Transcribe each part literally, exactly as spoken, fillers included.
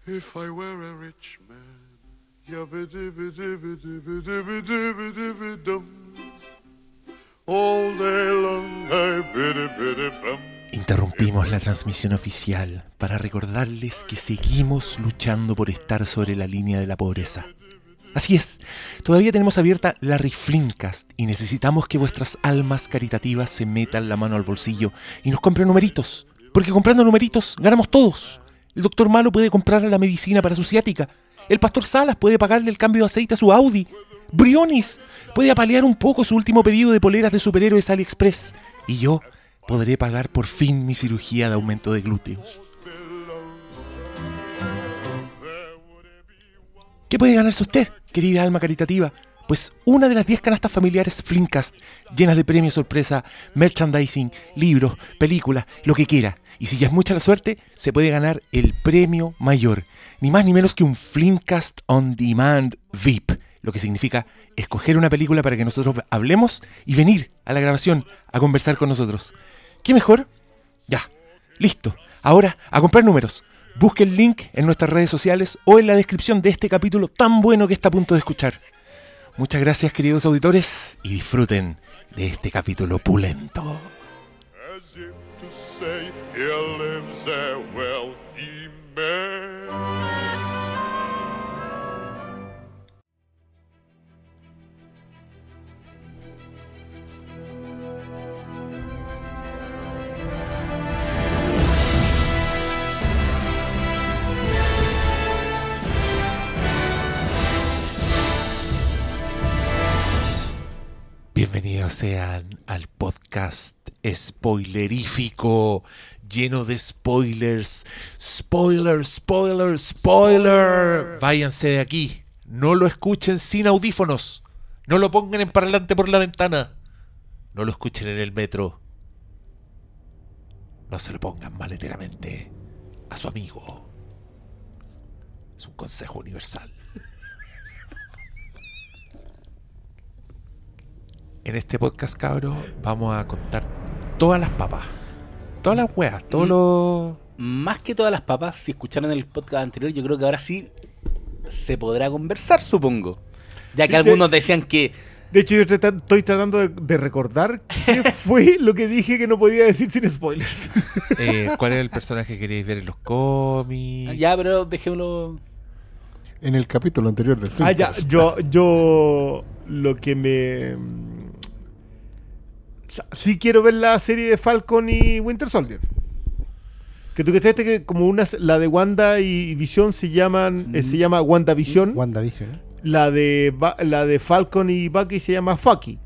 If I were a rich man, all day long, I biddy biddy bum. Interrumpimos la transmisión oficial para recordarles que seguimos luchando por estar sobre la línea de la pobreza. Así es, todavía tenemos abierta la Riflincast y necesitamos que vuestras almas caritativas se metan la mano al bolsillo y nos compren numeritos, porque comprando numeritos ganamos todos. El doctor Malo puede comprar la medicina para su ciática, el pastor Salas puede pagarle el cambio de aceite a su Audi, Briones puede apalear un poco su último pedido de poleras de superhéroes AliExpress y yo podré pagar por fin mi cirugía de aumento de glúteos. ¿Qué puede ganarse usted, querida alma caritativa? Pues una de las diez canastas familiares Flinkast, llenas de premios sorpresa, merchandising, libros, películas, lo que quiera. Y si ya es mucha la suerte, se puede ganar el premio mayor. Ni más ni menos que un Flinkast On Demand V I P. Lo que significa escoger una película para que nosotros hablemos y venir a la grabación a conversar con nosotros. ¿Qué mejor? Ya, listo. Ahora, a comprar números. Busque el link en nuestras redes sociales o en la descripción de este capítulo tan bueno que está a punto de escuchar. Muchas gracias, queridos auditores, y disfruten de este capítulo pulento. As if to say, here lives a wealthy man. Bienvenidos sean al podcast spoilerífico, lleno de spoilers. Spoiler, spoiler, spoiler. Váyanse de aquí. No lo escuchen sin audífonos. No lo pongan en parlante por la ventana. No lo escuchen en el metro. No se lo pongan maleteramente a su amigo. Es un consejo universal. En este podcast, cabros, vamos a contar todas las papas. Todas las weas, todos los... Más que todas las papas, si escucharon el podcast anterior, yo creo que ahora sí se podrá conversar, supongo. Ya que Sí, algunos de- decían que... De hecho, yo trata- estoy tratando de, de recordar qué fue lo que dije que no podía decir sin spoilers. Eh, ¿Cuál es el personaje que queréis ver en los cómics? Ya, pero dejémoslo... En el capítulo anterior del film. Ah, ya, yo, yo lo que me... O sea, sí quiero ver la serie de Falcon y Winter Soldier. Que tú que estés que como una la de Wanda y Visión se llaman eh, se llama WandaVision. WandaVision, ¿eh? La de Ba- la de Falcon y Bucky se llama Fucky.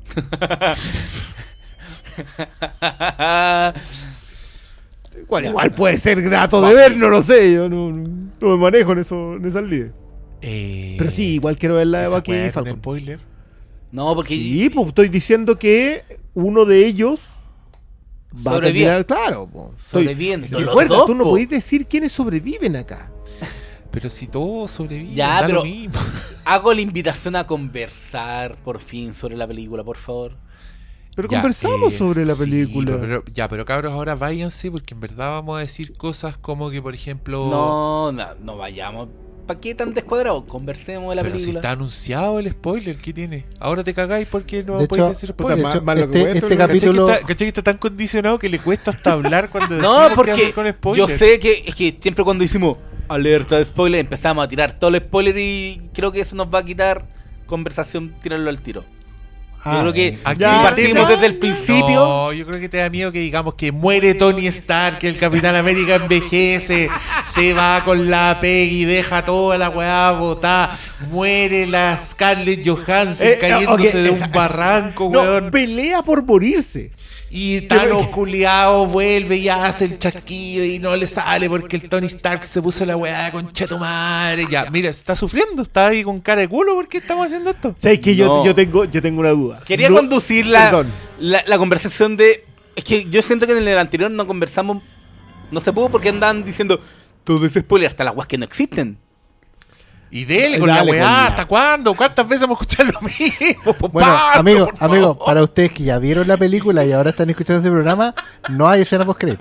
Igual, Ya. igual puede ser grato de ver, no lo sé. Yo no, no me manejo en eso en esas líneas. Eh, Pero sí, igual quiero ver la de ¿esa Bucky wea y era un Falcon. spoiler? No, porque... Sí, pues estoy diciendo que uno de ellos va a Sobrevive. terminar, claro. Po. Estoy- Sobreviviendo, los Recuerda, dos, tú no po. podés decir quiénes sobreviven acá. Pero si todos sobreviven, Ya, da pero- lo mismo. Hago la invitación a conversar por fin sobre la película, por favor. Pero Ya, conversamos eh, sobre la sí, película. pero- ya, pero cabros, ahora váyanse porque en verdad vamos a decir cosas como que, por ejemplo... No, no, no vayamos. ¿Para qué tan descuadrado? Conversemos de la pero si película. está anunciado el spoiler, ¿qué tiene? Ahora te cagáis porque no De podéis hecho, decir puta, spoiler. más- de hecho, más lo que este, cuesta, este ¿no? ¿Cachai que, capítulo... está, cachai que está tan condicionado que le cuesta hasta hablar cuando No, decimos que porque hablar con yo spoilers? sé que es que siempre cuando decimos alerta de spoiler empezamos a tirar todo el spoiler y creo que eso nos va a quitar conversación, tirarlo al tiro. Ah, yo creo que eh, Aquí Ya, si partimos temas- desde el principio, No, yo creo que te da miedo que digamos que muere Tony Stark, que el Capitán América envejece, se va con la Peggy, deja toda la weá botada, muere la Scarlett Johansson Eh, cayéndose ok, de un esa- barranco, No, weón. pelea por morirse. Y Thanos culiao vuelve y hace el chasquido y no le sale porque el Tony Stark se puso la weá con cheto madre. Ya, mira, está sufriendo, está ahí con cara de culo porque estamos haciendo esto. ¿Sabes que yo, No. yo, tengo, yo tengo una duda? quería No- conducir la, Perdón. la, la conversación de... Es que yo siento que en el anterior no conversamos, no se pudo porque andaban diciendo todo ese spoiler, hasta las weas que no existen. Y dele con Dale la con weá, la- ¿hasta cuándo? ¿Cuántas veces hemos escuchado lo mismo? Po, Bueno, Pablo, amigos, por favor. amigos, para ustedes que ya vieron la película y ahora están escuchando este programa, no hay escena post crédito.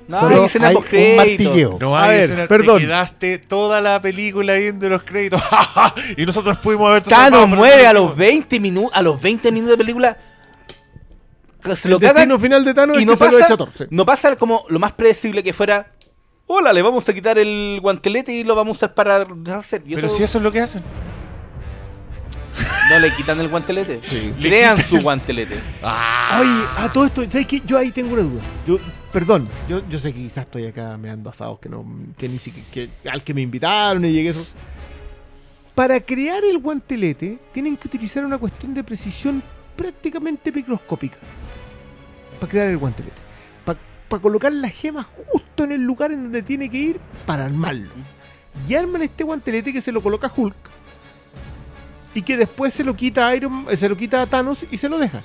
No, Solo hay escena hay un postcrédito. martilleo. No A hay ver, escena, perdón. te quedaste toda la película viendo los créditos. Y nosotros pudimos haber Thanos muere a los veinte minutos, a los veinte minutos de película. Se El lo cagan destino final de Thanos y es no que se lo echa pasa, Thor, sí. no pasa como lo más predecible que fuera. Hola, le vamos a quitar el guantelete y lo vamos a usar para hacer. Y Pero eso- si eso es lo que hacen. No le quitan el guantelete. Le Crean quitan su guantelete. Oye, a todo esto, ¿sabes qué? Yo ahí tengo una duda. Yo, perdón, yo, yo sé que quizás estoy acá me ando asados que no, que ni siquiera, que, al que me invitaron y llegué eso. Para crear el guantelete tienen que utilizar una cuestión de precisión prácticamente microscópica. Para crear el guantelete. Para colocar la gema justo en el lugar en donde tiene que ir para armarlo. Y arman este guantelete que se lo coloca Hulk. Y que después se lo quita a Iron, se lo quita a Thanos y se lo deja.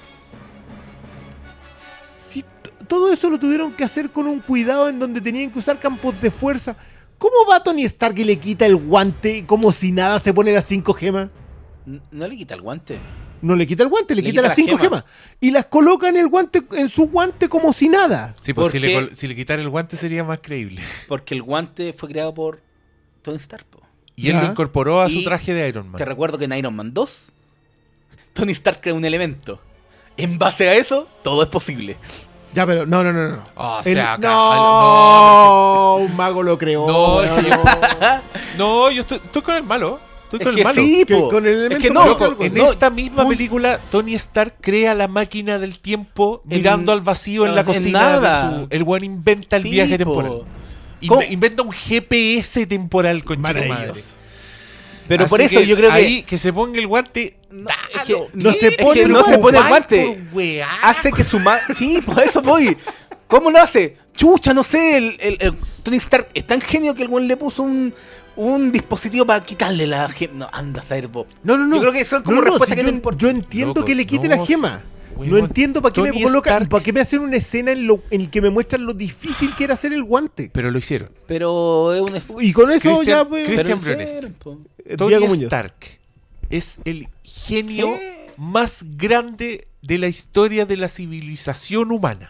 Si t- todo eso lo tuvieron que hacer con un cuidado en donde tenían que usar campos de fuerza, ¿cómo va Tony Stark y le quita el guante como si nada se pone las cinco gemas? N- No le quita el guante. No le quita el guante, le, Le quita, quita las la cinco gema. gemas. Y las coloca en el guante, en su guante como si nada. Sí, pues si le, Porque- col- si le quitara el guante sería más creíble. Porque el guante fue creado por Tony Stark. po. Y él Ya. lo incorporó a su Y traje de Iron Man. Te recuerdo que en Iron Man dos, Tony Stark crea un elemento. En base a eso, todo es posible. Ya, pero no, no, no, no. Oh, o El- sea, acá- no, un mago lo creó. No, weón. es que- No, yo estoy, estoy con el malo. Estoy Es con que el malo. sí, Que po. con el Es elemento que no, mágico, loco, En no, esta misma pun- película, Tony Stark crea la máquina del tiempo En- mirando al vacío en la en cocina. nada. de su- el weón inventa el Sí, viaje po. temporal. Inve- ¿Cómo? inventa un G P S temporal con madre. Maravilloso. Pero Así por eso yo creo que ahí que se ponga el guante. No, dalo, es que no ¿qué? se Es pone que el no se pone el ocupáis guante. por weá. hace que su ma... Sí, por eso voy. ¿Cómo lo hace? Chucha, no sé. El, el- el Tony Stark es tan genio que el weón le puso un, un dispositivo para quitarle la gema. No, anda a saber, Bob. No, no, no. Yo creo que son como No, no, respuestas si que yo, no importan. yo entiendo Loco, que le quite no, la gema. weón, No entiendo para qué me Tony colocan, Stark- para qué me hacen una escena en, lo, en que me muestran lo difícil que era hacer el guante. Pero lo hicieron. Pero es un... es- Y con eso Cristian- ya pues, Cristian pero Briones. cero, po. eh, Tony Diego Muñoz. Stark es el genio más grande de la historia de la civilización humana.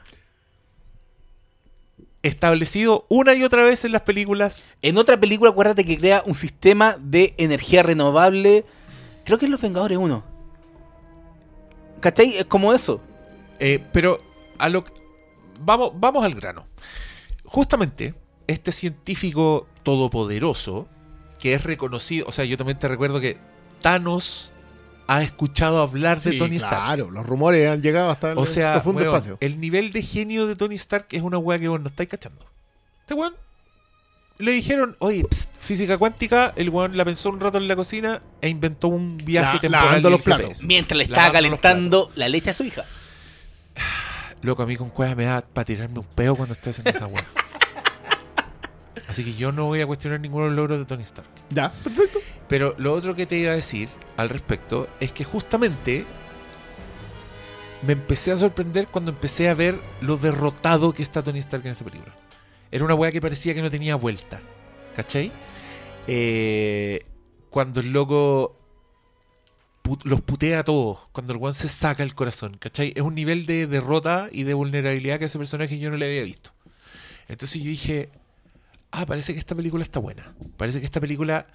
Establecido una y otra vez en las películas. En otra película, acuérdate que crea un sistema de energía renovable. Creo que es Los Vengadores uno. ¿Cachai? Es como eso. Eh, pero a lo vamos, vamos al grano. Justamente, este científico todopoderoso, que es reconocido, o sea, yo también te recuerdo que Thanos ha escuchado hablar de Sí, Tony Stark. claro, los rumores han llegado hasta el O sea, profundo weón, espacio. el nivel de genio de Tony Stark es una weá que vos no estáis cachando. Este weón le dijeron, oye, pst, física cuántica, el weón la pensó un rato en la cocina e inventó un viaje La- temporal. lavando y el los G P platos. S. Mientras le estaba Lavando los calentando la leche a su hija. Loco, a mí con cueva me da para tirarme un peo cuando estoy haciendo esa weá. Así que yo no voy a cuestionar ninguno de los logros de Tony Stark. Ya, perfecto. Pero lo otro que te iba a decir al respecto es que justamente me empecé a sorprender cuando empecé a ver lo derrotado que está Tony Stark en esta película. Era una weá que parecía que no tenía vuelta. ¿Cachai? Eh, cuando el loco put- los putea a todos, cuando el weón se saca el corazón, ¿cachai? Es un nivel de derrota y de vulnerabilidad que a ese personaje yo no le había visto. Entonces yo dije, ah, parece que esta película está buena. Parece que esta película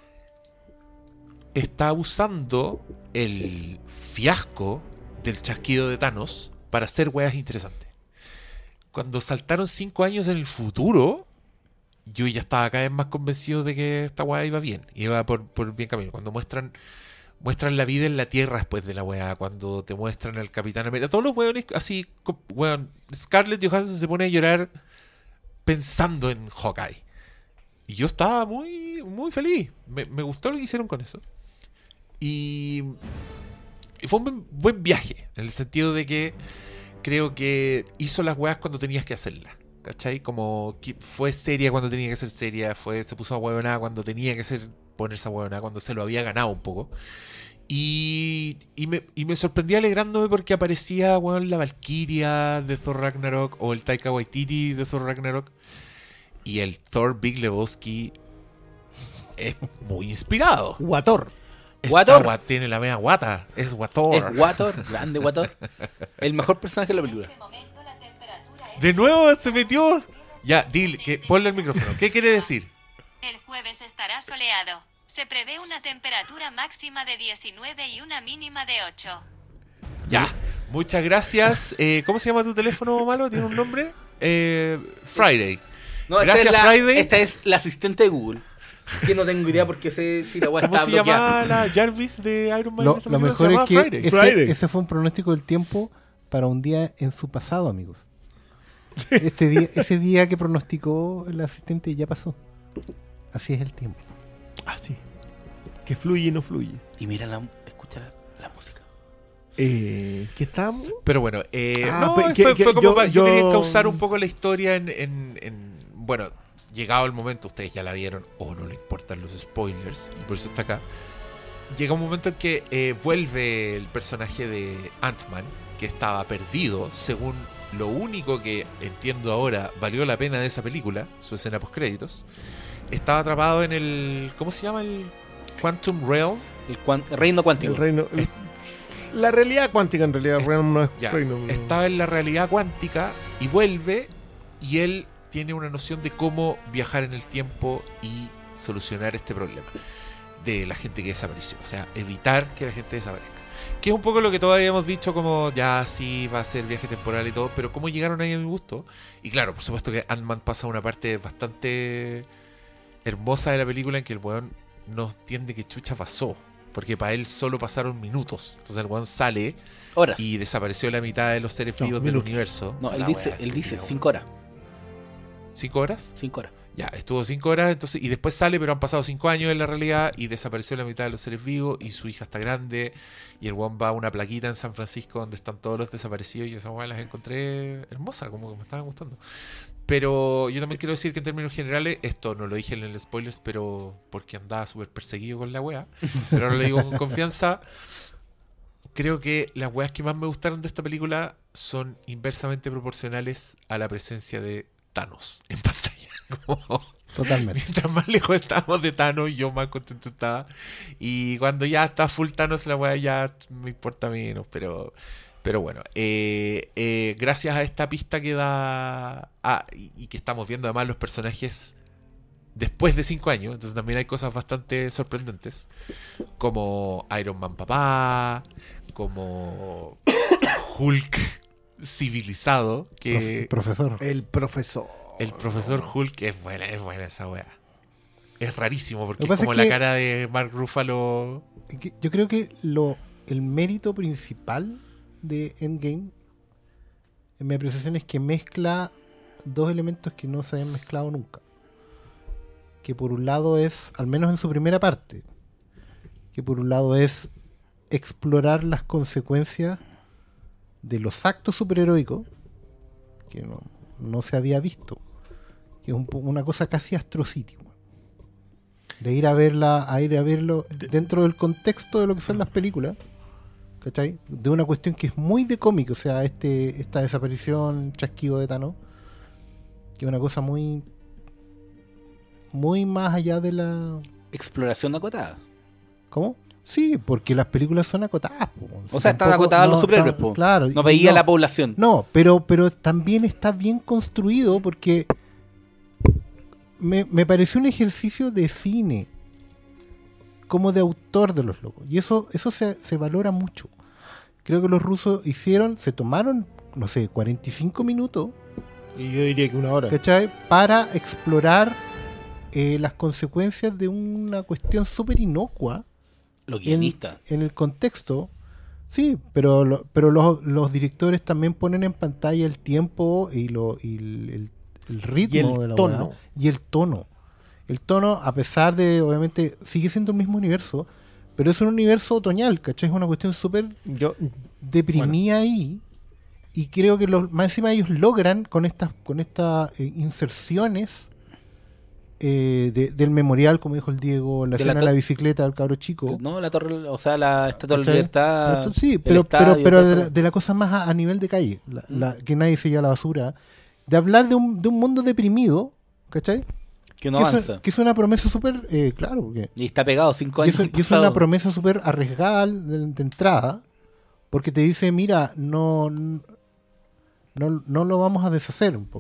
está usando el fiasco del chasquido de Thanos para hacer weas interesantes. Cuando saltaron cinco años en el futuro, yo ya estaba cada vez más convencido de que esta wea iba bien, iba por, por bien camino. Cuando muestran muestran la vida en la Tierra después de la wea, cuando te muestran al Capitán América, todos los weones así, co- weón, Scarlett Johansson se pone a llorar pensando en Hawkeye. Y yo estaba muy, muy feliz. Me, me gustó lo que hicieron con eso. Y, y fue un buen, buen viaje, en el sentido de que creo que hizo las weas cuando tenías que hacerlas. ¿Cachai? Como que fue seria cuando tenía que ser seria, fue, se puso a huevonada cuando tenía que ser ponerse a huevonada, cuando se lo había ganado un poco. Y, y, me, y me sorprendía alegrándome porque aparecía, weón, la Valkyria de Thor Ragnarok o el Taika Waititi de Thor Ragnarok. Y el Thor Big Lebowski es muy inspirado. Guator. Esta Guator. gua- tiene la media guata, es Guator. Es Wator, grande Wator. El mejor personaje de la película. De nuevo se metió Ya, dile, que, ponle el micrófono. ¿Qué quiere decir? El jueves estará soleado. Se prevé una temperatura máxima de diecinueve y una mínima de ocho. Ya. Muchas gracias. Eh, ¿Cómo se llama tu teléfono, Malo? ¿Tiene un nombre? Eh, Friday. No, esta Gracias, es la, Friday. Esta es la asistente de Google. Que no tengo idea porque sé si la weá ¿Cómo está se bloqueada. llama la Jarvis de Iron Man? Lo, en esta lo película? Se mejor llama es que Friday. Friday. ese, ese fue un pronóstico del tiempo para un día en su pasado, amigos. Este día, ese día que pronosticó el asistente ya pasó. Así es el tiempo. Ah, sí. Que fluye y no fluye. Y mira, la, escucha la, la música. Eh, ¿Qué estamos? Pero bueno, eh, Ah, no, pe- fue, que- fue que como yo- pa- yo, quería yo- encauzar un poco la historia en, en- en- bueno, llegado el momento, ustedes ya la vieron o no le importan los spoilers y por eso está acá. Llega un momento en que eh, vuelve el personaje de Ant-Man, que estaba perdido, según lo único que entiendo ahora valió la pena de esa película, su escena post créditos. Estaba atrapado en el, ¿cómo se llama? El Quantum Realm. El, cuan- el reino cuántico. El reino. el- la realidad cuántica, en realidad. Es- Realm no es Ya, reino. no. estaba en la realidad cuántica y vuelve y él tiene una noción de cómo viajar en el tiempo y solucionar este problema de la gente que desapareció, o sea, evitar que la gente desaparezca. Que es un poco lo que todos habíamos dicho, como ya sí va a ser viaje temporal y todo, pero cómo llegaron ahí a mi gusto. Y claro, por supuesto que Ant-Man pasa una parte bastante hermosa de la película en que el weón no entiende qué chucha pasó, porque para él solo pasaron minutos. Entonces el weón sale Horas. y desapareció la mitad de los seres No, vivos del minutos. universo. No, él La dice, wea él dice estúpida, cinco horas. weón. ¿Cinco horas? Cinco horas. Ya, estuvo cinco horas, entonces, y después sale, pero han pasado cinco años en la realidad y desapareció la mitad de los seres vivos y su hija está grande y el weón va a una plaquita en San Francisco donde están todos los desaparecidos y esas weas las encontré hermosas, como que me estaban gustando. Pero yo también quiero decir que en términos generales, esto no lo dije en el spoilers, pero porque andaba súper perseguido con la wea, pero ahora lo digo con confianza. Creo que las weas que más me gustaron de esta película son inversamente proporcionales a la presencia de Thanos en pantalla. Como, Totalmente. mientras más lejos estábamos de Thanos, yo más contento estaba. Y cuando ya está full Thanos, la weá ya me importa menos. Pero, pero bueno, eh, eh, gracias a esta pista que da. Ah, y, y que estamos viendo además los personajes después de cinco años. Entonces también hay cosas bastante sorprendentes. Como Iron Man papá. Como Hulk civilizado. Prof- Que. profesor. El profesor. El profesor Hulk es buena, es buena esa weá. Es rarísimo porque Lo que es pasa como es la que- cara de Mark Ruffalo. Que- Yo creo que lo, el mérito principal de Endgame, en mi apreciación, es que mezcla dos elementos que no se habían mezclado nunca. Que por un lado es, al menos en su primera parte, que por un lado es explorar las consecuencias de los actos superheroicos, que no, no se había visto. Que es un po- una cosa casi Astro City, weón. De ir a verla, a ir a verlo dentro del contexto de lo que son las películas, ¿cachai? De una cuestión que es muy de cómic, o sea, este esta desaparición, chasquido de Thanos, que es una cosa muy muy más allá de la... Exploración acotada. ¿Cómo? Sí, porque las películas son acotadas, po, weón. O sea, están Tampoco- acotadas los no, superhéroes, tan- po. Claro. No y veía no, la población. No, pero, pero también está bien construido porque me, me pareció un ejercicio de cine, como de autor de los locos. Y eso, eso se, se valora mucho. Creo que los rusos hicieron, se tomaron, no sé, cuarenta y cinco minutos, Y yo diría que una hora. ¿cachai? Para explorar eh, las consecuencias de una cuestión súper inocua Los en, guionistas. en el contexto. Sí, pero, lo- pero los, los directores también ponen en pantalla el tiempo y, lo, y el, el- el ritmo Y el de la tono. weá. Y el tono. El tono, a pesar de, obviamente, sigue siendo el mismo universo, pero es un universo otoñal, ¿cachai? Es una cuestión súper Yo, deprimida ahí. Y creo que los, más encima ellos logran con estas con estas eh, inserciones eh, de- del memorial, como dijo el Diego, la De la escena de to- la bicicleta del cabro chico. No, la torre, o sea, la Estatua de la ¿Cachai? Libertad. Esto sí, el pero, pero, estadio, pero todo de, eso. la, de la cosa más a, a nivel de calle, la- la- que nadie se lleva la basura, de hablar de un, de un mundo deprimido, ¿cachai? Que no que, avanza. es, que es una promesa súper, eh, claro, porque Y está pegado cinco y años. eso, y es pasado. una promesa súper arriesgada de, de entrada, porque te dice, mira, no, no, no lo vamos a deshacer un poco.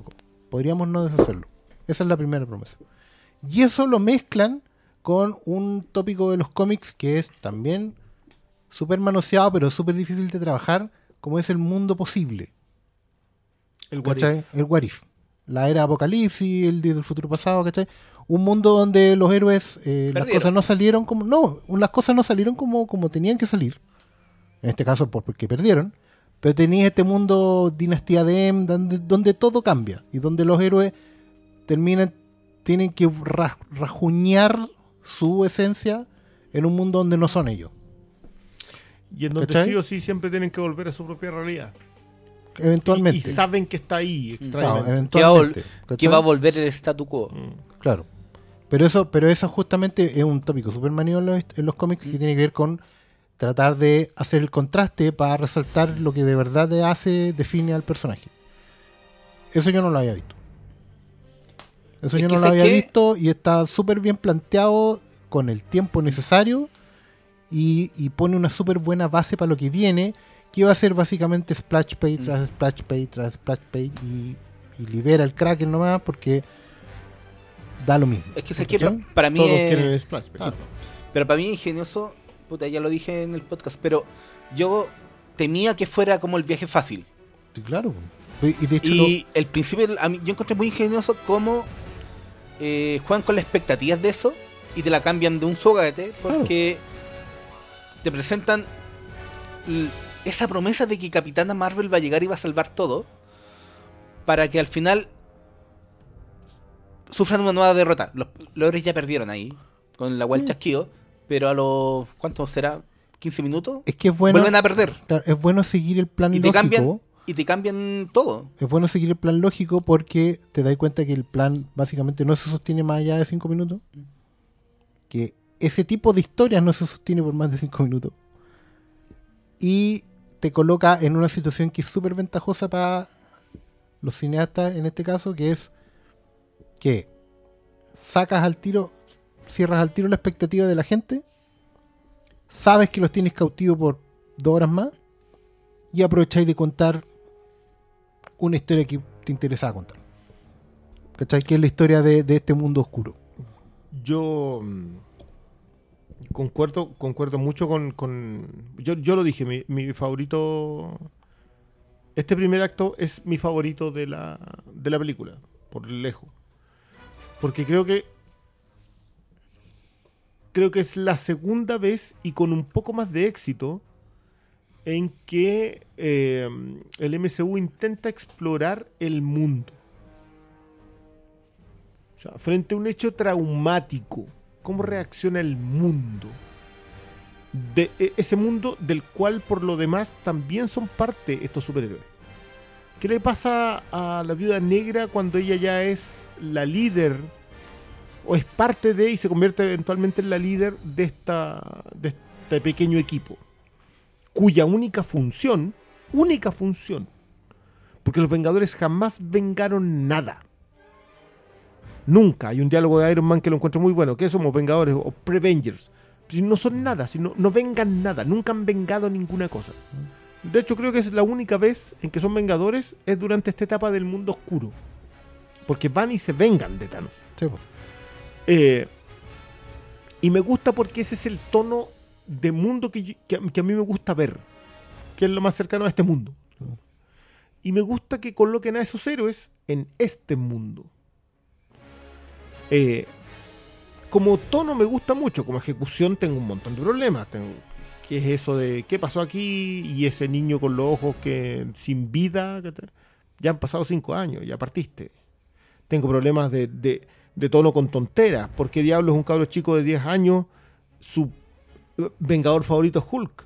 Podríamos no deshacerlo. Esa es la primera promesa. Y eso lo mezclan con un tópico de los cómics que es también súper manoseado, pero súper difícil de trabajar, como es el mundo posible. El what ¿Cachai? if. El what if. La era apocalipsis, el día del futuro pasado, ¿cachai? Un mundo donde los héroes, eh, las Perdieron. cosas no salieron como... No, las cosas no salieron como, como tenían que salir. En este caso por- porque perdieron. Pero tenías este mundo Dinastía de M, donde, donde todo cambia. Y donde los héroes terminan, tienen que ra- rajuñar su esencia en un mundo donde no son ellos. Y en donde ¿Cachai? sí o sí siempre tienen que volver a su propia realidad. Eventualmente. Y, y saben que está ahí, Claro, extrañamente. Que va, a vol- eventualmente. que ¿cachai? va a volver el statu quo. Mm. Claro. Pero eso, pero eso justamente es un tópico súper manido en los, en los cómics que tiene que ver con tratar de hacer el contraste para resaltar lo que de verdad le hace, define al personaje. Eso yo no lo había visto. Eso Es yo que no lo sé había que- visto y está súper bien planteado con el tiempo necesario y, y pone una súper buena base para lo que viene, que va a ser básicamente splash page Mm. tras splash page tras splash page y, y libera el Kraken nomás porque da lo mismo. Es que sé que ¿Cachai? pa- para mí Todos es- quieren el splash. page. Claro. Pero para mí es ingenioso, puta, ya lo dije en el podcast, pero yo temía que fuera como el viaje fácil. Sí, claro. Y de hecho, Y el principio, a mí, yo encontré muy ingenioso cómo eh, juegan con las expectativas de eso y te la cambian de un sogaete porque te presentan l- esa promesa de que Capitana Marvel va a llegar y va a salvar todo para que al final sufran una nueva derrota. Los, los héroes ya perdieron ahí con la vuelta chasquido, pero a los, ¿cuánto será? ¿quince minutos? es que es bueno, Vuelven a perder claro, es bueno seguir el plan y te lógico. cambian y te cambian todo. Es bueno seguir el plan lógico porque te das cuenta que el plan básicamente no se sostiene más allá de cinco minutos. Que ese tipo de historias no se sostiene por más de cinco minutos. Y te coloca en una situación que es súper ventajosa para los cineastas en este caso, que es que sacas al tiro, cierras al tiro la expectativa de la gente, sabes que los tienes cautivos por dos horas más y aprovecháis de contar una historia que te interesaba contar. ¿Cachai? Que es la historia de, de este mundo oscuro. Yo mm, concuerdo, concuerdo mucho con, con yo, yo lo dije, mi, mi favorito, este primer acto es mi favorito de la, de la película, por lejos. Porque creo que creo que es la segunda vez y con un poco más de éxito en que eh, el M C U intenta explorar el mundo. O sea, frente a un hecho traumático, ¿cómo reacciona el mundo? De e- ese mundo del cual por lo demás también son parte estos superhéroes. ¿Qué le pasa a la Viuda Negra cuando ella ya es la líder o es parte de y se convierte eventualmente en la líder de, esta, de este pequeño equipo? Cuya única función, única función, porque los Vengadores jamás vengaron nada. Nunca. Hay un diálogo de Iron Man que lo encuentro muy bueno. ¿Qué somos, Vengadores o Prevengers? Pues no son nada, sino, no vengan nada. Nunca han vengado ninguna cosa. De hecho, creo que es la única vez en que son Vengadores es durante esta etapa del mundo oscuro. Porque van y se vengan de Thanos. Sí, po. Eh, y me gusta porque ese es el tono de mundo que, yo- que, a- que a mí me gusta ver. Que es lo más cercano a este mundo. Y me gusta que coloquen a esos héroes en este mundo. Eh, como tono me gusta mucho, como ejecución tengo un montón de problemas. Tengo, ¿qué es eso de qué pasó aquí? Y ese niño con los ojos que sin vida. Que te- ya han pasado cinco años, ya partiste. Tengo problemas de, de, de tono con tonteras. ¿Por qué diablos un cabro chico de diez años, su eh, vengador favorito es Hulk?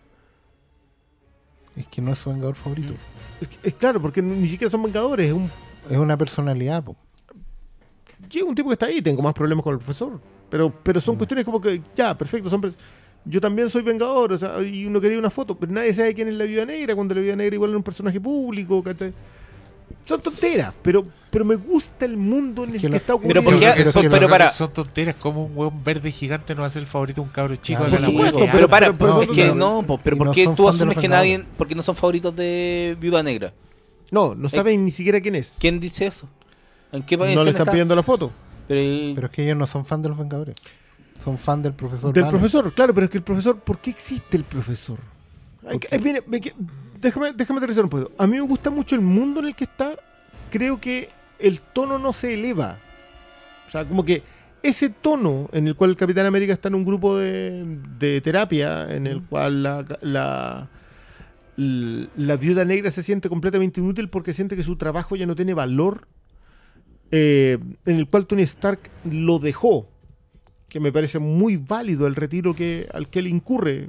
Es que no es su vengador favorito. Es, es claro, porque ni siquiera son vengadores. Es un, Es una personalidad, po. llega un tipo que está ahí. Tengo más problemas con el profesor. Pero, pero son cuestiones como que, ya, perfecto. Son pers- yo también soy vengador. O sea, y uno quería una foto. Pero nadie sabe quién es la Viuda Negra. Cuando la Viuda Negra igual era un personaje público. ¿Cachai? Son tonteras. Pero, pero me gusta el mundo en Es el que que, la- está Pero ocurriendo. ¿por qué? Yo creo que Son- son- pero yo creo para- que son tonteras. Como un hueón verde gigante no va a ser el favorito de un cabro chico. Ah, de por la supuesto, hueá. Pero para, pero- es que pero- no, po, pero y ¿por no qué son tú fan de asumes los que Vengadores. nadie, porque no son favoritos de Viuda Negra? No, no saben ni siquiera quién es. ¿Quién dice eso? ¿En qué país No le está? están pidiendo la foto. Pero, Pero es que ellos no son fan de los Vengadores. Son fan del profesor. Del Banner. profesor, claro, pero es que el profesor, ¿por qué existe el profesor? Hay que- qué? eh, mire, me que- déjame, déjame aterrizar un poco. A mí me gusta mucho el mundo en el que está. Creo que el tono no se eleva. O sea, como que ese tono en el cual el Capitán América está en un grupo de, de terapia, en el cual la, la, l- la viuda negra se siente completamente inútil porque siente que su trabajo ya no tiene valor, eh, en el cual Tony Stark lo dejó, que me parece muy válido el retiro que, al que él incurre,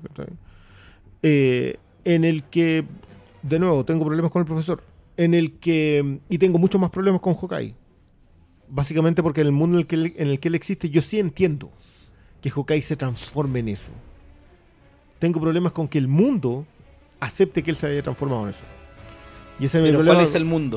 eh, en el que, de nuevo, tengo problemas con el profesor, en el que, y tengo muchos más problemas con Hawkeye. Básicamente porque en el mundo en el que él, en el que él existe, yo sí entiendo que Hawkeye se transforme en eso. Tengo problemas con que el mundo acepte que él se haya transformado en eso. Y ese es mi pero problema. ¿cuál es el mundo?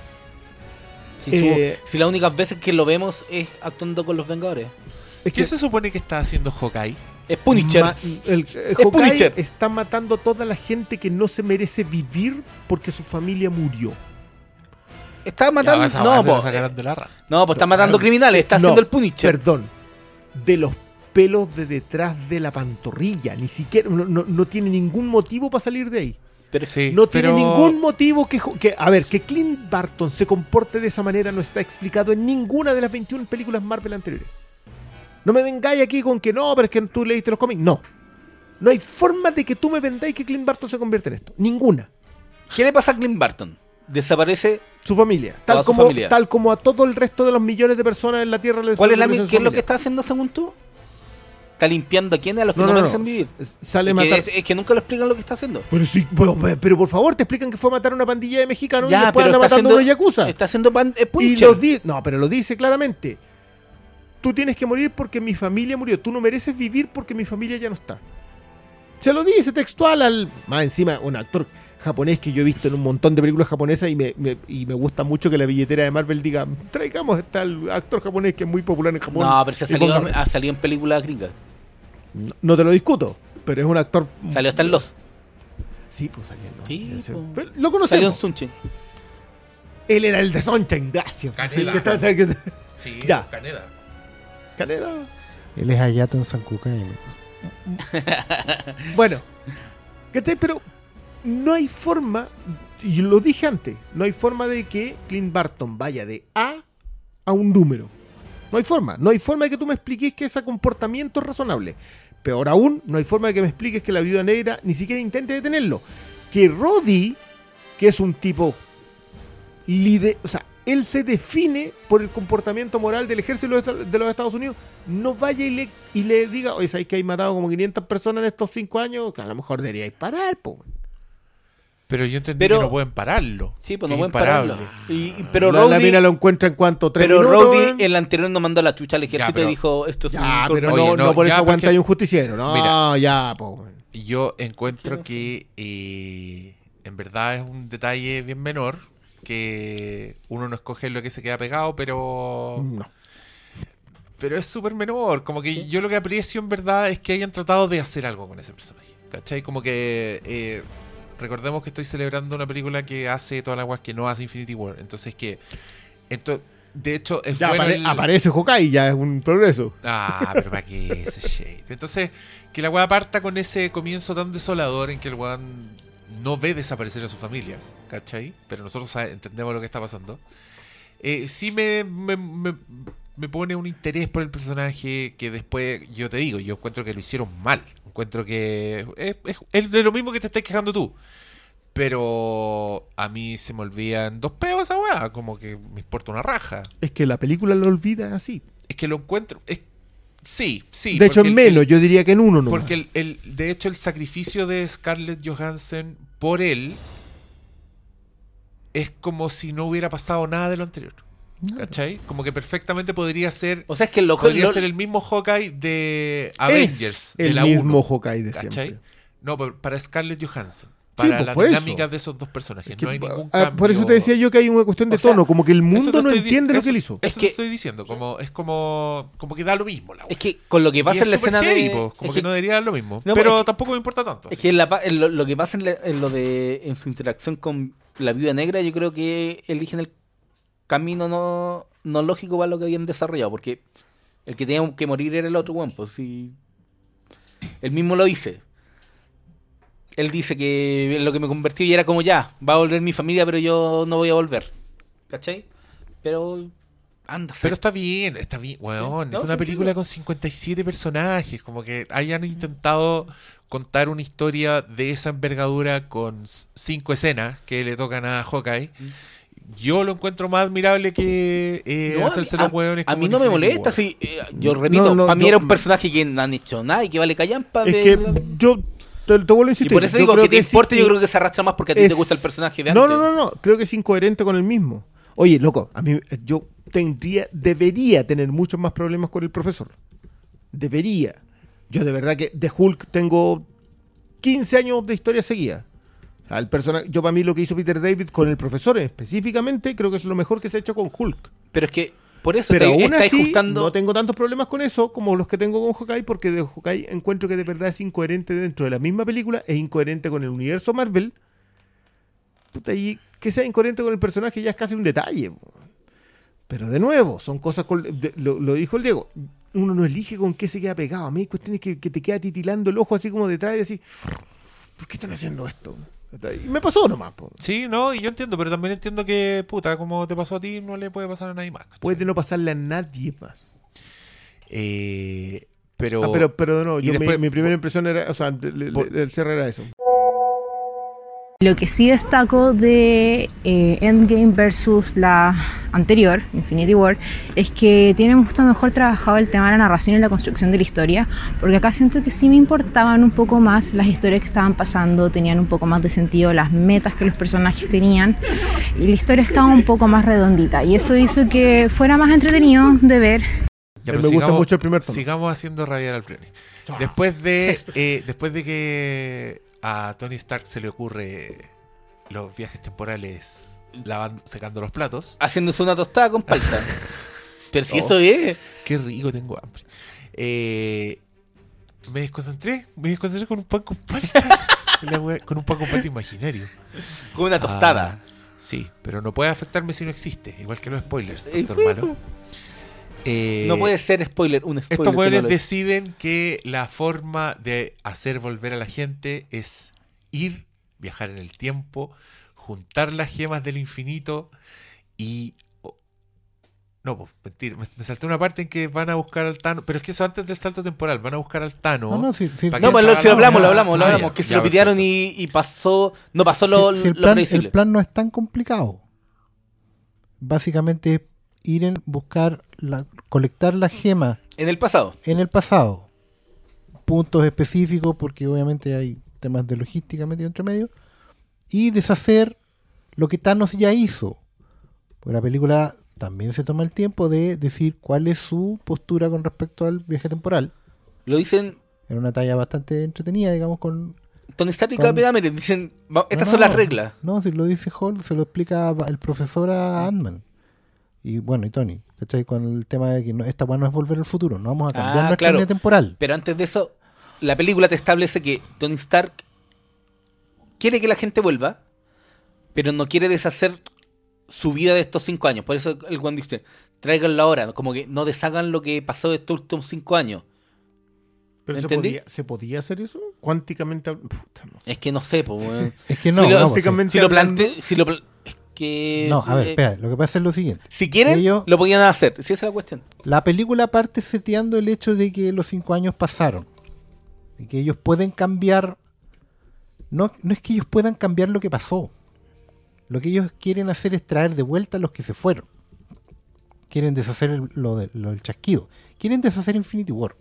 Si, Eh, su- si las únicas veces que lo vemos es actuando con los Vengadores. Es ¿Qué que se supone que está haciendo Hawkeye? Es Punisher. ma- el, eh, Hawkeye Punisher. está matando a toda la gente que no se merece vivir porque su familia murió. Está matando. Ya, esa No, weá se la po, sacaron de la raja. no, pues está matando Ah, criminales. Está no, haciendo el Punisher. Perdón. De los pelos de detrás de la pantorrilla. Ni siquiera. No, no- no tiene ningún motivo para salir de ahí. Pero- Sí, No tiene pero- ningún motivo que, que. A ver, que Clint Barton se comporte de esa manera no está explicado en ninguna de las veintiuna películas Marvel anteriores. No me vengáis aquí con que no, pero es que tú leíste los cómics. No. No hay forma de que tú me vendáis que Clint Barton se convierta en esto. Ninguna. ¿Qué le pasa a Clint Barton? Desaparece. Su familia. Toda Tal su como, familia. tal como a todo el resto de los millones de personas en la Tierra. les ¿Cuál es la desaparecen ¿Qué su es lo que familia. está haciendo según tú? ¿Está limpiando a quiénes? A los que No, no, no, no. merecen vivir. S- Sale a Es que, matar. es, es que nunca lo explican lo que está haciendo. Pero, sí, pero, pero por favor, te explican que fue a matar a una pandilla de mexicanos y Ya, después pero anda está matando haciendo, a unos yakuza. está haciendo pan, es Y Punisher. lo di- no, pero lo dice claramente. Tú tienes que morir porque mi familia murió. Tú no mereces vivir porque mi familia ya no está. Se lo dice textual al... Más encima, un actor japonés que yo he visto en un montón de películas japonesas y me, me- y me gusta mucho que la billetera de Marvel diga, traigamos a tal actor japonés que es muy popular en Japón. No, pero se ha y salido, póngame". ha salido en películas gringas. No, no te lo discuto, pero es un actor... Salió hasta en Los. Sí, pues salió en Los. Sí, Sí, po. pero Lo Salió en conocemos. Sunshine. Él era el de Sunshine, gracias. Canela. Sí, que está- sabe que- Sí, Ya. Caneda. Caneda. Él es Hayato en San Kukai. Bueno, ¿cachai? Pero no hay forma, y lo dije antes, no hay forma de que Clint Barton vaya de A a un número. No hay forma. No hay forma de que tú me expliques que ese comportamiento es razonable. Peor aún, no hay forma de que me expliques que la viuda negra ni siquiera intente detenerlo. Que Roddy, que es un tipo líder, o sea, él se define por el comportamiento moral del ejército de los- de los Estados Unidos, no vaya y le, y le diga, oye, ¿sabes que hay matado como quinientas personas en estos cinco años? Que a lo mejor deberíais parar, po. Pero yo entendí Pero- que no pueden pararlo. Sí, pues que no es pueden pararlo. imparable. Y, y- pero la, la Rhodey- mina lo encuentra en cuanto tres pero minutos. Rhodey, el anterior no mandó la chucha al ejército pero- y dijo, esto es Ya, un... pero Oye, no, no, no por ya, eso aguanta porque- hay un justiciero. No, Mira. ya, po. Yo encuentro que eh, en verdad es un detalle bien menor, que uno no escoge lo que se queda pegado, pero No. pero es súper menor. Como que yo lo que aprecio en verdad es que hayan tratado de hacer algo con ese personaje. ¿Cachai? Como que eh, recordemos que estoy celebrando una película que hace todas las guas que no hace Infinity War. Entonces que ento- de hecho es Ya bueno apare- el- aparece Hawkeye, ya es un progreso. Ah, pero ¿para qué ese shade? Entonces, que la weá parta con ese comienzo tan desolador en que el weón no ve desaparecer a su familia, ¿cachai? Pero nosotros sabe- entendemos lo que está pasando. Eh, sí me, me, me- me pone un interés por el personaje que después, yo te digo, yo encuentro que lo hicieron mal. Encuentro que es, es- es de lo mismo que te estás quejando tú. Pero a mí se me olvidan dos peos esa weá, como que me importa una raja. Es que la película lo olvida así. Es que lo encuentro... Es, sí, sí. de hecho, porque en el- menos, el- yo diría que en uno no. Porque el, el- de hecho el sacrificio de Scarlett Johansson por él es como si no hubiera pasado nada de lo anterior. ¿Cachai? Como que perfectamente podría ser O sea, es que lo, podría lo- ser el mismo Hawkeye de Avengers. Es de el la mismo uno, Hawkeye de ¿cachai? siempre. No, pero para Scarlett Johansson. Para pues, la por eso. dinámica de esos dos personajes. Es que, no hay ningún ah, cambio. por eso te decía yo que hay una cuestión de O sea, tono, como que el Eso mundo te no estoy di- entiende lo eso- que él hizo. Eso Es te que- estoy diciendo. Como, es como, como que da lo mismo la Es wea. que con lo que pasa Y es en la súper escena heavy, de... po, como es que, que- no debería dar lo mismo. No, pero es que- tampoco me importa tanto. Es así. que en la pa- en lo, lo que pasa en, la- en lo de en su interacción con la viuda negra, yo creo que eligen el camino no, no lógico para lo que habían desarrollado, porque el que tenía que morir era el otro weón, pues sí. Él mismo lo dice. Él dice que en lo que me convertí y era como ya, va a volver mi familia, pero yo no voy a volver. ¿Cachai? Pero anda. Pero está bien, está bien, weón. No, Es una sí, película sí. con cincuenta y siete personajes. Como que hayan intentado contar una historia de esa envergadura con s- cinco escenas que le tocan a Hawkeye. Yo lo encuentro más admirable que eh, No, hacerse a, los hueones a como mí en no me Infinity molesta, War. sí, eh, yo No, repito, no, para mí yo- era un personaje que no han hecho nada y que vale callampa. Es de- que yo te, te vuelvo a y insistir. por eso yo digo creo que te sí importa, yo que creo que se arrastra más porque a ti te es- gusta el personaje de No, antes. no, no, no. Creo que es incoherente con el mismo. Oye, loco, a mí yo tendría, debería tener muchos más problemas con el profesor. Debería. Yo de verdad que de Hulk tengo quince años de historia seguida. O sea, el personaje, yo para mí lo que hizo Peter David con el profesor específicamente, creo que es lo mejor que se ha hecho con Hulk. Pero es que por eso Pero estáis- aún estáis así, juntando- no tengo tantos problemas con eso como los que tengo con Hawkeye, porque de Hawkeye encuentro que de verdad es incoherente dentro de la misma película, es incoherente con el universo Marvel. Puta, y que sea incoherente con el personaje ya es casi un detalle. po. Pero de nuevo, son cosas, con- de- lo, lo dijo el Diego, uno no elige con qué se queda pegado. A mí hay cuestiones que, que te queda titilando el ojo así como detrás y así, ¿por qué están haciendo esto? Y me pasó nomás. po. Sí, no, y yo entiendo, pero también entiendo que, puta, como te pasó a ti, no le puede pasar a nadie más. ¿cachai? Puede no pasarle a nadie más. Eh, pero, Ah, pero, pero de nuevo, y yo, mi- después- mi, primera impresión era, o sea, le- le- Por- el cierre era eso. Lo que sí destaco de eh, Endgame versus la anterior, Infinity War, es que tiene mucho mejor trabajado el tema de la narración y la construcción de la historia, porque acá siento que sí me importaban un poco más las historias que estaban pasando, tenían un poco más de sentido las metas que los personajes tenían, y la historia estaba un poco más redondita, y eso hizo que fuera más entretenido de ver. Ya, me pero gusta sigamos- mucho el primer tono. Sigamos haciendo rabiar al Prioni. Después de, eh, después de que a Tony Stark se le ocurre los viajes temporales lavando, secando los platos. haciéndose una tostada con palta. Pero si Oh. eso es. Qué rico, tengo hambre. Eh, me desconcentré, me desconcentré con un pan con palta. La wea- con un pan con palta imaginario. Con una tostada. Ah, sí, pero no puede afectarme si no existe. Igual que los spoilers, Eh, doctor Malo. Eh, No puede ser spoiler, un spoiler. Estos que no pueblos lo es. deciden que la forma de hacer volver a la gente es ir, viajar en el tiempo, juntar las gemas del infinito y... oh, no, pues, mentira. Me, me salté una parte en que van a buscar al Thanos. Pero es que eso antes del salto temporal. Van a buscar al Thanos. No, no, sí, sí. ¿Para No, qué pues se lo, haga si lo la hablamos, lo weá? hablamos, lo Ah, hablamos. ya, Que se ya, lo pidieron perfecto. y, y pasó. No pasó lo, Si- si el, lo plan, predecible. el plan no es tan complicado. Básicamente es ir en buscar, la, colectar las gemas En el pasado. en el pasado. Puntos específicos, porque obviamente hay temas de logística metido entre medio. Y deshacer lo que Thanos ya hizo. Porque la película también se toma el tiempo de decir cuál es su postura con respecto al viaje temporal. Lo dicen Era una talla bastante entretenida, digamos, con... Tony Stark y Con- Capitán América. Dicen, "Va- estas No, son no, las reglas. No, si lo dice Hulk, se lo explica el profesor a Ant-Man. Y bueno, y Tony, ¿cachai? Con el tema de que no, esta weá no es volver al futuro, no vamos a cambiar Ah, nuestra claro. línea temporal. Pero antes de eso, la película te establece que Tony Stark quiere que la gente vuelva, pero no quiere deshacer su vida de estos cinco años. Por eso el Juan dice, tráiganlo ahora, como que no deshagan lo que pasó de estos últimos cinco años. Pero se ¿Entendí? podía, ¿se podía hacer eso? Cuánticamente. hab- Puta, no sé. Es que no sé, pues, weón. Es que no, Si lo- no, pues, sí. básicamente Si lo hablando- plante, si lo pla- es que No, a ver, eh, espera, lo que pasa es lo siguiente. si quieren, Ellos- lo podían hacer. Si esa es la cuestión. La película parte seteando el hecho de que los cinco años pasaron. Y que ellos pueden cambiar... No, no es que ellos puedan cambiar lo que pasó. Lo que ellos quieren hacer es traer de vuelta a los que se fueron. Quieren deshacer el- lo, de- lo del chasquido. Quieren deshacer Infinity War.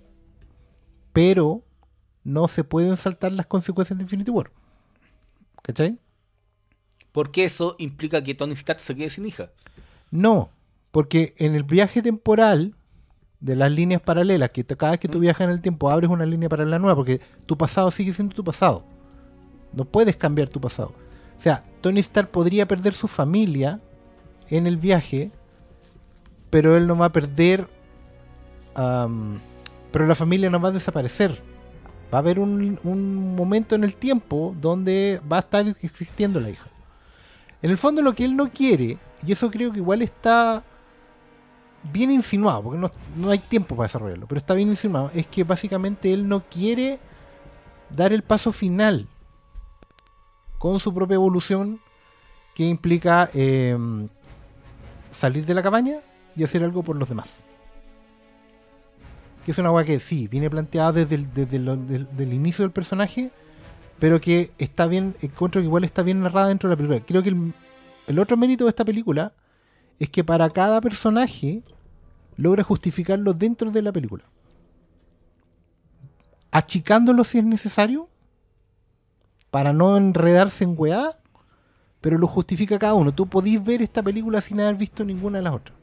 Pero no se pueden saltar las consecuencias de Infinity War. ¿Cachai? Porque eso implica que Tony Stark se quede sin hija. No, porque en el viaje temporal de las líneas paralelas, que te- cada vez que tú viajas en el tiempo abres una línea paralela nueva, porque tu pasado sigue siendo tu pasado. No puedes cambiar tu pasado. O sea, Tony Stark podría perder su familia en el viaje, pero él no va a perder... am, pero la familia no va a desaparecer. Va a haber un, un momento en el tiempo donde va a estar existiendo la hija. En el fondo lo que él no quiere, y eso creo que igual está bien insinuado, porque no, no hay tiempo para desarrollarlo, pero está bien insinuado, es que básicamente él no quiere dar el paso final con su propia evolución, que implica eh, salir de la cabaña y hacer algo por los demás. Que es una hueá que sí, viene planteada desde el, desde el, del, del inicio del personaje, pero que está bien, encuentro que igual está bien narrada dentro de la película. Creo que el, el otro mérito de esta película es que para cada personaje logra justificarlo dentro de la película. Achicándolo si es necesario, para no enredarse en weá, pero lo justifica cada uno. Tú podís ver esta película sin haber visto ninguna de las otras.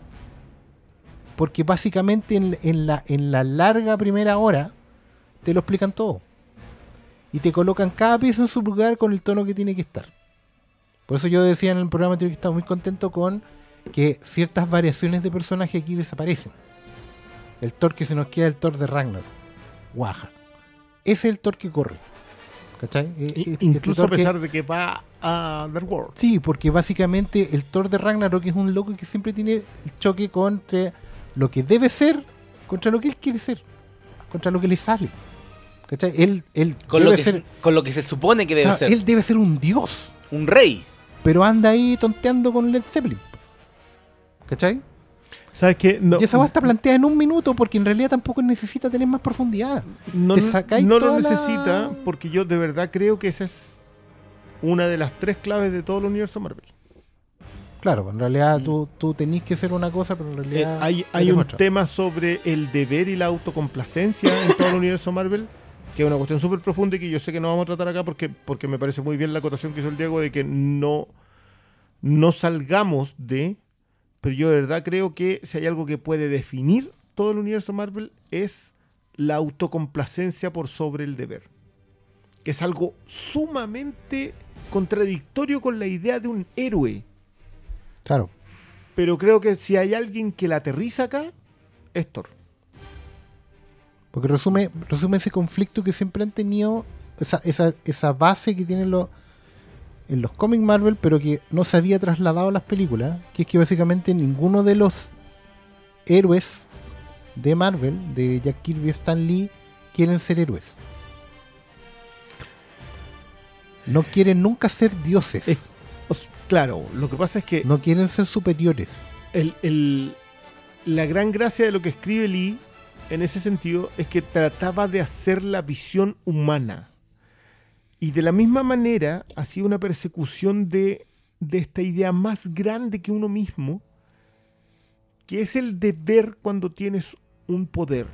Porque básicamente en, en, la, en la larga primera hora te lo explican todo. Y te colocan cada pieza en su lugar con el tono que tiene que estar. Por eso yo decía en el programa anterior que estaba muy contento con que ciertas variaciones de personaje aquí desaparecen. El Thor que se nos queda, el Thor de Ragnarok. Guaja. Ese es el Thor que corre. ¿Cachai? I- Incluso a pesar que, de que va a Underworld. Sí, porque básicamente el Thor de Ragnarok es un loco que siempre tiene el choque contra lo que debe ser, contra lo que él quiere ser, contra lo que le sale. ¿Cachai? Él, él Con, debe lo que, ser, se- con lo que se supone que debe claro, ser. él debe ser un dios, Un rey. pero anda ahí tonteando con Led Zeppelin. ¿Cachai? ¿Sabes qué? No, Y esa va está planteada en un minuto porque en realidad tampoco necesita tener más profundidad. no, te sacáis no lo toda la- necesita porque yo de verdad creo que esa es una de las tres claves de todo el universo Marvel. Claro, en realidad tú, tú tenés que ser una cosa, pero en Eh, realidad hay hay eres un otra. tema sobre el deber y la autocomplacencia en todo el universo Marvel, que es una cuestión súper profunda y que yo sé que no vamos a tratar acá porque, porque me parece muy bien la acotación que hizo el Diego de que no, no salgamos de... Pero yo de verdad creo que si hay algo que puede definir todo el universo Marvel es la autocomplacencia por sobre el deber. Que es algo sumamente contradictorio con la idea de un héroe. Claro. Pero creo que si hay alguien que la aterriza acá, es Thor. Porque resume, resume ese conflicto que siempre han tenido, esa, esa, esa base que tienen los, en los cómics Marvel, pero que no se había trasladado a las películas, que es que básicamente ninguno de los héroes de Marvel, de Jack Kirby y Stan Lee, quieren ser héroes. No quieren nunca ser dioses. Es- O sea, claro, lo que pasa es que No quieren ser superiores. el, el- la gran gracia de lo que escribe Lee en ese sentido es que trataba de hacer la visión humana. Y de la misma manera hacía una persecución de, de esta idea más grande que uno mismo, que es el deber cuando tienes un poder.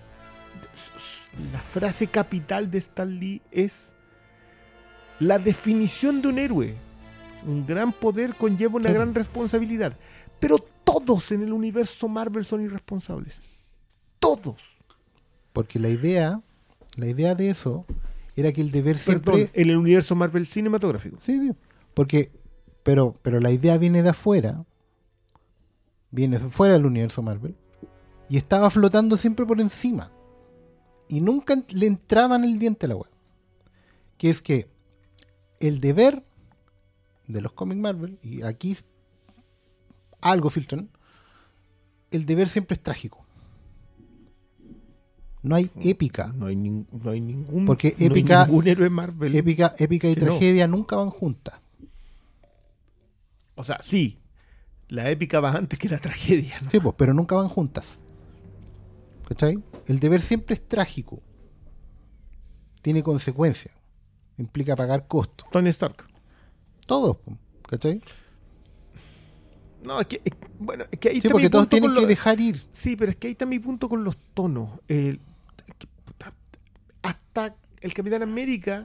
La frase capital de Stan Lee es la definición de un héroe. Un gran poder conlleva una Sí. gran responsabilidad. Pero todos en el universo Marvel son irresponsables. Todos. Porque la idea, la idea de eso era que el deber siempre... Perdón, en el universo Marvel cinematográfico. Sí, sí. Porque, pero, pero la idea viene de afuera, viene de fuera del universo Marvel, y estaba flotando siempre por encima. Y nunca en- le entraba en el diente a la web. Que es que el deber de los cómics Marvel, y aquí algo filtran, el deber siempre es trágico. No hay épica. No hay, nin- no hay ningún, Porque no hay épica- ningún héroe Marvel. Épica, épica y Que no. tragedia nunca van juntas. O sea, sí. La épica va antes que la tragedia, ¿no? Sí, pues, pero nunca van juntas. ¿Cachai? El deber siempre es trágico. Tiene consecuencias. Implica pagar costos. Tony Stark. Todos, po, ¿cachai? No, es que, es- bueno, es que ahí Sí, está mi porque todos punto tienen con que lo- dejar ir. Sí, pero es que ahí está mi punto con los tonos. El- que, puta, hasta el Capitán América,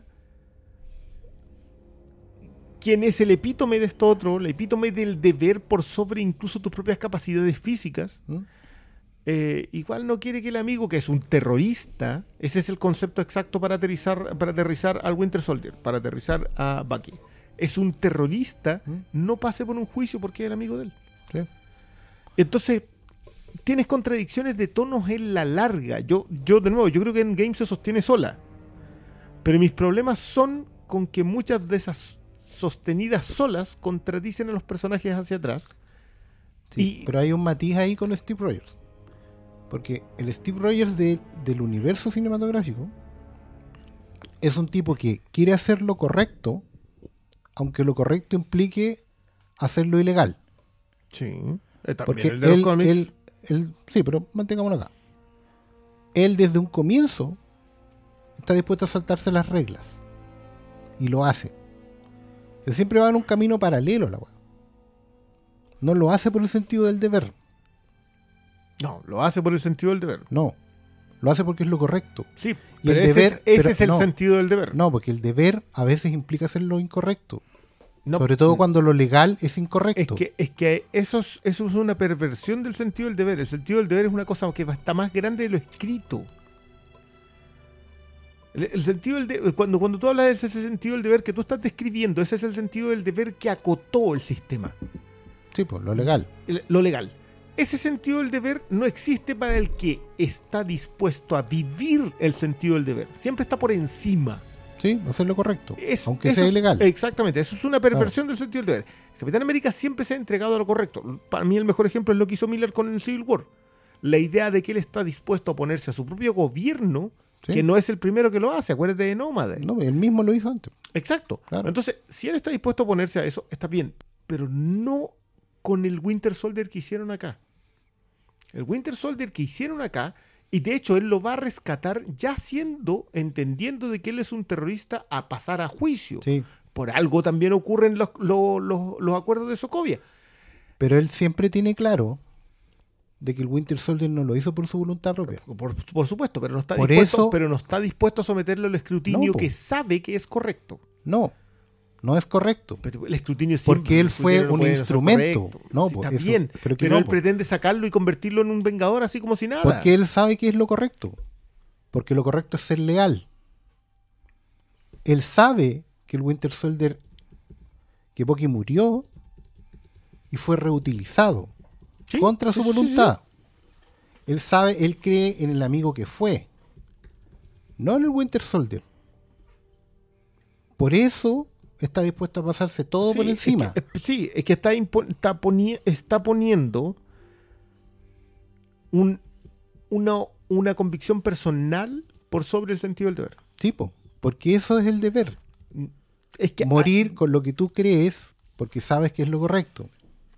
quien es el epítome de esto otro, el epítome del deber por sobre incluso tus propias capacidades físicas, ¿Mm? eh, igual no quiere que el amigo, que es un terrorista, ese es el concepto exacto para aterrizar, para aterrizar al Winter Soldier, para aterrizar a Bucky. Es un terrorista, ¿Mm? no pase por un juicio porque es el amigo de él. Sí. Entonces, tienes contradicciones de tonos en la larga. Yo, yo de nuevo, yo creo que Endgame se sostiene sola. Pero mis problemas son con que muchas de esas sostenidas solas contradicen a los personajes hacia atrás. Sí, Y- pero hay un matiz ahí con Steve Rogers. Porque el Steve Rogers de- del universo cinematográfico es un tipo que quiere hacer lo correcto, aunque lo correcto implique hacerlo ilegal. Sí. Eh, también Porque el de los él, cómics. él, él- sí, pero mantengámoslo acá. Él desde un comienzo está dispuesto a saltarse las reglas. Y lo hace. Él siempre va en un camino paralelo a la weá. No lo hace por el sentido del deber. No, lo hace por el sentido del deber. No. Lo hace porque es lo correcto. Sí, Y pero el ese, deber- es, ese pero es el no. sentido del deber. No, porque el deber a veces implica hacer lo incorrecto. No, Sobre todo cuando lo legal es incorrecto. Es que, es que eso, es, eso es una perversión del sentido del deber. El sentido del deber es una cosa que va- está más grande de lo escrito. El, el sentido del deber, cuando, cuando tú hablas de ese, ese sentido del deber que tú estás describiendo, ese es el sentido del deber que acotó el sistema, Sí, pues lo legal. el- lo legal. Ese sentido del deber no existe para el que está dispuesto a vivir el sentido del deber. Siempre está por encima. Sí, hacer lo correcto. Es- aunque eso sea es- ilegal. Exactamente, eso es una perversión del sentido del deber. Capitán América siempre se ha entregado a lo correcto. Para mí el mejor ejemplo es lo que hizo Miller con el Civil War. La idea de que él está dispuesto a oponerse a su propio gobierno, Sí. que no es el primero que lo hace, acuérdate de Nómade. No, él mismo lo hizo antes. Exacto. Claro. Entonces, si él está dispuesto a oponerse a eso, está bien, pero no con el Winter Soldier que hicieron acá. El Winter Soldier que hicieron acá, y de hecho él lo va a rescatar ya siendo, entendiendo de que él es un terrorista a pasar a juicio. Sí. Por algo también ocurren los, los, los- los acuerdos de Sokovia. Pero él siempre tiene claro de que el Winter Soldier no lo hizo por su voluntad propia. Por, por supuesto, pero no, está Por dispuesto, eso- pero no está dispuesto a someterlo al escrutinio No, po. que sabe que es correcto. No, no es correcto. Pero el escrutinio siempre- Porque él el fue escrutinio no un puede ser instrumento. correcto. No, Sí, po, está eso- bien, pero pero, que no, él po. pretende sacarlo y convertirlo en un vengador así como si nada. Porque él sabe que es lo correcto. Porque lo correcto es ser leal. Él sabe que el Winter Soldier, que Bucky murió y fue reutilizado Sí, contra su sí, sí, voluntad. Él sabe, él cree en el amigo que fue, no en el Winter Soldier. Por eso está dispuesto a pasarse todo Sí, por es encima. que- es- sí, es que está, impo- está, poni- está poniendo un, una, una convicción personal por sobre el sentido del deber. Tipo, porque eso es el deber. Es que Morir con lo que tú crees porque sabes que es lo correcto.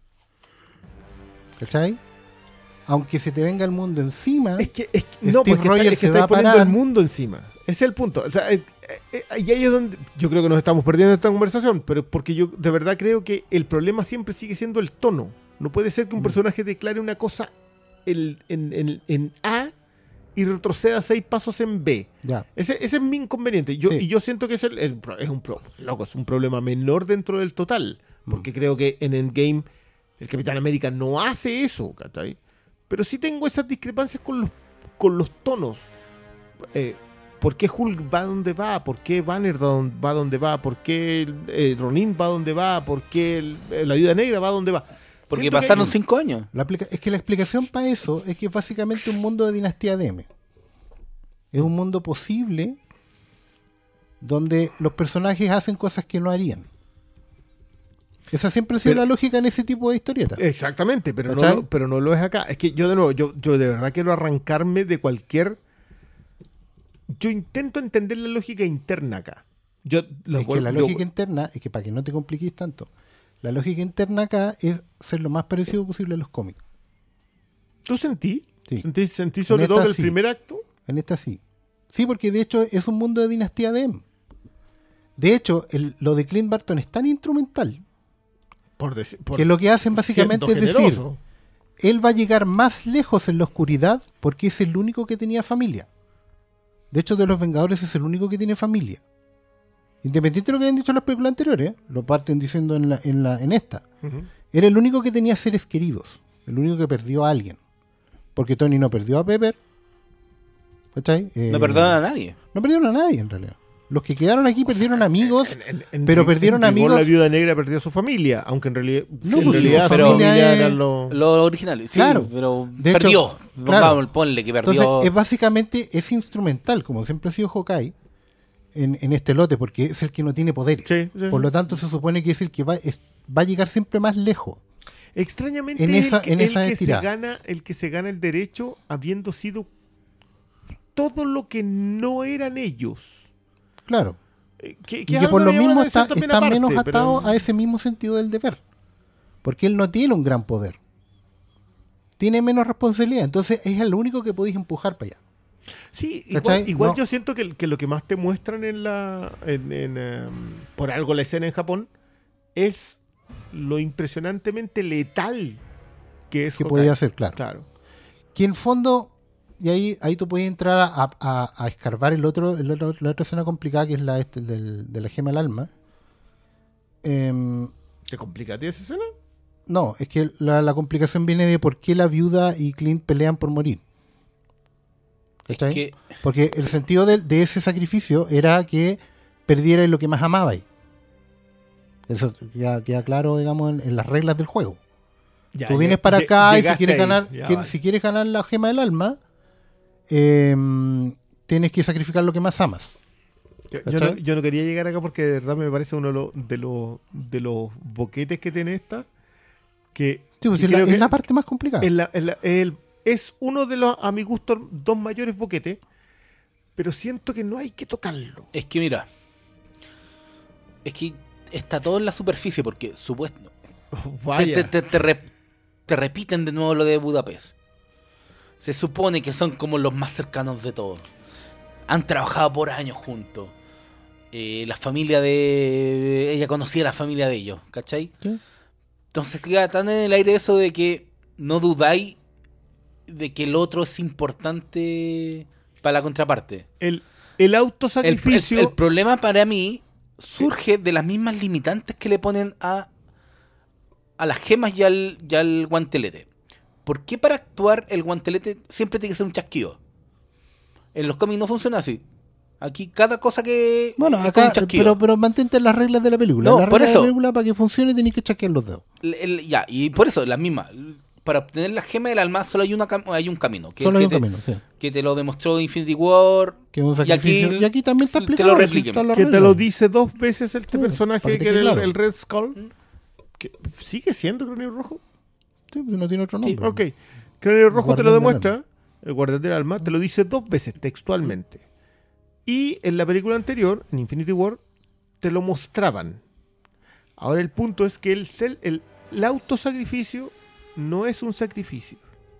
¿Cachai? Aunque se te venga el mundo encima, Es que, es que- no, Steve porque Rogers está, es que se está va a poniendo parar. el mundo encima. Ese es el punto. O sea, eh, eh, eh, y ahí es donde yo creo que nos estamos perdiendo esta conversación, pero porque yo de verdad creo que el problema siempre sigue siendo el tono. No puede ser que un Mm. personaje declare una cosa el- en, en- en A y retroceda seis pasos en B. ya. Ese, ese es mi inconveniente. Yo, Sí. Y yo siento que es, el, el pro- es, un pro- loco, es un problema menor dentro del total. Porque creo que en Endgame el Capitán América no hace eso, ¿cachai? Pero sí tengo esas discrepancias con los, con los tonos. Eh, ¿Por qué Hulk va donde va? ¿Por qué Banner va don- va donde va? ¿Por qué eh, Ronin va donde va? ¿Por qué el- eh, la Viuda Negra va donde va? Porque Siento que pasaron hay un- cinco años. La aplica- es que la explicación para eso es que es básicamente un mundo de dinastía de M. Es un mundo posible donde los personajes hacen cosas que no harían. Esa siempre ha sido Pero- la lógica en ese tipo de historietas. Exactamente, pero no, ¿Cachai? lo, pero no lo es acá. Es que yo de nuevo, yo, yo de verdad quiero arrancarme de cualquier... Yo intento entender la lógica interna acá. Yo, lo Es que vuel- la yo- lógica interna, es que para que no te compliques tanto, la lógica interna acá es ser lo más parecido posible a los cómics. ¿Tú sentí? Sí. ¿Sentí, sentí sobre En todo esta que el sí. primer acto? En esta sí. Sí, porque de hecho es un mundo de dinastía de M. De hecho, el- lo de Clint Barton es tan instrumental Por deci- por que lo que hacen básicamente es siendo decir, generoso. él va a llegar más lejos en la oscuridad porque es el único que tenía familia. De hecho, de los Vengadores es el único que tiene familia. Independiente de lo que hayan dicho en las películas anteriores, lo parten diciendo en, la, en, la, en esta. Ujú. Era el único que tenía seres queridos. El único que perdió a alguien. Porque Tony no perdió a Pepper. ¿Cachai? Eh, No perdonan a nadie. No perdieron a nadie, en realidad. Los que quedaron aquí perdieron amigos. En- en- en- pero en- perdieron en rigor, amigos. La Viuda Negra perdió a su familia, aunque en realidad, No, en pues, realidad su su familia familia es- eran los... Lo original, sí, Claro. pero De hecho, perdió. claro. Vamos, ponle que perdió. Entonces, es básicamente, es instrumental, como siempre ha sido Hawkeye. en, en este lote, porque es el que no tiene poderes. Sí, sí, Por sí. lo tanto, se supone que es el que va, es- va a llegar siempre más lejos. Extrañamente En es esa- el, que, en el esa que se estirada. gana, el que se gana el derecho habiendo sido todo lo que no eran ellos. Claro. Eh, Que, Y que es que algo por lo que mismo debe ser está, también está aparte, menos pero- atado a ese mismo sentido del deber. Porque él no tiene un gran poder. Tiene menos responsabilidad. Entonces es el único que podéis empujar para allá. Sí, ¿Cachai? igual, igual No. yo siento que, que lo que más te muestran en la. En, en, em, por algo la escena en Japón es lo impresionantemente letal que es Que Hawkeye. podía hacer, claro. Claro. Que en fondo, y ahí, ahí tú puedes entrar a, a- a escarbar el otro, el otro- la otra escena complicada, que es la este, del- de la gema del alma. Em, ¿Te complica a ti esa escena? no, es que la, la complicación viene de por qué la viuda y Clint pelean por morir. Es ¿Cachai? que Porque el sentido de, de ese sacrificio era que perdierais lo que más amabais. Eso queda, queda claro, digamos, en, en las reglas del juego. Ya, Tú vienes lle- para lle- acá y si llegaste quieres ahí. ganar, Ya, que- vale. si quieres ganar la gema del alma, em, tienes que sacrificar lo que más amas. Yo, yo no, ¿Cachai? yo no quería llegar acá porque de verdad me parece uno de los, de los, de los boquetes que tiene esta. Que, Sí, pues que es, la, creo es que la parte más complicada. es, la- es la- el- es uno de los, a mi gusto, dos mayores boquetes. Pero siento que no hay que tocarlo. Es que mira, es que está todo en la superficie porque supuesto te, Vaya. te, te, te re- te repiten de nuevo lo de Budapest. Se supone que son como los más cercanos de todos. Han trabajado por años juntos. Eh, la familia de... Ella conocía a la familia de ellos, ¿cachai? Sí. Entonces queda tan en el aire eso de que no dudáis de que el otro es importante para la contraparte. El, el El, autosacrificio. el- el problema para mí surge de las mismas limitantes que le ponen a, a las gemas y al, y al guantelete. ¿Por qué para actuar el guantelete siempre tiene que ser un chasquido? En los cómics no funciona así. Aquí cada cosa que... Bueno, es con acá, un chasquido. pero, pero mantente en las reglas de la película. No, las por reglas eso. de la película, para que funcione, tenéis que chasquear los dedos. El- el- ya, y por eso, las mismas. Para obtener la gema del alma solo hay, una, cam- hay un camino. Que, Solo que hay un te, camino, sí. que te lo demostró Infinity War. Que es un Y aquí- sacrificio. Y aquí, también está te lo explicado. sí, repliquen. está en la que te regla. lo dice dos veces este Sí, personaje para que, que era quede el, claro. el Red Skull. Que sigue siendo Cráneo Rojo. Sí, pues no tiene otro nombre. Ok. Cráneo Rojo te lo Guardián del demuestra. El Guardián del Alma te lo dice dos veces textualmente. Y en la película anterior, en Infinity War, te lo mostraban. Ahora el punto es que el, cel- el, el autosacrificio no es un sacrificio.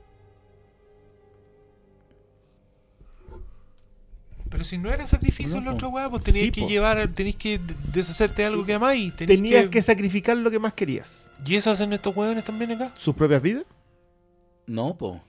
Pero si no era sacrificio No, la po. otra weá, pues tenías Sí, que po. llevar, tenías que de- deshacerte de algo que amáis. tenías Tenías que... sacrificar lo que más querías. ¿Y eso hacen estos hueones también acá? ¿Sus propias vidas? No, po.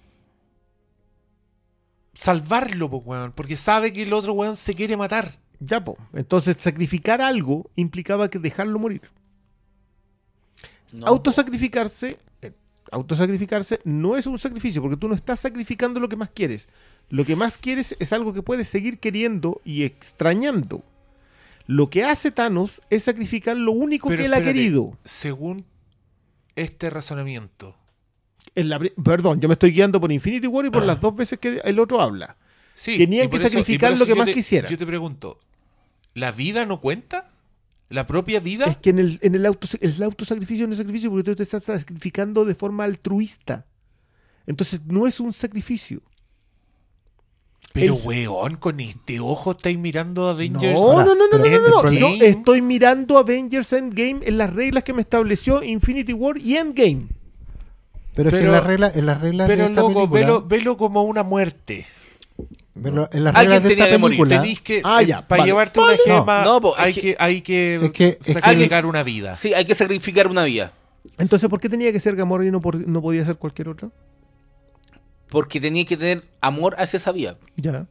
Salvarlo, pues weón, porque sabe que el otro weón se quiere matar. Ya, po. Entonces, sacrificar algo implicaba que dejarlo morir. No, autosacrificarse, eh, autosacrificarse no es un sacrificio, porque tú no estás sacrificando lo que más quieres. Lo que más quieres es algo que puedes seguir queriendo y extrañando. Lo que hace Thanos es sacrificar lo único Pero que él ha espérate, querido. Según este razonamiento. En la pri- perdón, yo me estoy guiando por Infinity War y por las dos veces que el otro habla. Sí, Tenían y por que eso- sacrificar y por lo eso que yo más te- quisiera. Yo te pregunto, ¿la vida no cuenta? ¿La propia vida? Es que en el, en el, auto, el autosacrificio no es sacrificio porque tú te estás sacrificando de forma altruista. Entonces no es un sacrificio. Pero el- weón, con este ojo estáis mirando Avengers. No, no, no, no, no, Endgame. no, no. Yo estoy mirando Avengers Endgame en las reglas que me estableció Infinity War y Endgame. Pero, es que Pero- en las reglas, en las reglas de Pero esta loco, película, velo, velo como una muerte. velo- en las Alguien reglas de tenía esta que morir. película, Tenéis que, Ah, eh, ya, para vale. llevarte una Vale. gema, No, po, es hay, que- que, hay que es que- es que- sacrificar una vida. Sí, hay que sacrificar una vida. Entonces, ¿por qué tenía que ser Gamora y no, por- no podía ser cualquier otra? Porque tenía que tener amor hacia esa vida. Ya.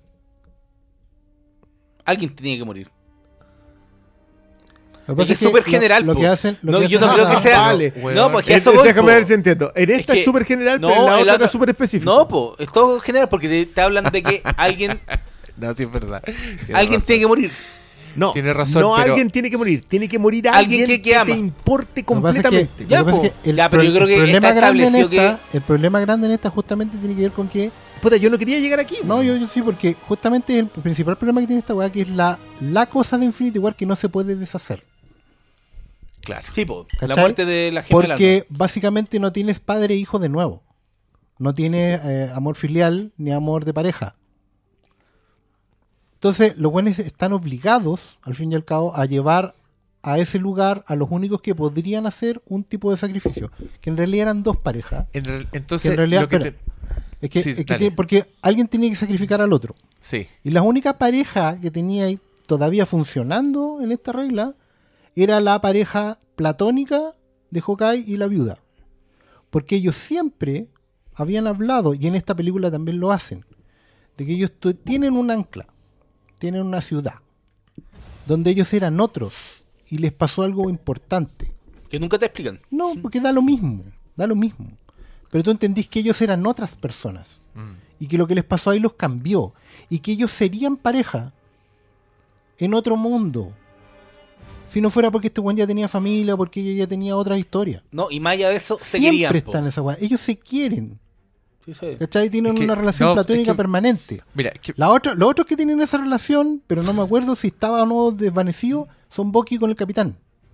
Alguien tenía que morir. lo que pasa Es que es súper general, Lo, po. que hacen, lo No, que yo hacen- no creo que Ah, sea. vale. Weón. No, porque Eh, eso voy, déjame po. ver si entiendo. En esta es que- súper general, no, pero en la en otra la- es súper específico. No, po, es todo general porque te, te hablan de que alguien, No, sí es verdad. alguien tiene que morir. No, Tiene razón, no pero- alguien tiene que morir. Tiene que morir Alguien alguien, que- que que, ama. te importe Lo que pasa es que- completamente. lo que Ya, pasa es po. que el, Ya, pero pro- yo creo el que problema está grande en establecido esta, el problema grande en esta justamente tiene que ver con que puta, yo no quería llegar aquí. No, weón. yo, yo sí, porque justamente el principal problema que tiene esta weá, que es la, la cosa de Infinity War que no se puede deshacer. Claro. Tipo, la ¿Cachai? muerte de la gema del Porque básicamente no tienes padre e hijo de nuevo. No tienes eh, amor filial ni amor de pareja. Entonces, los buenos están obligados, al fin y al cabo, a llevar a ese lugar a los únicos que podrían hacer un tipo de sacrificio. Que en realidad eran dos parejas. En real- Que entonces, en realidad, lo que espera, te- es que, Sí, es que dale. tiene- porque alguien tiene que sacrificar al otro. Sí. Y la única pareja que tenía ahí todavía funcionando en esta regla era la pareja platónica de Hawkeye y la viuda. Porque ellos siempre habían hablado, y en esta película también lo hacen, de que ellos tu- tienen un ancla, tienen una ciudad, donde ellos eran otros y les pasó algo importante. Que nunca te explican. No, porque da lo mismo, da lo mismo. Pero tú entendís que ellos eran otras personas y que lo que les pasó ahí los cambió y que ellos serían pareja en otro mundo. Si no fuera porque este weón ya tenía familia, porque ella ya tenía otra historia. No, y más allá de eso, se Siempre querían. po. están en esa weá. Ellos se quieren. Sí, sí. ¿Cachai? Tienen Es que- una relación no, platónica es que- permanente. Mira, que- La otra, los otros que tienen esa relación, pero no me acuerdo si estaba o no desvanecido, son Bucky con el capitán.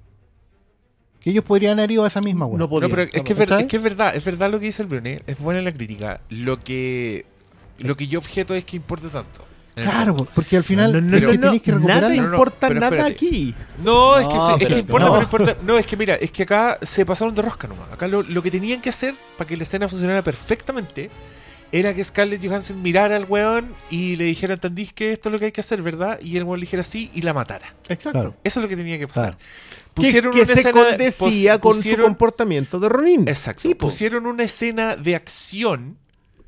Que ellos podrían haber ido a esa misma weá. No podía. no, pero es que es, ver- ¿Cachai? es que es verdad, es verdad lo que dice el Brune, es buena la crítica. Lo que lo que yo objeto es que importa tanto. En el Claro, fondo. porque al final no, no, es no, que no, tenés que nada recuperarlo. No, no, importa pero nada espérate. aquí. No, es que, No, es que pero- importa, no. pero importa. No, es que mira, es que acá se pasaron de rosca nomás. Acá lo, lo que tenían que hacer para que la escena funcionara perfectamente era que Scarlett Johansson mirara al weón y le dijera, ¿entendís que esto es lo que hay que hacer, verdad? Y el weón le dijera sí y la matara. Exacto. Claro. Eso es lo que tenía que pasar. Claro. Que, que una se escena- condecía pus- con su pusieron- comportamiento de Ronin. Exacto. Sí, po. pusieron una escena de acción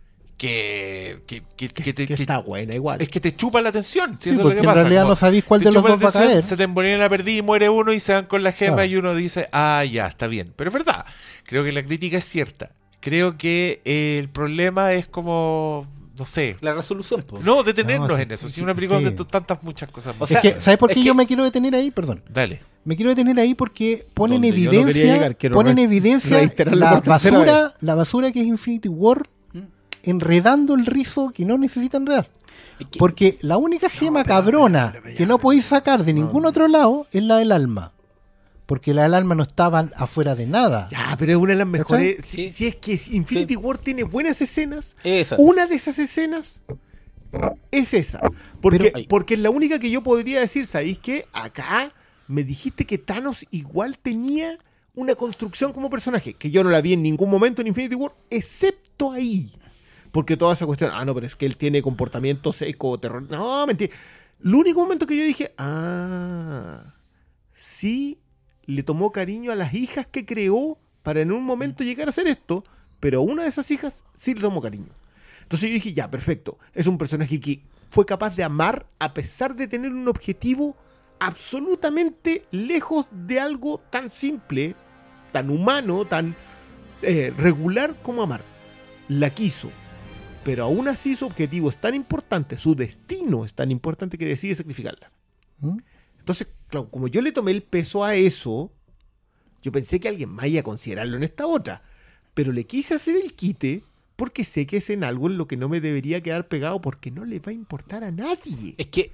que, que, que, que te, que que- está buena igual. es que te chupa la atención. Sí, Si eso es lo porque que en pasa. realidad como no sabéis cuál te de los chupa la dos va a atención, caer. Se te embolina la perdida y muere uno y se van con la gema Claro. y uno dice, ah, ya, está bien. Pero es verdad. Creo que la crítica es cierta. Creo que eh, el problema es como, no sé, La resolución, po. no detenernos No, sí, en eso. Si sí, una película sí. de t- tantas muchas cosas más. O sea, Es que, ¿sabes por qué es yo que- me quiero detener ahí? Perdón. Dale. Me quiero detener ahí porque ponen Donde yo no evidencia, quería llegar, quiero ponen re- evidencia reiterarlo la por tercera basura, la basura que es Infinity War, enredando el rizo que no necesita enredar. Es que- Porque la única gema cabrona que no podéis sacar de ningún otro lado es la del alma. Porque la del alma no estaban afuera de nada. Ya, pero es una de las mejores. ¿Cachai? Si, si es que Infinity Sí. War tiene buenas escenas, Esa. una de esas escenas es esa. Porque, Pero- porque es la única que yo podría decir, ¿sabéis qué? Acá me dijiste que Thanos igual tenía una construcción como personaje, que yo no la vi en ningún momento en Infinity War, excepto ahí. Porque toda esa cuestión, ah, no, pero es que él tiene comportamiento seco, terror. No, mentira. El único momento que yo dije, ah, sí le tomó cariño a las hijas que creó para en un momento llegar a hacer esto, pero a una de esas hijas sí le tomó cariño. Entonces yo dije, ya, perfecto. Es un personaje que fue capaz de amar a pesar de tener un objetivo absolutamente lejos de algo tan simple, tan humano, tan eh, regular como amar. La quiso. Pero aún así su objetivo es tan importante, su destino es tan importante que decide sacrificarla. ¿Mm? Entonces, claro, como yo le tomé el peso a eso, yo pensé que alguien más iba a considerarlo en esta otra. Pero le quise hacer el quite porque sé que es en algo en lo que no me debería quedar pegado porque no le va a importar a nadie. Es que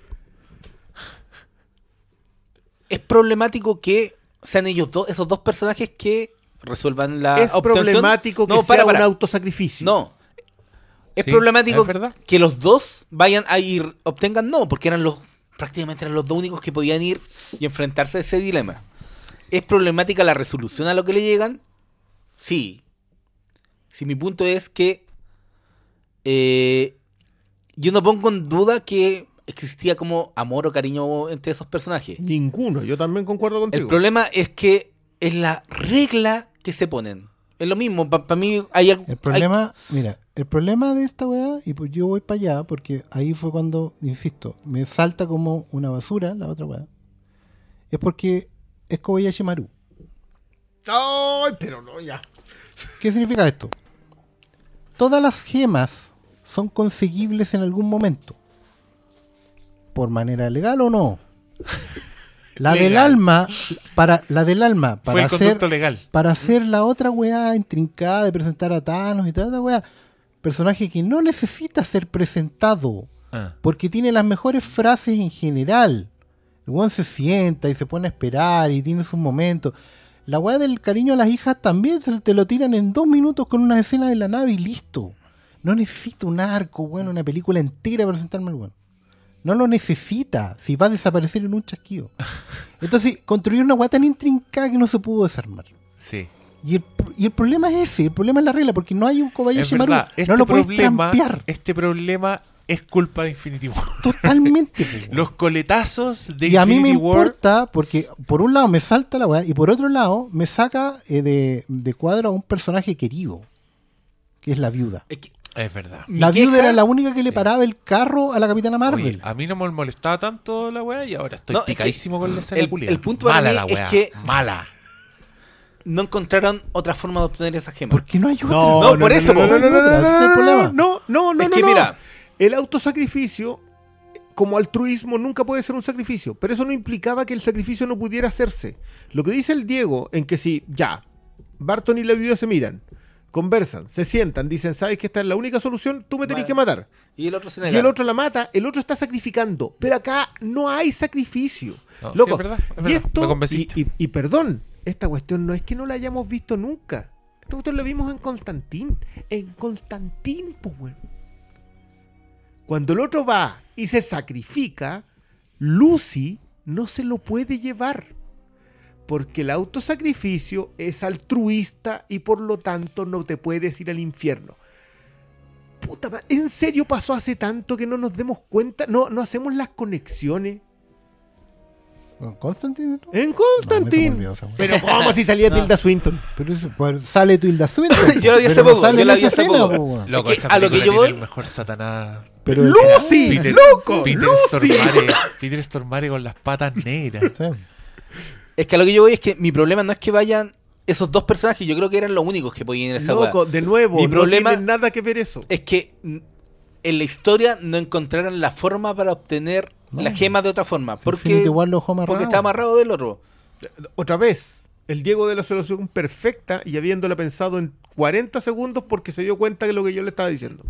es problemático que sean ellos dos, esos dos personajes que resuelvan la Es obtención. problemático que No, sea para, para. un autosacrificio. No. Es Sí, problemático es verdad. que los dos vayan a ir, obtengan no, porque eran los prácticamente eran los dos únicos que podían ir y enfrentarse a ese dilema. ¿Es problemática la resolución a lo que le llegan? Sí. Si mi punto es que eh, yo no pongo en duda que existía como amor o cariño entre esos personajes. Ninguno, yo también concuerdo contigo. El problema es que es la regla que se ponen. Es lo mismo, para mí hay algo... El problema, mira, el problema de esta weá, y pues yo voy para allá, porque ahí fue cuando, insisto, me salta como una basura la otra weá, es porque es Kobayashi Maru. Ay, pero no, ya. ¿Qué significa esto? Todas las gemas son conseguibles en algún momento. Por manera legal o no. La del Legal. alma, para la del alma, Fue para el hacer, conducto legal. para hacer la otra weá intrincada de presentar a Thanos y toda esa weá, personaje que no necesita ser presentado, Ah. porque tiene las mejores frases en general. El weón se sienta y se pone a esperar y tiene sus momentos. La weá del cariño a las hijas también se te lo tiran en dos minutos con unas escenas en la nave y listo. No necesita un arco, weón, una película entera para presentarme al weón. No lo necesita, si va a desaparecer en un chasquido. Entonces, construir una weá tan intrincada que no se pudo desarmar. Sí. Y el, y el problema es ese, el problema es la regla, porque no hay un Es Kobayashi Maru. verdad, este No lo puedes problema, trampear. este problema es culpa de Infinity War. Totalmente. po, weón. Los coletazos de Y a mí me Infinity War. importa porque por un lado me salta la weá y por otro lado me saca eh, de, de cuadro a un personaje querido, que es la viuda. Es que Es verdad. Mi La viuda queja- era la única que le Sí. paraba el carro a la Capitana Marvel. Oye, a mí no me molestaba tanto la weá y ahora estoy No, es que picadísimo con la escena el- culiada. el punto para Mala mí la es weá. que- Mala. no encontraron otra forma de obtener esa gema. ¿Por qué no hay otra? No, por eso, no, po. no, no, no, no, Ese es el problema. no, no, no, Es no, que no. mira. El autosacrificio, como altruismo, nunca puede ser un sacrificio, pero eso no implicaba que el sacrificio no pudiera hacerse. Lo que dice el Diego, en que si ya, Barton y la viuda se miran, conversan, se sientan, dicen, ¿sabes que esta es la única solución? Tú me tenés Vale. que matar. Y el otro se Y nega. el otro la mata, el otro está sacrificando, pero acá no hay sacrificio. No, sí, Loco, es verdad, es y verdad, esto, me y, convenciste. y- y perdón, esta cuestión no es que no la hayamos visto nunca. Esta cuestión la vimos en Constantín. En Constantín, pues, weón. Cuando el otro va y se sacrifica, Lucy no se lo puede llevar. Porque el autosacrificio es altruista y por lo tanto no te puedes ir al infierno. Puta, ma- ¿en serio pasó hace tanto que no nos demos cuenta? No, no hacemos las conexiones. ¿Constantine? ¿no? En No, a mí se me Constantine. olvidó esa weá. Pero ¿cómo si salía No. Tilda Swinton? Pero eso, pues, sale Tilda Swinton. Yo lo vi hace pero no poco, sale yo en la vi esa hace escena, poco. po, weón. Loco, Es que esa a lo que película yo tiene voy- el mejor Satanás. Pero ¡Lucy! Peter, ¡Loco! Peter ¡Lucy! Stormare, Peter Stormare con las patas negras. Sí. Es que a lo que yo voy es que mi problema no es que vayan esos dos personajes, yo creo que eran los únicos que podían ir a esa weá. Loco, de nuevo, Mi no problema- tiene nada que ver eso. Es que mm, en la historia no encontraron la forma para obtener No. la gema de otra forma. Porque, Infinity War lo dejó amarrado. porque está amarrado del otro. Otra vez, el Diego de la solución perfecta y habiéndola pensado en cuarenta segundos porque se dio cuenta de lo que yo le estaba diciendo.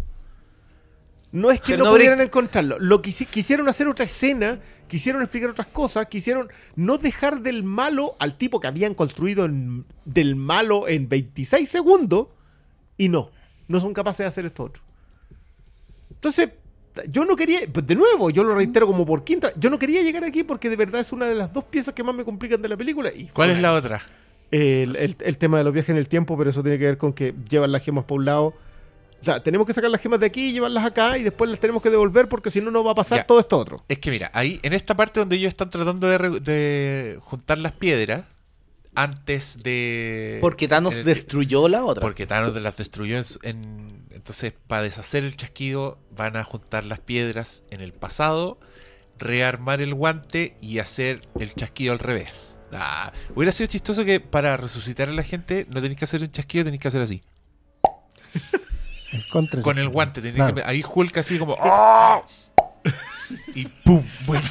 No es que Pero no, no pudieran habría- encontrarlo. Lo quisi- quisieron hacer otra escena, quisieron explicar otras cosas, quisieron no dejar del malo al tipo que habían construido en- del malo en veintiséis segundos y no, no son capaces de hacer esto otro. Entonces, yo no quería, pues de nuevo, yo lo reitero como por quinta, yo no quería llegar aquí porque de verdad es una de las dos piezas que más me complican de la película. Y ¿Cuál es la otra? el, el- el tema de los viajes en el tiempo, pero eso tiene que ver con que llevan las gemas por un lado. O sea, tenemos que sacar las gemas de aquí y llevarlas acá y después las tenemos que devolver porque si no, no va a pasar Ya. todo esto otro. Es que mira, ahí en esta parte donde ellos están tratando de, re- de juntar las piedras antes de... Porque Thanos en el- destruyó la otra. Porque Thanos las destruyó en, en- entonces para deshacer el chasquido van a juntar las piedras en el pasado, rearmar el guante y hacer el chasquido al revés. Ah, hubiera sido chistoso que para resucitar a la gente no tenéis que hacer un chasquido, tenéis que hacer así. El contra- Con el guante, tenéis Claro. que, ahí Hulk así como ¡ah! Y ¡pum! Vuelve.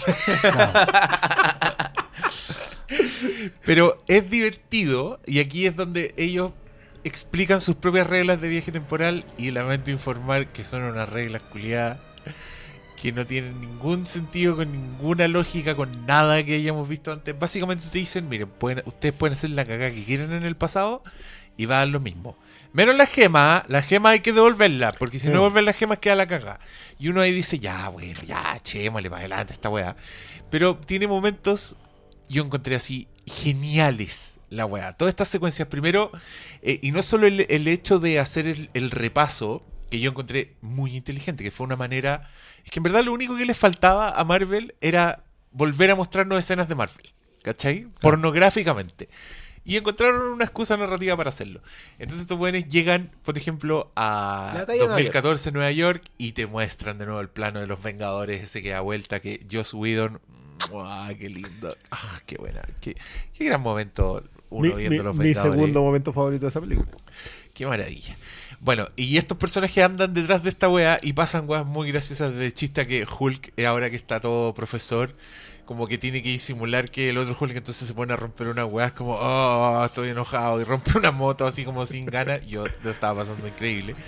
Pero es divertido y aquí es donde ellos explican sus propias reglas de viaje temporal y lamento informar que son unas reglas culiadas que no tienen ningún sentido, con ninguna lógica, con nada que hayamos visto antes. Básicamente te dicen, miren, pueden, ustedes pueden hacer la cagada que quieran en el pasado y va a dar lo mismo. Menos la gema, ¿eh? La gema hay que devolverla, porque si Sí. no devuelven las gemas queda la cagada. Y uno ahí dice, ya, bueno, ya, echémosle para adelante esta weá. Pero tiene momentos, yo encontré así, geniales la weá. Todas estas secuencias, primero, eh, y no solo el, el hecho de hacer el, el repaso, que yo encontré muy inteligente, que fue una manera... Es que en verdad lo único que les faltaba a Marvel era volver a mostrarnos escenas de Marvel, ¿cachai? Pornográficamente. Y encontraron una excusa narrativa para hacerlo. Entonces estos buenos llegan, por ejemplo, a La batalla de dos mil catorce Nueva York y te muestran de nuevo el plano de los Vengadores, ese que da vuelta, que Joss Whedon, ¡ah, qué lindo! ¡Ah, qué buena! Qué, qué gran momento uno Mi, viendo mi- los mi Vengadores. segundo momento favorito de esa película. Qué maravilla. Bueno, y estos personajes andan detrás de esta wea y pasan weas muy graciosas de chiste a que Hulk, eh, ahora que está todo profesor, como que tiene que disimular que el otro Hulk entonces se pone a romper una wea, es como, oh, estoy enojado, y rompe una moto así como sin ganas. Yo lo estaba pasando increíble.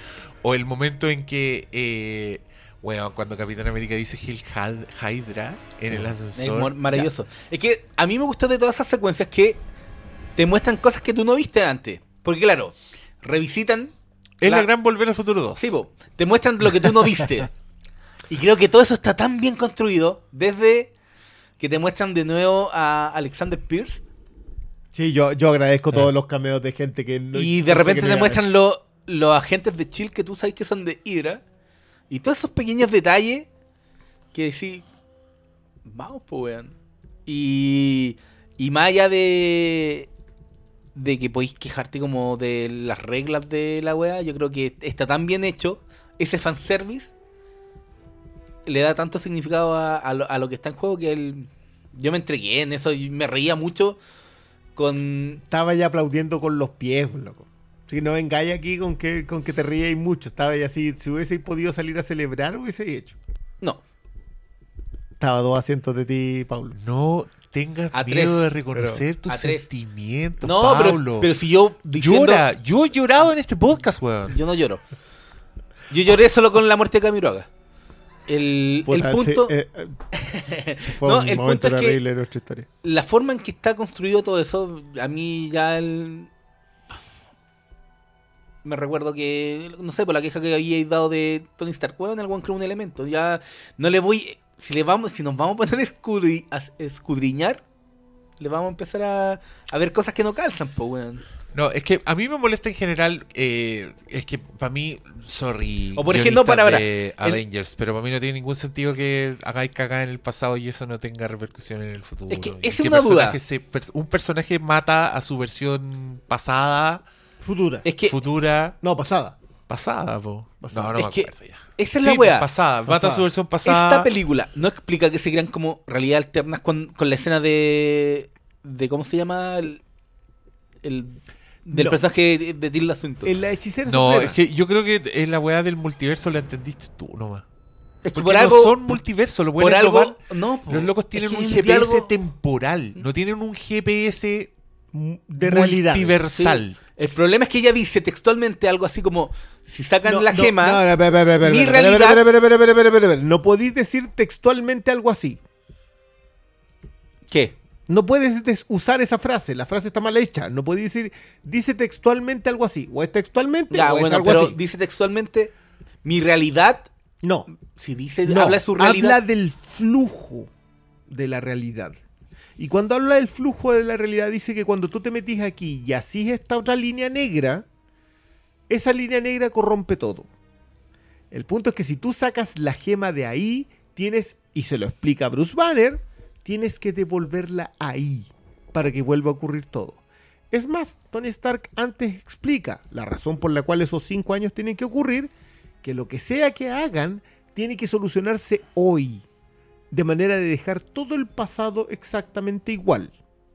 o el momento en que, eh, bueno, cuando Capitán América dice Hell Hydra en el Es ascensor. mor- maravilloso. Es que a mí me gustó de todas esas secuencias que te muestran cosas que tú no viste antes. Porque claro, revisitan. Es la, la gran Volver al Futuro dos. Sí, po, te muestran lo que tú no viste. Y creo que todo eso está tan bien construido. Desde que te muestran de nuevo a Alexander Pierce. Sí, yo, yo agradezco Sí. todos los cameos de gente que no. Y no de sé repente qué te le muestran lo- los agentes de S H I E L D que tú sabes que son de Hydra. Y todos esos pequeños detalles que decís, vamos, pues, weón. Y, y más allá de, de que podéis quejarte como de las reglas de la weá, yo creo que está tan bien hecho, ese fanservice le da tanto significado a, a, lo, a lo que está en juego que el, yo me entregué en eso y me reía mucho con... Estaba ya aplaudiendo con los pies, loco. Si no vengáis aquí con que, con que te ríais mucho. Estaba ya así. Si hubieseis podido salir a celebrar, hubiese hecho. No. Estaba a dos asientos de ti, Pablo. No tengas A miedo tres, de reconocer pero- tus a tres. sentimientos, No, Pablo. pero, pero si yo diciendo... Llora. Yo he llorado en este podcast, weón. Yo no lloro. Yo lloré solo con la muerte de Camiroaga. El, Puta, el punto... sí, eh, eh, se fue No, un el momento punto es que- terrible de nuestra historia. La forma en que está construido todo eso, a mí ya el... Me recuerdo que, no sé, por la queja que habíais dado de Tony Stark, weón, el one creó un elemento. Ya no le voy... Si le vamos, si nos vamos a poner a, escudri- a escudriñar, le vamos a empezar a, a ver cosas que no calzan, pues, weón. No, es que a mí me molesta en general. eh, es que para mí, sorry. O por ejemplo, guionistas para- para, de el- Avengers, pero para mí no tiene ningún sentido que hagáis cagada en el pasado y eso no tenga repercusión en el futuro. Es que Y esa es que una duda. personaje se- pers- un personaje mata a su versión pasada, Futura. Es que futura, No, pasada. pasada, po. Pasada. No, no Es me que acuerdo ya. esa es Sí, la po, weá. pasada, mata Pasada. su versión pasada. Esta película no explica que se crean como realidad alternas con, con la escena de, de ¿cómo se llama? El, el- del No. personaje de, de Tilda Swinton. En la hechicera No, suprema. es que yo creo que en la weá del multiverso la entendiste tú nomás. es que Porque por no algo, son multiversos, los por buenos algo, lo van- no, po. Los locos Es tienen que un hay G P S diálogo- temporal, no tienen un G P S de realidad. multiversal. El problema es que ella dice textualmente algo así como, si sacan No, la no, gema, no, no, espera, espera, espera, mi espera, espera, realidad- espera, espera, espera, espera, espera, espera, espera. No podéis decir textualmente algo así. ¿qué? No puedes des- usar esa frase. La frase está mal hecha. No podéis decir, dice textualmente algo así. O es textualmente Ya, o es bueno, algo pero así. dice textualmente, mi realidad, No. si dice, No, habla de su realidad. habla del flujo de la realidad. Y cuando habla del flujo de la realidad, dice que cuando tú te metís aquí y así esta otra línea negra, esa línea negra corrompe todo. El punto es que si tú sacas la gema de ahí, tienes, y se lo explica Bruce Banner, tienes que devolverla ahí para que vuelva a ocurrir todo. Es más, Tony Stark antes explica la razón por la cual esos cinco años tienen que ocurrir, que lo que sea que hagan, tiene que solucionarse hoy, de manera de dejar todo el pasado exactamente igual.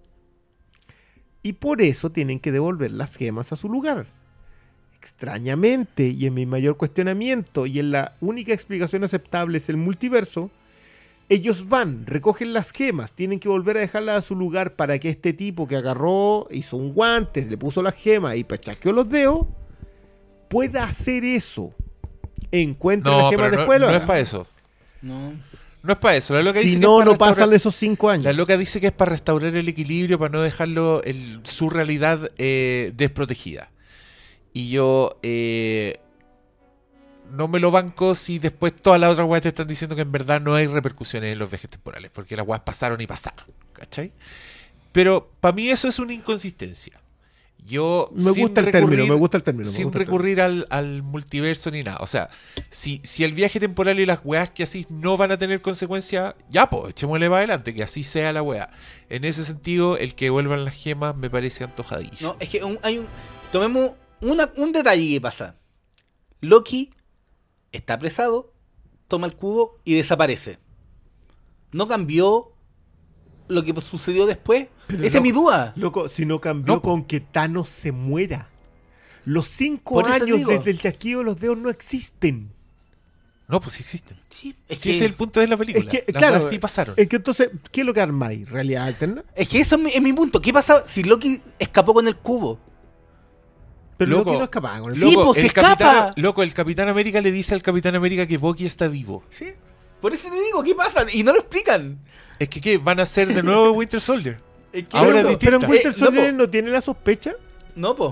Y por eso tienen que devolver las gemas a su lugar. Extrañamente, y en mi mayor cuestionamiento, y en la única explicación aceptable es el multiverso, ellos van, recogen las gemas, tienen que volver a dejarlas a su lugar para que este tipo que agarró, hizo un guante, le puso las gemas y pachasqueó los dedos, pueda hacer eso. Encuentre las No, gemas pero no, después. lo no es haga. para eso. No. No es para eso. La loca Si dice no, que es no para restaurar- pasan esos cinco años. La loca dice que es para restaurar el equilibrio, para no dejarlo el, su realidad eh, desprotegida. Y yo eh, no me lo banco si después todas las otras weas te están diciendo que en verdad no hay repercusiones en los viajes temporales, porque las weas pasaron y pasaron, ¿cachai? Pero para mí eso es una inconsistencia. Yo Me sin gusta el término, recurrir- me gusta el término. me sin gusta el recurrir al, al multiverso ni nada. O sea, si, si el viaje temporal y las weas que así no van a tener consecuencias, ya pues, echémosle para adelante, que así sea la wea. En ese sentido, el que vuelvan las gemas me parece antojadillo. No, es que un- hay un. Tomemos una- un detalle que pasa. Loki está apresado, toma el cubo y desaparece. No cambió lo que sucedió después. Pero Esa no- es mi duda. Loco, si no cambió No, po. con que Thanos se muera. Los cinco Por eso años digo. desde el chasquido de los dedos no existen. No, pues sí existen. Sí, es, Sí, que, ese es el punto de la película. Es que, las claro, weas sí pasaron. Es que entonces, ¿qué es lo que armáis? ¿Realidad alterna? es que eso es mi, es mi punto. ¿Qué pasa si Loki escapó con el cubo? Pero Loco, Loki no escapaba con el Sí, Loco, pues, se el escapa. Capitán- loco, el Capitán América le dice al Capitán América que Bucky está vivo. ¿Sí? Por eso te digo, ¿qué pasa? Y no lo explican. Es que ¿qué? Van a ser de nuevo Winter Soldier. Es que Ahora eso- es pero, distinta. pero en Winter Eh, no, Soldier po. no tiene la sospecha. No, po.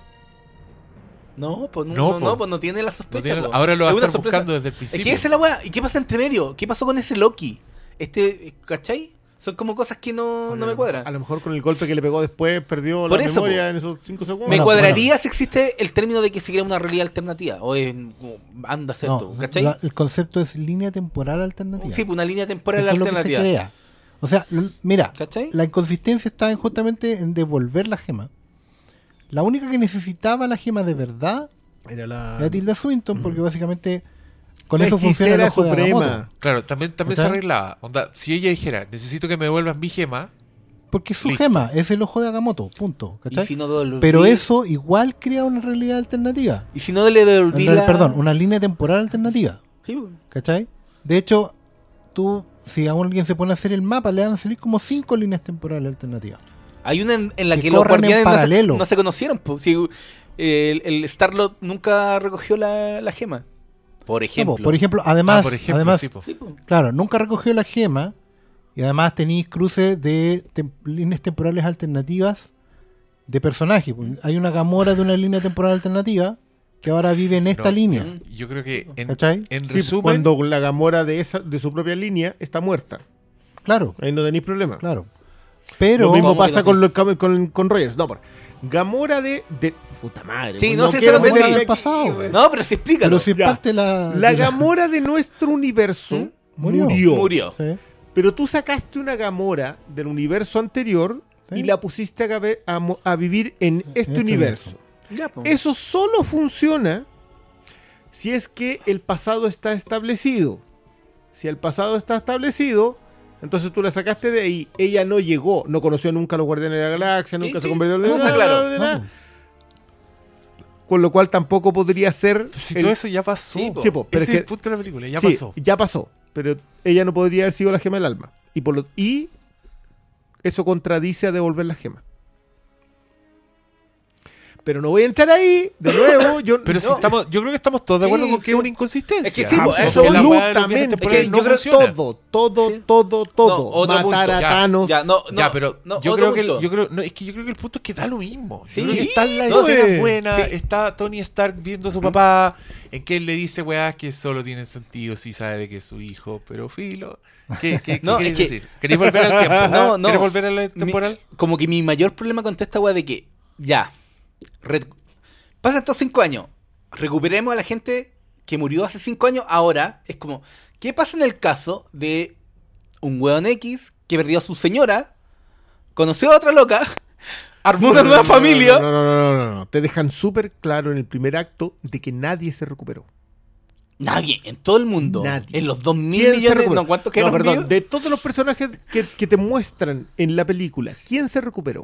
No, po, no, No, no, po. no, po, no tiene la No sospecha. tiene- po. ahora lo va a Es una estar sorpresa. buscando desde el Es principio. que esa es la weá. ¿Y qué pasa entre medio? ¿Qué pasó con ese Loki? Este, ¿cachai? Son como cosas que no, no me cuadran. A lo mejor con el golpe que le pegó después perdió Por la eso, memoria po. en esos cinco segundos. Me Bueno, cuadraría si existe el término de que se crea una realidad alternativa. O es, como, anda a ser No, tú, ¿cachai? la- el concepto es línea temporal alternativa. Sí, pues una línea temporal Eso es lo que se alternativa. crea. O sea, l- mira, ¿Cachai? la inconsistencia está en justamente en devolver la gema. La única que necesitaba la gema de verdad Era la... era Tilda Swinton, porque básicamente con la eso funciona el hechicera ojo de suprema. Agamotto. Claro, también, también se ¿Cachai? arreglaba. Onda, si ella dijera, necesito que me devuelvas mi gema, Porque su Listo. gema es el ojo de Agamotto, punto. Y ¿cachai? si no devolví- Pero eso igual crea una realidad alternativa. Y si no le devolví En real- la... Perdón, una línea temporal alternativa. Sí, pues. ¿Cachai? De hecho, tú, si a alguien se pone a hacer el mapa, le van a salir como cinco líneas temporales alternativas. Hay una en, en la Que que, los corran en guardianes no se, paralelo. no se conocieron. Pues. Si, eh, el, el Star-Lord nunca recogió la, la gema. Por No, ejemplo. po, por ejemplo, además, ah, por ejemplo, además sí, po. Sí, pues. claro, nunca recogió la gema y además tenéis cruces de tem- líneas temporales alternativas de personajes. Pues, hay una Gamora de una línea temporal alternativa que ahora vive en esta No, línea. Yo creo que en, ¿Cachai? en Sí, resumen, cuando la Gamora de esa de su propia línea está muerta. Claro, Ahí no tenéis problema. claro. Pero Lo mismo ¿Cómo que pasa no con, los- con, con, con Rogers. No, por Gamora de, de. Puta madre. Sí, pues, no sé, quiero eso lo meterme entendí. aquí, pasado, güey. No, pero sí, explícalo. pero si ya. parte la La de Gamora de nuestro universo ¿Mm? Murió. murió. Murió. Sí, Pero tú sacaste una Gamora del universo anterior Sí. y la pusiste a, gabe- a mo- a vivir en este, este universo. Ya, pues. Eso solo funciona si es que el pasado está establecido. Si el pasado está establecido, entonces tú la sacaste de ahí. Ella no llegó, no conoció nunca a los Guardianes de la Galaxia, Sí, nunca sí. se convirtió en No, está claro. de nada. Con lo cual tampoco podría ser. si el- todo eso ya pasó. Sí, po. Sí, po, pero Ese es es que- el punto de la película, ya sí, pasó. ya pasó. Pero ella no podría haber sido la gema del alma. Y, por lo, y eso contradice a devolver la gema. Pero no voy a entrar ahí, de nuevo. Yo, Pero si No. estamos, yo creo que estamos todos de acuerdo Sí, con que sí. es una inconsistencia. Es que sí, Ah, po, porque eso- la weá de los viajes absolutamente. temporales Es que no yo creo funciona. todo, todo, Sí. todo, todo. No, otro Matar punto. a Ya, Thanos. Ya, no, no, ya, pero no, yo otro creo que el, punto. yo creo no, es que yo creo que el punto es que da lo mismo. Yo Sí. creo que están las No, escenas sí. buenas, Sí. está Tony Stark viendo a su papá, en que él le dice weás que solo tienen sentido si sabe de que es su hijo, pero filo. ¿Qué, qué, qué No, queréis es que- decir? ¿Queréis volver al tiempo? No, no. ¿Queréis volver a la Mi- temporal? como que mi mayor problema con toda esta weá de que, ya, re- pasan estos cinco años, recuperemos a la gente que murió hace cinco años, ahora es como, ¿qué pasa en el caso de un weón X que perdió a su señora, conoció a otra loca, armó una No, nueva no, no, familia? No, no, no, no, no, no. Te dejan súper claro en el primer acto de que nadie se recuperó. Nadie, en todo el mundo, Nadie. en los dos mil ¿Quién se millones, recuperó? no, ¿cuántos No, quedaron perdón, vivos? de todos los personajes que, que te muestran en la película, ¿quién se recuperó?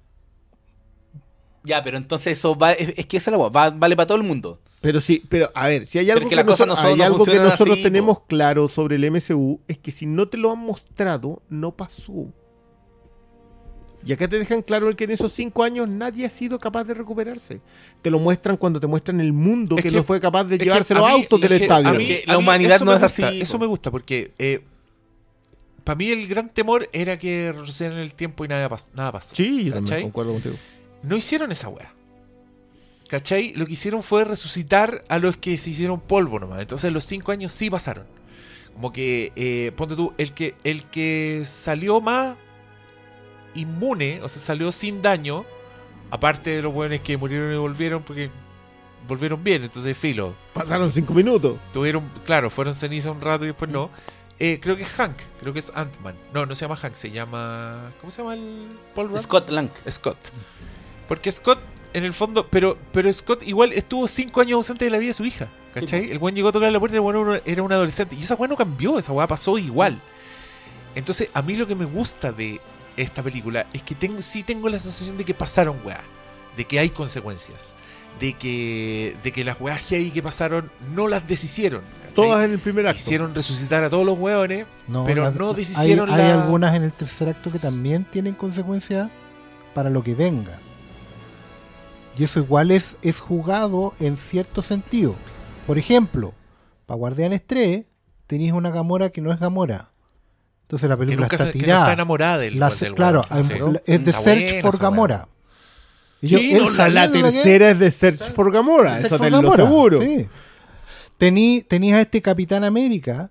Ya, pero entonces eso va, es, es que esa es la weá, va- vale para todo el mundo. Pero sí, pero a ver, si hay Pero algo es que, que las cosas nosotros, no son- hay no algo que funcionan nosotros así, tenemos claro sobre el M C U, es que si no te lo han mostrado, no pasó. Y acá te dejan claro el que en esos cinco años nadie ha sido capaz de recuperarse. Te lo muestran cuando te muestran el mundo Es que, que- no fue capaz de Es que llevarse a los mí- autos del es que estadio. a mí- Que a la mí humanidad eso no me es gusta, así, Eso po. me gusta porque eh, para mí el gran temor era que retrocedieran en el tiempo y nada, pas- nada pasó. Sí, yo también ¿Cachai? concuerdo contigo. No hicieron esa weá. ¿Cachai? Lo que hicieron fue resucitar a los que se hicieron polvo nomás. Entonces los cinco años sí pasaron. Como que, eh, ponte tú, el que, el que salió más inmune, o sea, salió sin daño, aparte de los buenos que murieron y volvieron, porque volvieron bien, entonces filo. Pasaron cinco minutos. Tuvieron, claro, fueron ceniza un rato y después no. Eh, creo que es Hank, creo que es Ant-Man. No, no se llama Hank, se llama... ¿Cómo se llama el Paul Rudd? Scott Lang. Scott. Porque Scott, en el fondo, pero, pero Scott igual estuvo cinco años ausente de la vida de su hija. ¿Cachai? Sí, El buen llegó a tocar la puerta y el buen era un adolescente. Y esa weá no cambió, esa weá pasó igual. Entonces, a mí lo que me gusta de esta película es que tengo, sí tengo la sensación de que pasaron weá. De que hay consecuencias. De que, de que las weas heavy que pasaron no las deshicieron. ¿cachai? Todas en el primer acto. Hicieron resucitar a todos los weones, No, pero las- no hay, deshicieron hay la... algunas en el tercer acto que también tienen consecuencias para lo que venga. Y eso igual es, es jugado en cierto sentido. Por ejemplo, para Guardianes tres tenéis una Gamora que no es Gamora. Entonces la Que película nunca está se, que no tirada. está enamorada del, La- del claro, weón, hay- sí. la- es de Está Search buena for esa weá. Gamora. Y yo- Sí, él no, la, la sabiendo lo que- tercera es de Search for Gamora, Search eso for te lo Gamora, seguro. sí. Tení, tenías a este Capitán América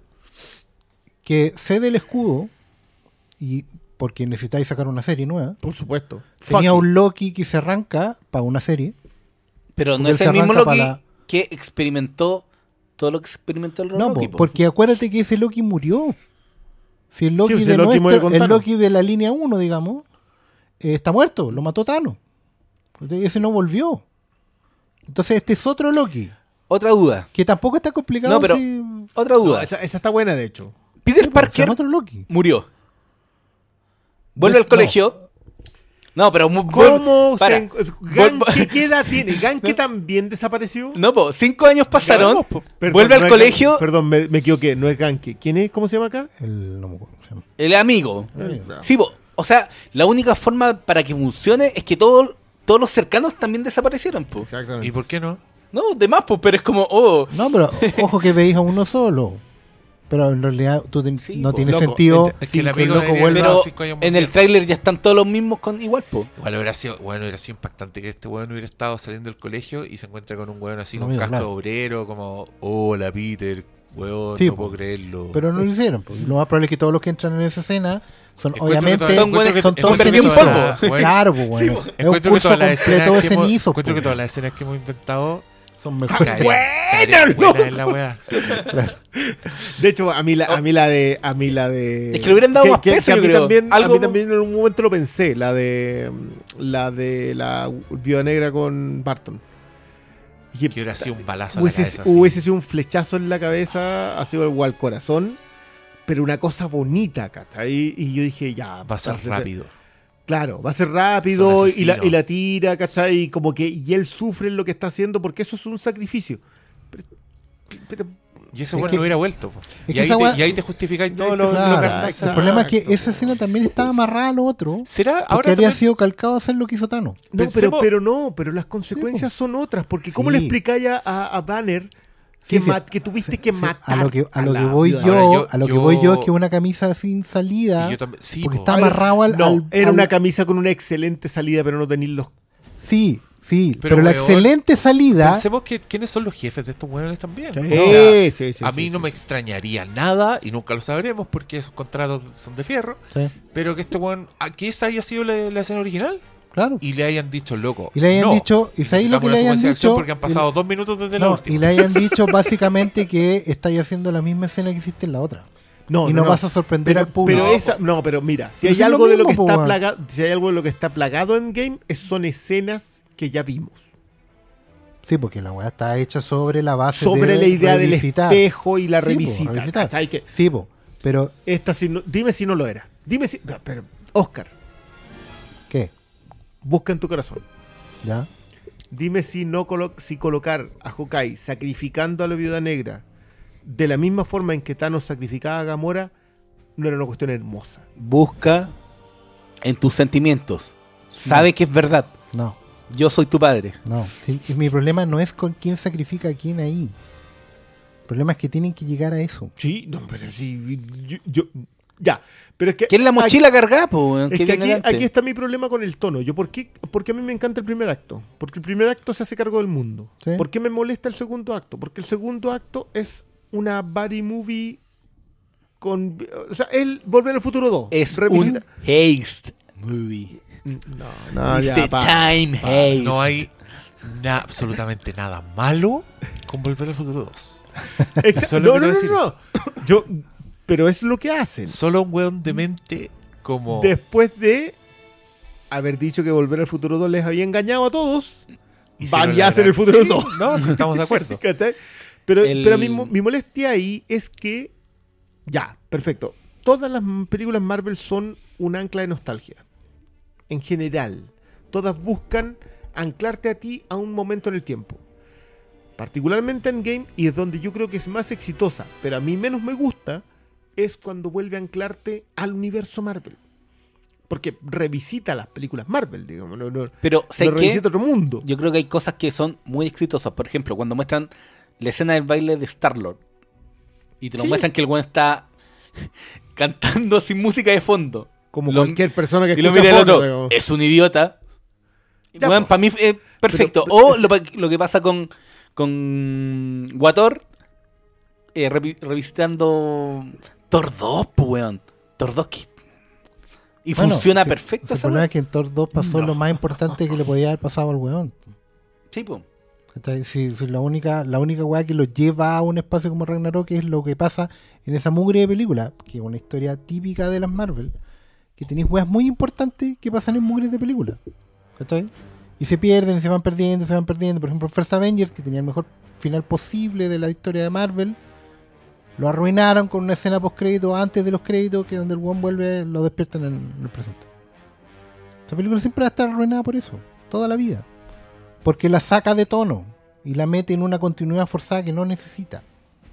que cede el escudo y porque necesitáis sacar una serie nueva. Por supuesto. Tenía Fuck un Loki que se arranca para una serie. Pero no Porque es él el se mismo arranca Loki para la- que experimentó todo lo que experimentó el No, Loki. po, po. porque acuérdate que ese Loki murió. Si el Loki, Sí, pues de el Loki muere nuestro- con el Thanos. Loki de la línea uno, digamos, eh, está muerto, lo mató Thanos. Entonces, ese no volvió. Entonces este es otro Loki, Otra duda. que tampoco está complicado. No, pero- si- Otra No, duda. esa, esa está buena, de hecho. Peter Sí, pues, se Parker llama otro Loki. murió. Vuelve Des- al colegio. No, pero... mu- ¿Cómo? vuel- para. se en- Gan, Vol- ¿qué, qué edad tiene? ¿Ganke también desapareció? No, po, cinco años pasaron. Ganamos, po. Perdón, vuelve no al es colegio. Gan- Perdón, me, me equivoqué. No es Ganke. ¿Quién es? ¿Cómo se llama acá? El, no me acuerdo cómo se llama. El amigo. Eh, Sí, po, o sea, la única forma para que funcione es que todo- todos los cercanos también desaparecieron, po. Exactamente. ¿Y por qué no? No, de más, po, pero es como, oh, No, pero ojo que veis a uno solo. Pero en realidad tú ten- Sí, no po, tiene loco, sentido es que el que amigo loco de- vuelva. pero cinco años en mundial. el tráiler ya están todos los mismos con igual, po. Igual hubiera sido, bueno, hubiera sido impactante que este weón hubiera estado saliendo del colegio y se encuentra con un weón así No, con mira, casco claro. de obrero, como, hola Peter, weón, Sí, no po. puedo creerlo. Pero no lo hicieron. Pues. Lo más probable es que todos los que entran en esa escena son Encuentro obviamente que toda- Son buenos- encuentro son que- todos encuentro que cenizos. toda- bueno, Claro, pues bueno. Sí, es un Encuentro que curso todas las completo escenas de que hemos, cenizos. encuentro que pues. todas las escenas que hemos inventado Son mejores. caerían- ¡Buena, caerían loco! buenas en la weá. De hecho, a mí la, a mí la de, a mí la de. Es que le hubieran dado más peso, a yo mí creo. también, a Algo- mí también en algún momento lo pensé, la de, la de la Viuda Negra con Barton. Dije, Que hubiera sido un balazo a la hubiese, cabeza. así. hubiese sido un flechazo en la cabeza, ha sido algo al corazón, pero una cosa bonita, ¿cachai? Y yo dije, ya. Va a ser entonces, rápido. Claro, va a ser rápido Son y la, asesinos. y la tira, ¿cachai? Y como que y él sufre en lo que está haciendo porque eso es un sacrificio. Pero, pero- Y ese Es weón que- no hubiera vuelto. po. es Y, que ahí esa te, weá- y ahí te justificáis todo lo, Claro, lo carnal. exacto. El problema es que esa escena también estaba amarrada a lo otro. ¿Será? Porque Ahora habría también- sido calcado hacer lo que hizo Thanos. no, pero, Pensemos- pero no, pero las consecuencias son otras. Porque ¿cómo Sí. le explicáis a, a- a Banner que, Sí, sí. ma- que tuviste que Sí, matar? a lo que, a lo la que voy viuda? yo, Ahora, yo- a lo que yo- voy yo es que una camisa sin salida, Y yo también- sí, porque po. está amarrado al, No, al- era al- una camisa con una excelente salida, pero no tenéis los. sí, sí, Pero, pero, la weón, excelente salida, Pensemos que quiénes son los jefes de estos weones también. Sí, O sea, sí, sí, a sí, mí sí. no me extrañaría nada, y nunca lo sabremos porque esos contratos son de fierro, sí, pero que este weón, aquí esa haya sido la, la escena original claro. y le hayan dicho, loco. Y le hayan no, dicho, ¿y sabéis lo necesitamos que una le hayan secuencia de acción dicho? porque han pasado Y- dos minutos desde la No, última. y le hayan dicho básicamente que estáis haciendo la misma escena que hiciste en la otra. No, y no, vas a sorprender pero, al público. pero esa, no, pero mira, si Pero hay si es lo algo de lo que mismo, po, está weón. plagado, si hay algo de lo que está plagado en game, es- son escenas que ya vimos. Sí, porque la weá está hecha sobre la base Sobre de la idea del revisitar. espejo y la Sí, po, revisita. revisitar. ¿cachai? Que Sí, po, pero esta si no- dime si no lo era. Dime si. no, Pero, Oscar, ¿qué? busca en tu corazón. ¿Ya? Dime si no colo- si colocar a Hawkeye sacrificando a la Viuda Negra de la misma forma en que Thanos sacrificaba a Gamora no era una cuestión hermosa. Busca en tus sentimientos. Sabe que es verdad. No, Yo soy tu padre. no. Sí, y mi problema no es con quién sacrifica a quién ahí. El problema es que tienen que llegar a eso. Sí, no, pero sí. Yo, yo- ya. Pero es que. ¿Qué es la mochila cargada, po, weón? Es ¿Qué que viene aquí, delante? aquí está mi problema con el tono. Yo, ¿por qué? Porque a mí me encanta el primer acto. Porque el primer acto se hace cargo del mundo. Sí. ¿Por qué me molesta el segundo acto? Porque el segundo acto es una buddy movie con... O sea, él Volver al Futuro dos. Es Revisita- un haste movie. No, no, It's ya, the pa. time haste. No hay na- absolutamente nada malo con Volver al Futuro dos. Exa- Solo no, no, quiero no, decir no. Yo, pero es lo que hacen. Solo un weón de mente como... Después de haber dicho que Volver al Futuro dos les había engañado a todos, hicieron van la ya a hacer el gran- Futuro Sí, dos. No, sí, estamos de acuerdo. ¿Cachai? Pero, El- pero mi, mo- mi molestia ahí es que, ya, perfecto. Todas las m- películas Marvel son un ancla de nostalgia. En general. Todas buscan anclarte a ti a un momento en el tiempo. Particularmente Endgame, y es donde yo creo que es más exitosa, pero a mí menos me gusta, es cuando vuelve a anclarte al universo Marvel. Porque revisita las películas Marvel, digamos. No, no, Pero, no ¿sabes qué? revisita otro mundo. Yo creo que hay cosas que son muy exitosas. Por ejemplo, cuando muestran la escena del baile de Star-Lord y te lo Sí. muestran que el weón está cantando sin música de fondo. Como Lo- cualquier persona que Y lo escucha mira el fondo, otro, digamos. es un idiota. Ya, Weón, po. para mí es perfecto. Pero- o lo, pa- lo que pasa con, con Wator eh, revi- revisitando Thor dos, pues, weón. Thor dos que... Y Bueno, funciona si- perfecto si El esa problema weá. es que en Thor dos pasó No. lo más importante que le podía haber pasado al weón. Sí, po. ¿Cachai? Si, si la única la única weá que lo lleva a un espacio como Ragnarok es lo que pasa en esa mugre de película, que es una historia típica de las Marvel, que tenéis weas muy importantes que pasan en mugres de película. ¿Cachai? Y se pierden, y se van perdiendo, se van perdiendo. Por ejemplo, First Avengers, que tenía el mejor final posible de la historia de Marvel, lo arruinaron con una escena post crédito antes de los créditos, que donde el weón vuelve, lo despiertan en, en el presente. Esa película siempre va a estar arruinada por eso, toda la vida. Porque la saca de tono y la mete en una continuidad forzada que no necesita.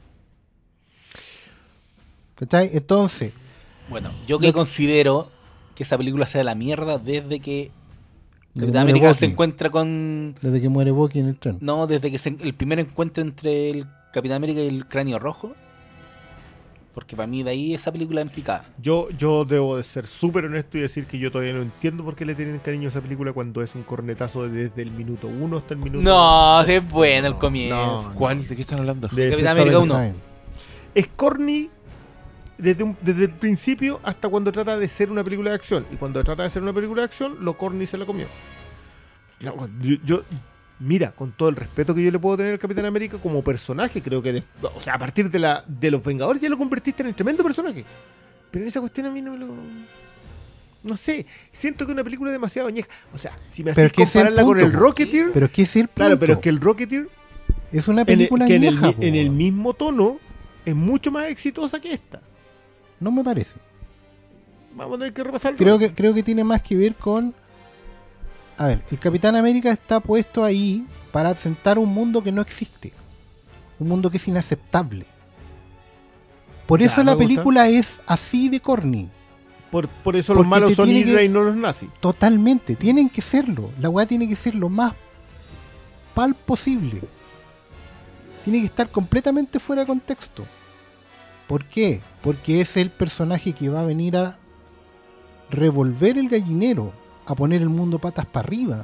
¿Cachai? Entonces, Bueno, yo que considero que esa película sea la mierda desde que Desde Capitán que América muere se Bucky. encuentra con... desde que muere Bucky en el tren. No, desde que se- el primer encuentro entre el Capitán América y el Cráneo Rojo. Porque para mí de ahí esa película es en picada. Yo, yo debo de ser súper honesto y decir que yo todavía no entiendo por qué le tienen cariño a esa película cuando es un cornetazo desde el minuto uno hasta el minuto... No, sí es bueno el comienzo. no. ¿Cuál? ¿De qué están hablando? De Capitán First América Avengers. uno. Es corny desde, un- desde el principio hasta cuando trata de ser una película de acción. Y cuando trata de ser una película de acción, lo corny se la comió. La- Yo, yo- mira, con todo el respeto que yo le puedo tener al Capitán América como personaje, creo que, de- o sea, a partir de, la, de los Vengadores ya lo convertiste en un tremendo personaje. Pero en esa cuestión a mí no me lo... No sé, siento que es una película demasiado añeja. O sea, si me Pero haces es que ese es el compararla con punto, el po. Rocketeer... Pero es que es el punto. Claro, pero es que el Rocketeer es una en el, película que en el, añeja, mi- po, en el weón. mismo tono es mucho más exitosa que esta. No me parece. Vamos a tener que repasarlo. Creo que, creo que tiene más que ver con... A ver, el Capitán América está puesto ahí para sentar un mundo que no existe. Un mundo que es inaceptable. Por Ya, eso me la gusta. película es así de corny. Por, por eso Porque los malos te son tiene que- Hydra y no los nazis. Totalmente. Tienen que serlo. La weá tiene que ser lo más pal posible. Tiene que estar completamente fuera de contexto. ¿Por qué? Porque es el personaje que va a venir a revolver el gallinero, a poner el mundo patas para arriba.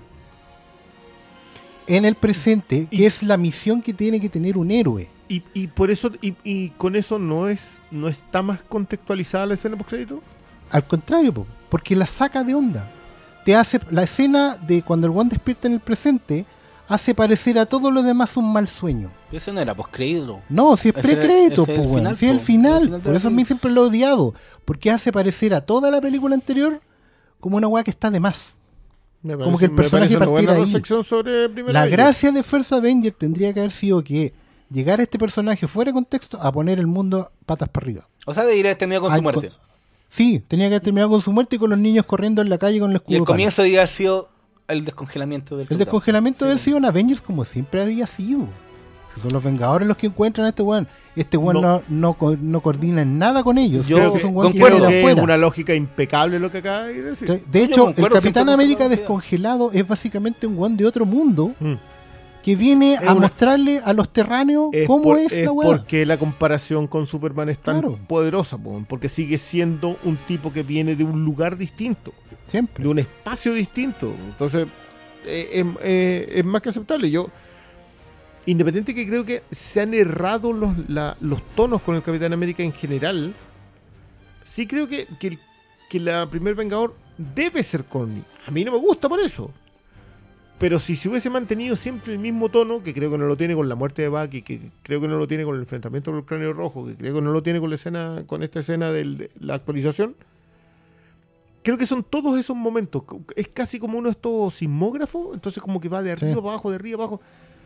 En el presente, Y- que es la misión que tiene que tener un héroe. Y, y por eso, y, y con eso no es, no está más contextualizada la escena post crédito. Al contrario, po, porque la saca de onda. Te hace la escena de cuando el one despierta en el presente hace parecer a todo lo demás un mal sueño. Pero eso no era poscreído. No, si es Ese- pre-crédito, ese es po, el weón. final, Si es el po. final. El final de Por la eso a mí película. siempre lo he odiado. Porque hace parecer a toda la película anterior como una weá que está de más. Me Como que el me personaje parece una buena partiera ahí. reflexión sobre primera La vez. gracia de First Avenger tendría que haber sido que llegar a este personaje fuera de contexto a poner el mundo patas para arriba. O sea, de ir a terminar con Ay, su muerte. con- Sí, tenía que haber terminado con su muerte y con los niños corriendo en la calle con el escudo. Y el de palo. comienzo de haber sido el descongelamiento del El Capitán. descongelamiento de él sido en Avengers como siempre había sido. Si son los Vengadores los que encuentran a este weón. Este weón No. no, no, co- no coordina en nada con ellos. Yo Creo que Creo es un que, weón que concuerdo viene de creo que es afuera. una lógica impecable lo que acaba de decir. Entonces, De Yo hecho, el concuerdo Capitán siempre con América todo, descongelado es básicamente un weón de otro mundo Mm. que viene Es a una- mostrarle a los terráneos Es cómo por- es la es weá. porque la comparación con Superman es tan Claro. poderosa, po, porque sigue siendo un tipo que viene de un lugar distinto, Siempre. de un espacio distinto. Entonces, eh, es, eh, es más que aceptable. Yo, independiente que creo que se han errado los, la- los tonos con el Capitán América en general, sí creo que, que, el- que la primer Vengador debe ser corny. A mí no me gusta por eso. Pero si se hubiese mantenido siempre el mismo tono, que creo que no lo tiene con la muerte de Bucky, que creo que no lo tiene con el enfrentamiento con el Cráneo Rojo, que creo que no lo tiene con la escena, con esta escena del- de la actualización, creo que son todos esos momentos. Es casi como uno de estos sismógrafos, entonces como que va de arriba Sí. para abajo, de arriba para abajo.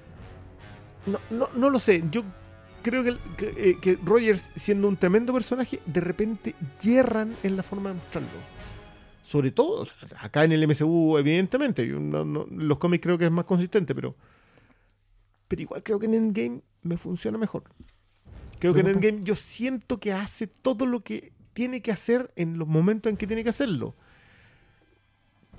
No, no, no lo sé. Yo creo que, el- que, eh, que Rogers, siendo un tremendo personaje, de repente yerran en la forma de mostrarlo. Sobre todo, o sea, acá en el M C U, evidentemente, yo no- no- los cómics creo que es más consistente, pero pero igual creo que en Endgame me funciona mejor. Creo que en Pero, Endgame yo siento que hace todo lo que tiene que hacer en los momentos en que tiene que hacerlo.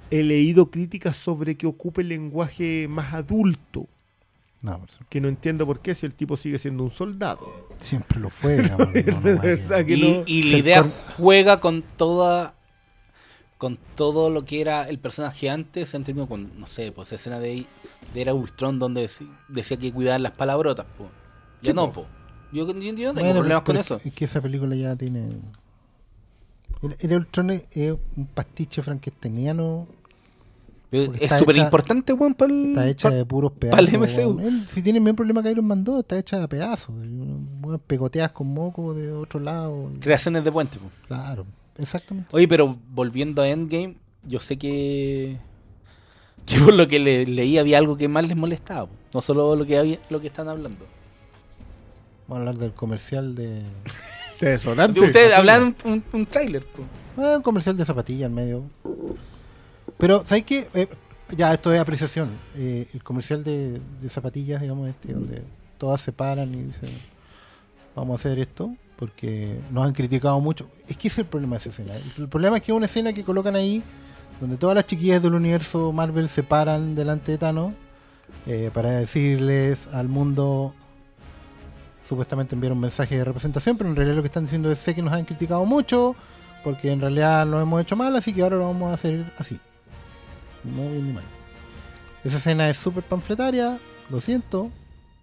he leído críticas sobre que ocupe el lenguaje más adulto, No, por eso- que no entiendo por qué si el tipo sigue siendo un soldado. siempre lo fue, digamos. no, no, De no, que- verdad que Y, no. y la Ser idea con- juega con toda con todo lo que era el personaje antes, en términos con, no sé, pues escena de, de Era Ultron donde dec- decía que cuidar las palabrotas, po. Ya Sí, no, po. po. Yo, yo- yo no tengo Bueno, problemas pero con es que- eso. Es que esa película ya tiene. El, el Ultron es, es un pastiche frankensteiniano. Pero porque es está súper hecha- importante, weón, para el... Está hecha de puros pedazos. pa'l M C U. weón. Él, si tiene el mismo problema que Iron Man dos, está hecha de pedazos. Weón, pegoteas con moco de otro lado. Creaciones de puente, po. Claro, exactamente. Oye, pero volviendo a Endgame, yo sé que que por lo que le, leí había algo que más les molestaba, po. No solo lo que había, lo que están hablando. Vamos a hablar del comercial de. De desodorante. Ustedes hablan un, un, un tráiler, po. Ah, un comercial de zapatillas en medio. Pero, ¿sabes qué? Eh, ya, esto es apreciación. Eh, el comercial de, de zapatillas, digamos, este, donde todas se paran y dicen, vamos a hacer esto, porque nos han criticado mucho. Es que ese es el problema de esa escena. El problema es que es una escena que colocan ahí, donde todas las chiquillas del universo Marvel se paran delante de Thanos eh, para decirles al mundo, supuestamente enviar un mensaje de representación, pero en realidad lo que están diciendo es, sé que nos han criticado mucho, porque en realidad lo hemos hecho mal, así que ahora lo vamos a hacer así. No bien ni mal. Esa escena es súper panfletaria, lo siento.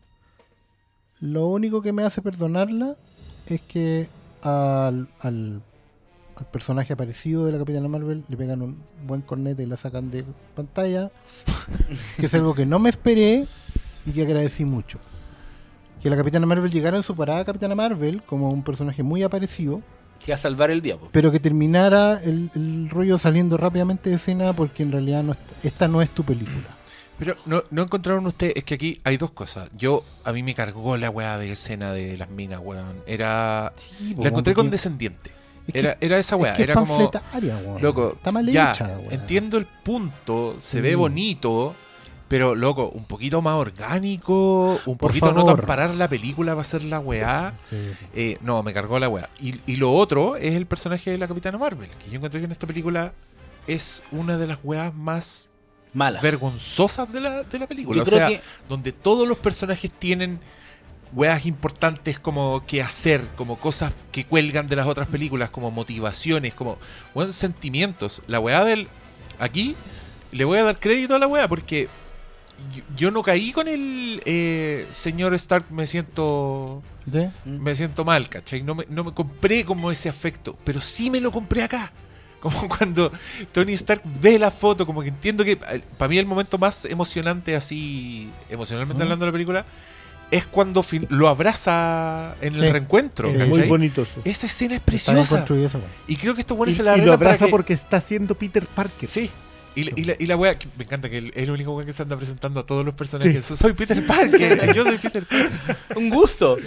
Lo único que me hace perdonarla es que al, al, al personaje aparecido de la Capitana Marvel le pegan un buen cornete y la sacan de pantalla, que es algo que no me esperé y que agradecí mucho. Que la Capitana Marvel llegara en su parada Capitana Marvel como un personaje muy aparecido, Que va a salvar el día, po. pero que terminara el, el rollo saliendo rápidamente de escena porque en realidad no est- esta no es tu película. Pero no, no encontraron ustedes, es que aquí hay dos cosas. Yo, a mí me cargó la weá de escena de las minas, weón. Era. La encontré condescendiente. Es que- Era, era esa weá, es que era es como. panfletaria, weón. Loco, Está mal ya, hecha, weón. entiendo el punto, se ve Sí. bonito, pero loco, un poquito más orgánico, un Por poquito no favor. tan parar la película va a ser la weá. Sí. Eh, no, me cargó la weá. Y, y lo otro es el personaje de la Capitana Marvel, que yo encontré que en esta película es una de las weas más Malas. vergonzosas de la, de la película. Yo O creo sea, que- donde todos los personajes tienen weas importantes como que hacer, como cosas que cuelgan de las otras películas, como motivaciones, como buenos sentimientos. La wea del... Aquí le voy a dar crédito a la wea porque yo, yo no caí con el eh, señor Stark, me siento... ¿Sí? Me siento mal, ¿cachai? No me, no me compré como ese afecto, pero sí me lo compré acá. Como cuando Tony Stark ve la foto, como que entiendo que eh, para mí el momento más emocionante, así, emocionalmente ¿Mm? hablando de la película, es cuando fin- lo abraza en Sí. el reencuentro. Sí. Es ¿cachai? muy bonito eso. Esa escena es Está bien preciosa. construida esa weá. Y creo que estos buenos Y, se la y lo arreglan para abraza que- porque está siendo Peter Parker. Sí. Y, la- y la, y la wea, que me encanta que el- es el único wea que se anda presentando a todos los personajes. Soy Peter Parker, yo soy Peter Parker. Un gusto.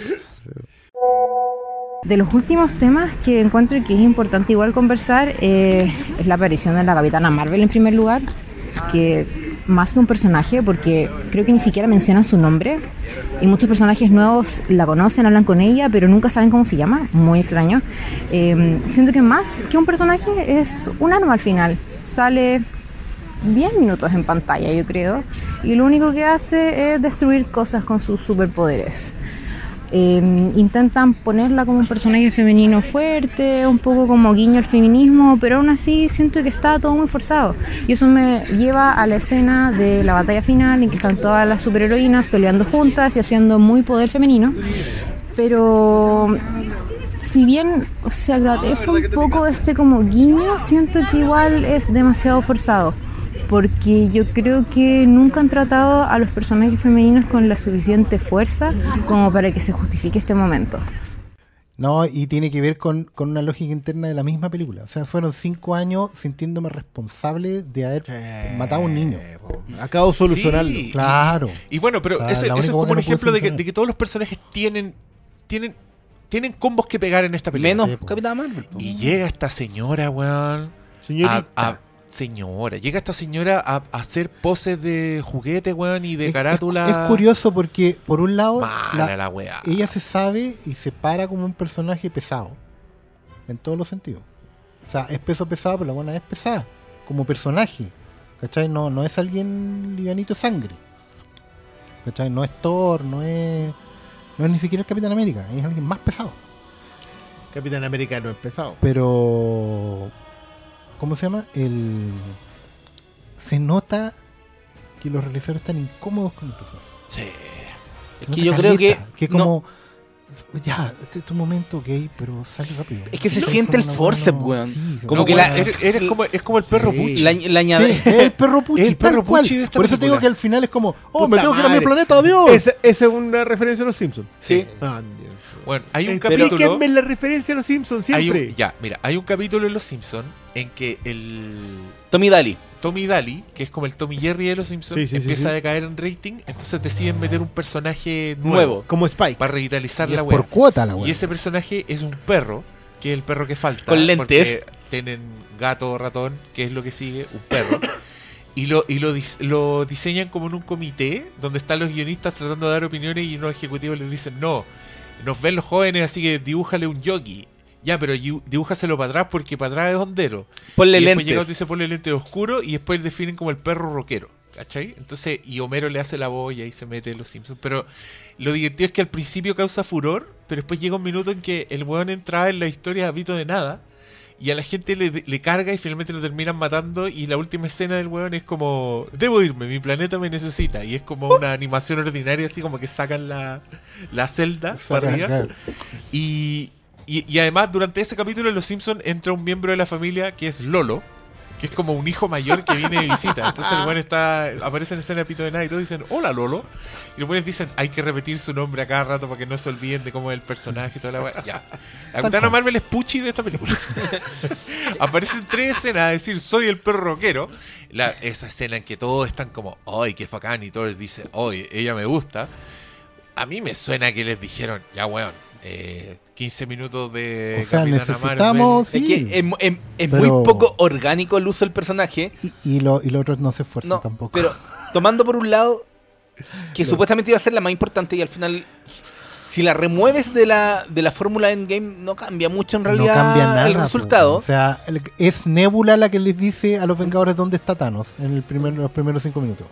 De los últimos temas que encuentro que es importante igual conversar eh, es la aparición de la Capitana Marvel en primer lugar, que más que un personaje, porque creo que ni siquiera mencionan su nombre y muchos personajes nuevos la conocen, hablan con ella, pero nunca saben cómo se llama, muy extraño. Eh, siento que más que un personaje es un arma al final, sale diez minutos en pantalla yo creo, y lo único que hace es destruir cosas con sus superpoderes. Eh, intentan ponerla como un personaje femenino fuerte, un poco como guiño al feminismo, pero aún así siento que está todo muy forzado. Y eso me lleva a la escena de la batalla final en que están todas las superheroínas peleando juntas y haciendo muy poder femenino. Pero si bien se agradece un poco este como guiño, siento que igual es demasiado forzado. Porque yo creo que nunca han tratado a los personajes femeninos con la suficiente fuerza como para que se justifique este momento. No, y tiene que ver con, con una lógica interna de la misma película. O sea, fueron cinco años sintiéndome responsable de haber matado a un niño. Acabo de solucionarlo. Sí. Claro. Y bueno, pero O sea, ese, la ese es única como que un no pudo ejemplo de que, solucionar. de que todos los personajes tienen tienen tienen combos que pegar en esta película. Menos Sí, po. Capitán Marvel, po. Y llega esta señora, weón. Señorita. A, a- señora. Llega esta señora a, a hacer poses de juguete, weón, y de Es- carátula. Es, es curioso porque, por un lado, Mala la- la weá. ella se sabe y se para como un personaje pesado. En todos los sentidos. O sea, es peso pesado, pero la buena es pesada. Como personaje. ¿Cachai? No, no es alguien livianito de sangre. ¿Cachai? No es Thor, no es. No es ni siquiera el Capitán América, es alguien más pesado. Capitán América no es pesado. Pero. ¿Cómo se llama? El. Se nota que los realizadores están incómodos con el personaje. Sí. Se que nota yo creo que que. Que como. Ya, este es tu momento, ok, pero sale rápido. Es que se No, siente el como una forceps, buena- weón. sí, Como No, que bueno, la- eres, eres como, es como el perro Sí. Pucci. La, la añade- Sí, es el perro Pucci, El tal perro cual. Pucci de esta Por eso te digo película. que al final es como, oh, me Puta tengo que ir a mi madre. planeta, adiós. Esa, esa es una referencia a los Simpsons. Sí. Ah, Dios. Bueno, hay un Eh, capítulo. Explíquenme la referencia a los Simpsons hay siempre. un- ya, mira, hay un capítulo en Los Simpsons en que el Tommy Daly. Tommy Daly, que es como el Tommy Jerry de Los Simpsons, Sí, sí, sí, empieza sí. a decaer en rating, entonces deciden meter un personaje nuevo, Nuevo. Como Spike. para revitalizar Y es la web. por cuota la wea. Y ese personaje es un perro, que es el perro que falta. Con lentes. Porque tienen gato o ratón, que es lo que sigue, un perro. Y lo, y lo, dis- lo diseñan como en un comité, donde están los guionistas tratando de dar opiniones y unos ejecutivos les dicen, no, nos ven los jóvenes, así que dibújale un yogi. Ya, pero yu- dibújaselo para atrás porque para atrás es hondero. Ponle y después lentes. llega otro y dice ponle lentes oscuros y después definen como el perro rockero. ¿Cachai? Entonces, y Homero le hace la voz y ahí se mete en Los Simpsons. Pero lo divertido es que al principio causa furor, pero después llega un minuto en que el weón entra en la historia habito de nada y a la gente le, le carga y finalmente lo terminan matando y la última escena del weón es como debo irme, mi planeta me necesita. Y es como una animación ordinaria, así como que sacan la, la celda para Saca- arriba. claro. Y, y, y además, durante ese capítulo de Los Simpsons entra un miembro de la familia que es Lolo, que es como un hijo mayor que viene de visita. Entonces el buen está, aparece en escena de pito de nada y todos dicen, hola Lolo. Y los buenos dicen, hay que repetir su nombre a cada rato para que no se olviden de cómo es el personaje y toda la weá. Ya. La Capitana cual. Marvel es Pucci de esta película. Aparecen tres escenas a decir, soy el perro rockero. La, esa escena en que todos están como, ay, qué bacán. Y todos dicen, ay, ella me gusta. A mí me suena que les dijeron, ya weón, eh, quince minutos de O sea, Capitana necesitamos. Es Sí. que es, es- es Pero- muy poco orgánico el uso del personaje. Y, y, lo- y los otros no se esfuerzan No, tampoco. pero tomando por un lado que supuestamente iba a ser la más importante y al final, si la remueves de la, de la fórmula Endgame, no cambia mucho en realidad no cambia nada. el po. resultado. O sea, el- es Nebula la que les dice a los Vengadores dónde está Thanos en el primer, los primeros cinco minutos.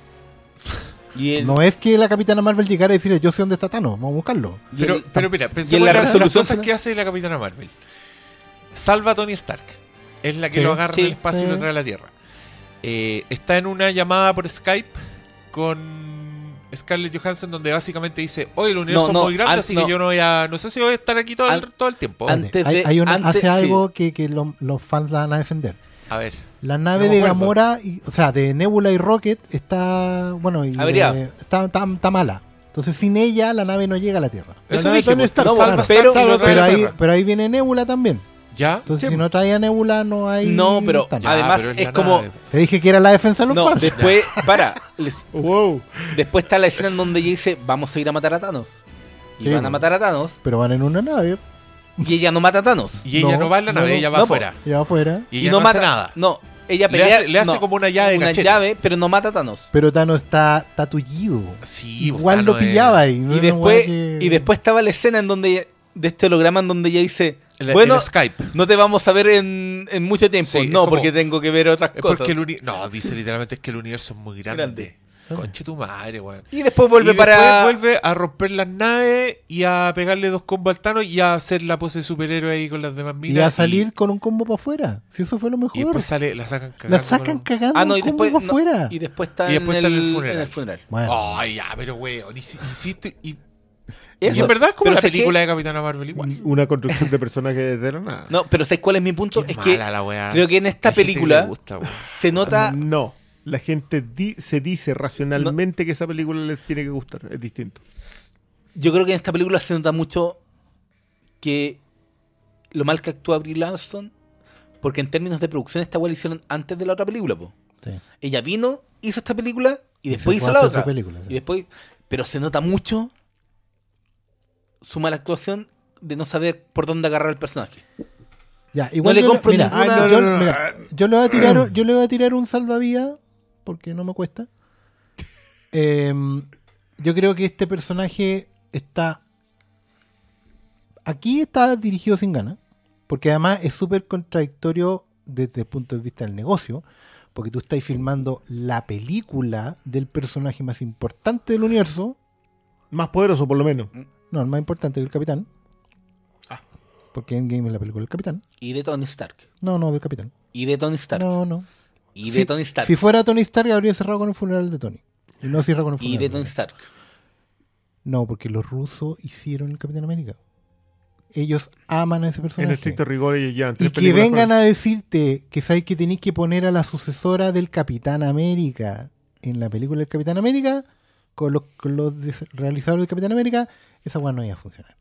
Y el- No es que la Capitana Marvel llegara y decirle, yo sé dónde está Thanos, vamos a buscarlo. y Pero, el- pero mira, y en pensemos la en las, las resolución cosas final- que hace la Capitana Marvel. Salva a Tony Stark. Es la que Sí, lo agarra sí, en el espacio y sí. lo trae a la Tierra. Eh, está en una llamada por Skype con Scarlett Johansson donde básicamente dice, oye, el universo No, no, es muy grande, an- así no. que yo no voy a... No sé si voy a estar aquí todo el, An- todo el tiempo. an- Antes hay, de- hay una, antes- hace sí. algo que, que lo- los fans la van a defender. A ver. La nave No me de acuerdo. Gamora, y, o sea, de Nebula y Rocket, está, bueno, y Averiada. de- está, está, está mala. Entonces, sin ella, la nave no llega a la Tierra. Eso nave de dije, Tony pues, Stark, lo no, salva pero- Stark y lo trae a Pero la ahí, Tierra. pero ahí viene Nebula también. ¿Ya? Entonces, Sí. si no trae a Nebula, no hay. No, pero Thanos. Ya, además pero es la como- nave. Te dije que era la defensa de los no, fans. después, para, les- Wow. después está la escena en donde ella dice, vamos a ir a matar a Thanos. Y Sí, van a po. matar a Thanos Pero van en una nave, y ella no mata a Thanos. Y ella no, No, va en la no, nave, no, ella va no, po. afuera. ya afuera. Y ella no, hace nada. No, ella Le pelea. hace- le hace no, como una llave de Una cachete. llave, pero no mata a Thanos. Pero Thanos está, está tullido. Sí, Igual Thanos lo es- pillaba ahí. no Y era una después, weá que- y después estaba la escena en donde ella- de este holograma en donde ella dice, El, bueno, el Skype. no te vamos a ver en, en mucho tiempo. Sí, es no, como- porque tengo que ver otras Es cosas. porque el uni... No, dice literalmente es que el universo es muy grande. Grande. Conche tu madre, weón. Y después vuelve y después para... vuelve a romper las naves y a pegarle dos combos al Thanos y a hacer la pose de superhéroe ahí con las demás minas. Y a salir con un combo para afuera. Si eso fue lo mejor. Y después sale, la sacan cagando. La sacan con- cagando Ah, no, un y combo después, para no, afuera. y después está, Y después en, está en el, el funeral. en el funeral. Bueno, Ay, ya, pero weón, hici- hiciste. Y, y Eso. en verdad es como Pero la ¿sabes película qué? de Capitana Marvel igual. Una construcción de personajes de la nada. No, pero ¿sabes cuál es mi punto? Qué es que mala la weá. creo que en esta Hay gente que película le gusta, weón. se nota... No. La gente di- se dice racionalmente que esa película les tiene que gustar. Es distinto. Yo creo que en esta película se nota mucho que lo mal que actúa Brie Larson, porque en términos de producción esta weá la hicieron antes de la otra película, po. sí. Ella vino, hizo esta película y Y después se hizo fue a la hacer otra. su película, sí. Y después, pero se nota mucho su mala actuación de no saber por dónde agarrar el personaje. Ya, igual le yo, compro mira, ninguna- yo, Ay, no, no, no, no. mira, yo le voy a tirar, yo le voy a tirar un salvavidas porque no me cuesta. Em, yo creo que este personaje está aquí está dirigido sin ganas, porque además es súper contradictorio desde el punto de vista del negocio, porque tú estás filmando la película del personaje más importante del universo. Más poderoso, por lo menos. No, el más importante que el Capitán. Ah. Porque Endgame es la película del Capitán. Y de Tony Stark. No, no, del Capitán. Y de Tony Stark. No, no. Y de Si- Tony Stark. Si fuera Tony Stark, habría cerrado con el funeral de Tony. Y no cierra con el Y funeral. de Tony Stark. No, porque los rusos hicieron el Capitán América. Ellos aman a ese En personaje. estricto rigor, ellos ya. Y que vengan a decirte que sabes que tenéis que poner a la sucesora del Capitán América en la película del Capitán América, con los, con los des- realizadores del Capitán América, esa weá no iba a funcionar.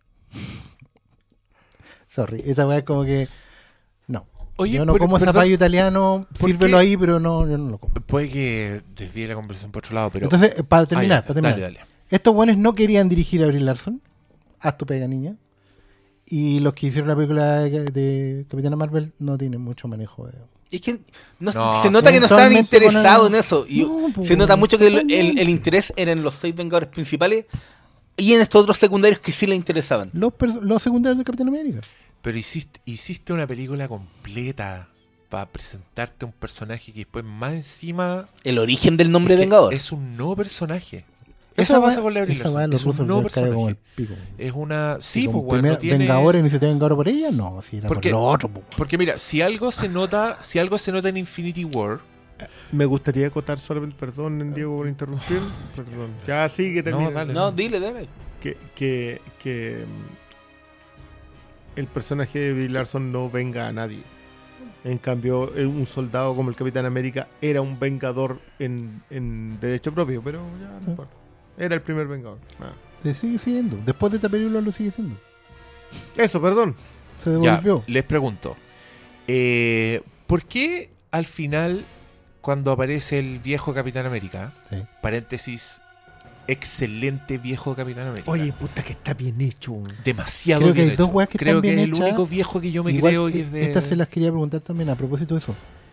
Sorry, esa weá es como que. No. Oye, yo no por- como perdón, zapallo italiano, ¿por sírvelo qué? ahí, pero no, yo no lo como. Puede que desvíe la conversación por otro lado, pero... Entonces, eh, para Ah, terminar, ya, para terminar. dale, dale. Estos buenos no querían dirigir a Brie Larson. Haz tu pega, niña. Y los que hicieron la película de, de Capitana Marvel no tienen mucho manejo de... Es que no- No, se nota que no estaban eventualmente interesados ponen- en eso. Y No, pues, se nota mucho que el, el- totalmente. el interés era en los seis Vengadores principales y en estos otros secundarios que sí le interesaban. Los, pers- los secundarios de Capitán América. Pero hiciste, hiciste una película completa para presentarte un personaje que después más encima... El origen del nombre es que Vengador. Es un nuevo personaje. Esa Eso pasa weá- con la Brie esa Larson, weá los es un rusos nuevo les cae como el personaje. pico. Es una... Sí, Como pues, weón, primera- no tiene... Vengadores, ni se te Vengador por ella, no, si era Porque- por lo otro, pues. Porque mira, si algo se nota, si algo se nota en Infinity War, Me gustaría acotar solamente, perdón, Diego, por interrumpir. Perdón. Ya sigue, termina. No, dale. No, dile, dale. Que, que, que mm, el personaje de Brie Larson no venga a nadie. En cambio, eh, un soldado como el Capitán América era un vengador en, en derecho propio, pero ya no Sí. importa. Era el primer vengador. Nada. Se sigue siendo. Después de esta película lo sigue siendo. Eso, perdón. Se ya, devolvió. les pregunto, eh, ¿por qué al final, cuando aparece el viejo Capitán América, Sí. paréntesis, excelente viejo Capitán América? Oye, puta que está bien hecho. demasiado Creo que bien hay dos hecho. weas que Creo están que bien es el hechas. único viejo que yo me Igual, creo eh, que es de... Estas se las quería preguntar también a propósito de eso.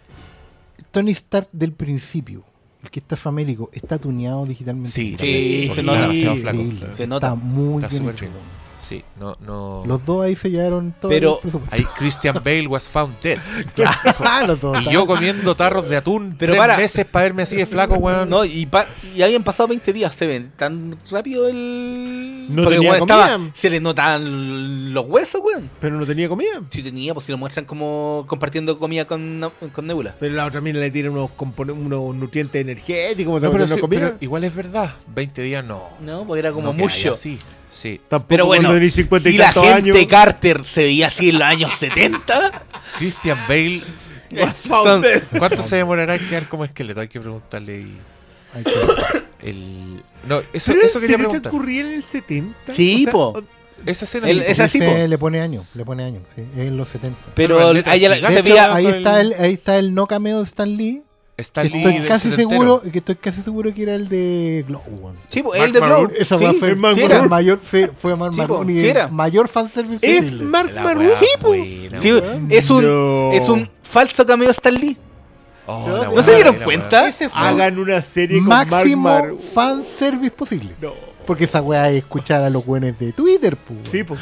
Tony Stark del principio, el que está famélico, está tuneado digitalmente. Sí, Sí, porque se está nota. demasiado flaco. Increíble. Se nota. Está muy Está bien súper hecho. bien. Sí, no, no... Los dos ahí se llevaron todo Pero- el presupuesto. Ahí Christian Bale was found dead. Claro, todo Y está- yo comiendo tarros de atún Pero tres para. meses para verme así de flaco, weón. No, y, pa- y habían pasado veinte días, se ven tan rápido el. No Porque, tenía weón, comida. estaba- se le notan los huesos, weón. Pero no tenía comida. Si tenía, pues si lo muestran como compartiendo comida con, con Nebula. Pero la otra mina le tiene unos, compone- unos nutrientes energéticos, como No, pero, no sí, comida. pero igual es verdad. veinte días no. No, pues era como no queda mucho. así. Sí. Tampoco Pero bueno, cuando tenés cincuenta y si la tantos gente años. Carter se veía así en los años setenta, Christian Bale, son- ¿cuánto se demorará en quedar como esqueleto? Hay que preguntarle. y- Hay que- El... No, eso, Pero eso quería ¿se le preguntar. transcurría en el setenta? Sí, O sea, po. Esa escena El- sí, es así, Ese po. le pone años, le pone años, sí, es en los setenta. pero Pero la a ella la- letra se De hecho, veía. ahí el- está el, ahí está el no cameo de Stan Lee, está que Lee estoy del casi setentero. seguro, que estoy casi seguro que era el de Glow One. Sí, pues Mark el de Glow. Maroon. Esa Sí, weá fue es Mark sí el era. Maroon. mayor, sí, fue Mark Sí, Maroon po, y sí el era. mayor fanservice Es posible. Mark La Maroon. weá Sí, po. buena, Sí, weón. es un, No. es un falso cameo de Stan Lee. Oh, ¿No la se weá, dieron la cuenta? weá. Ese fue Hagan una serie con máximo Mark Maroon. fanservice posible. No. Porque esa weá es escuchar a los weones de Twitter, pu. Sí, pues.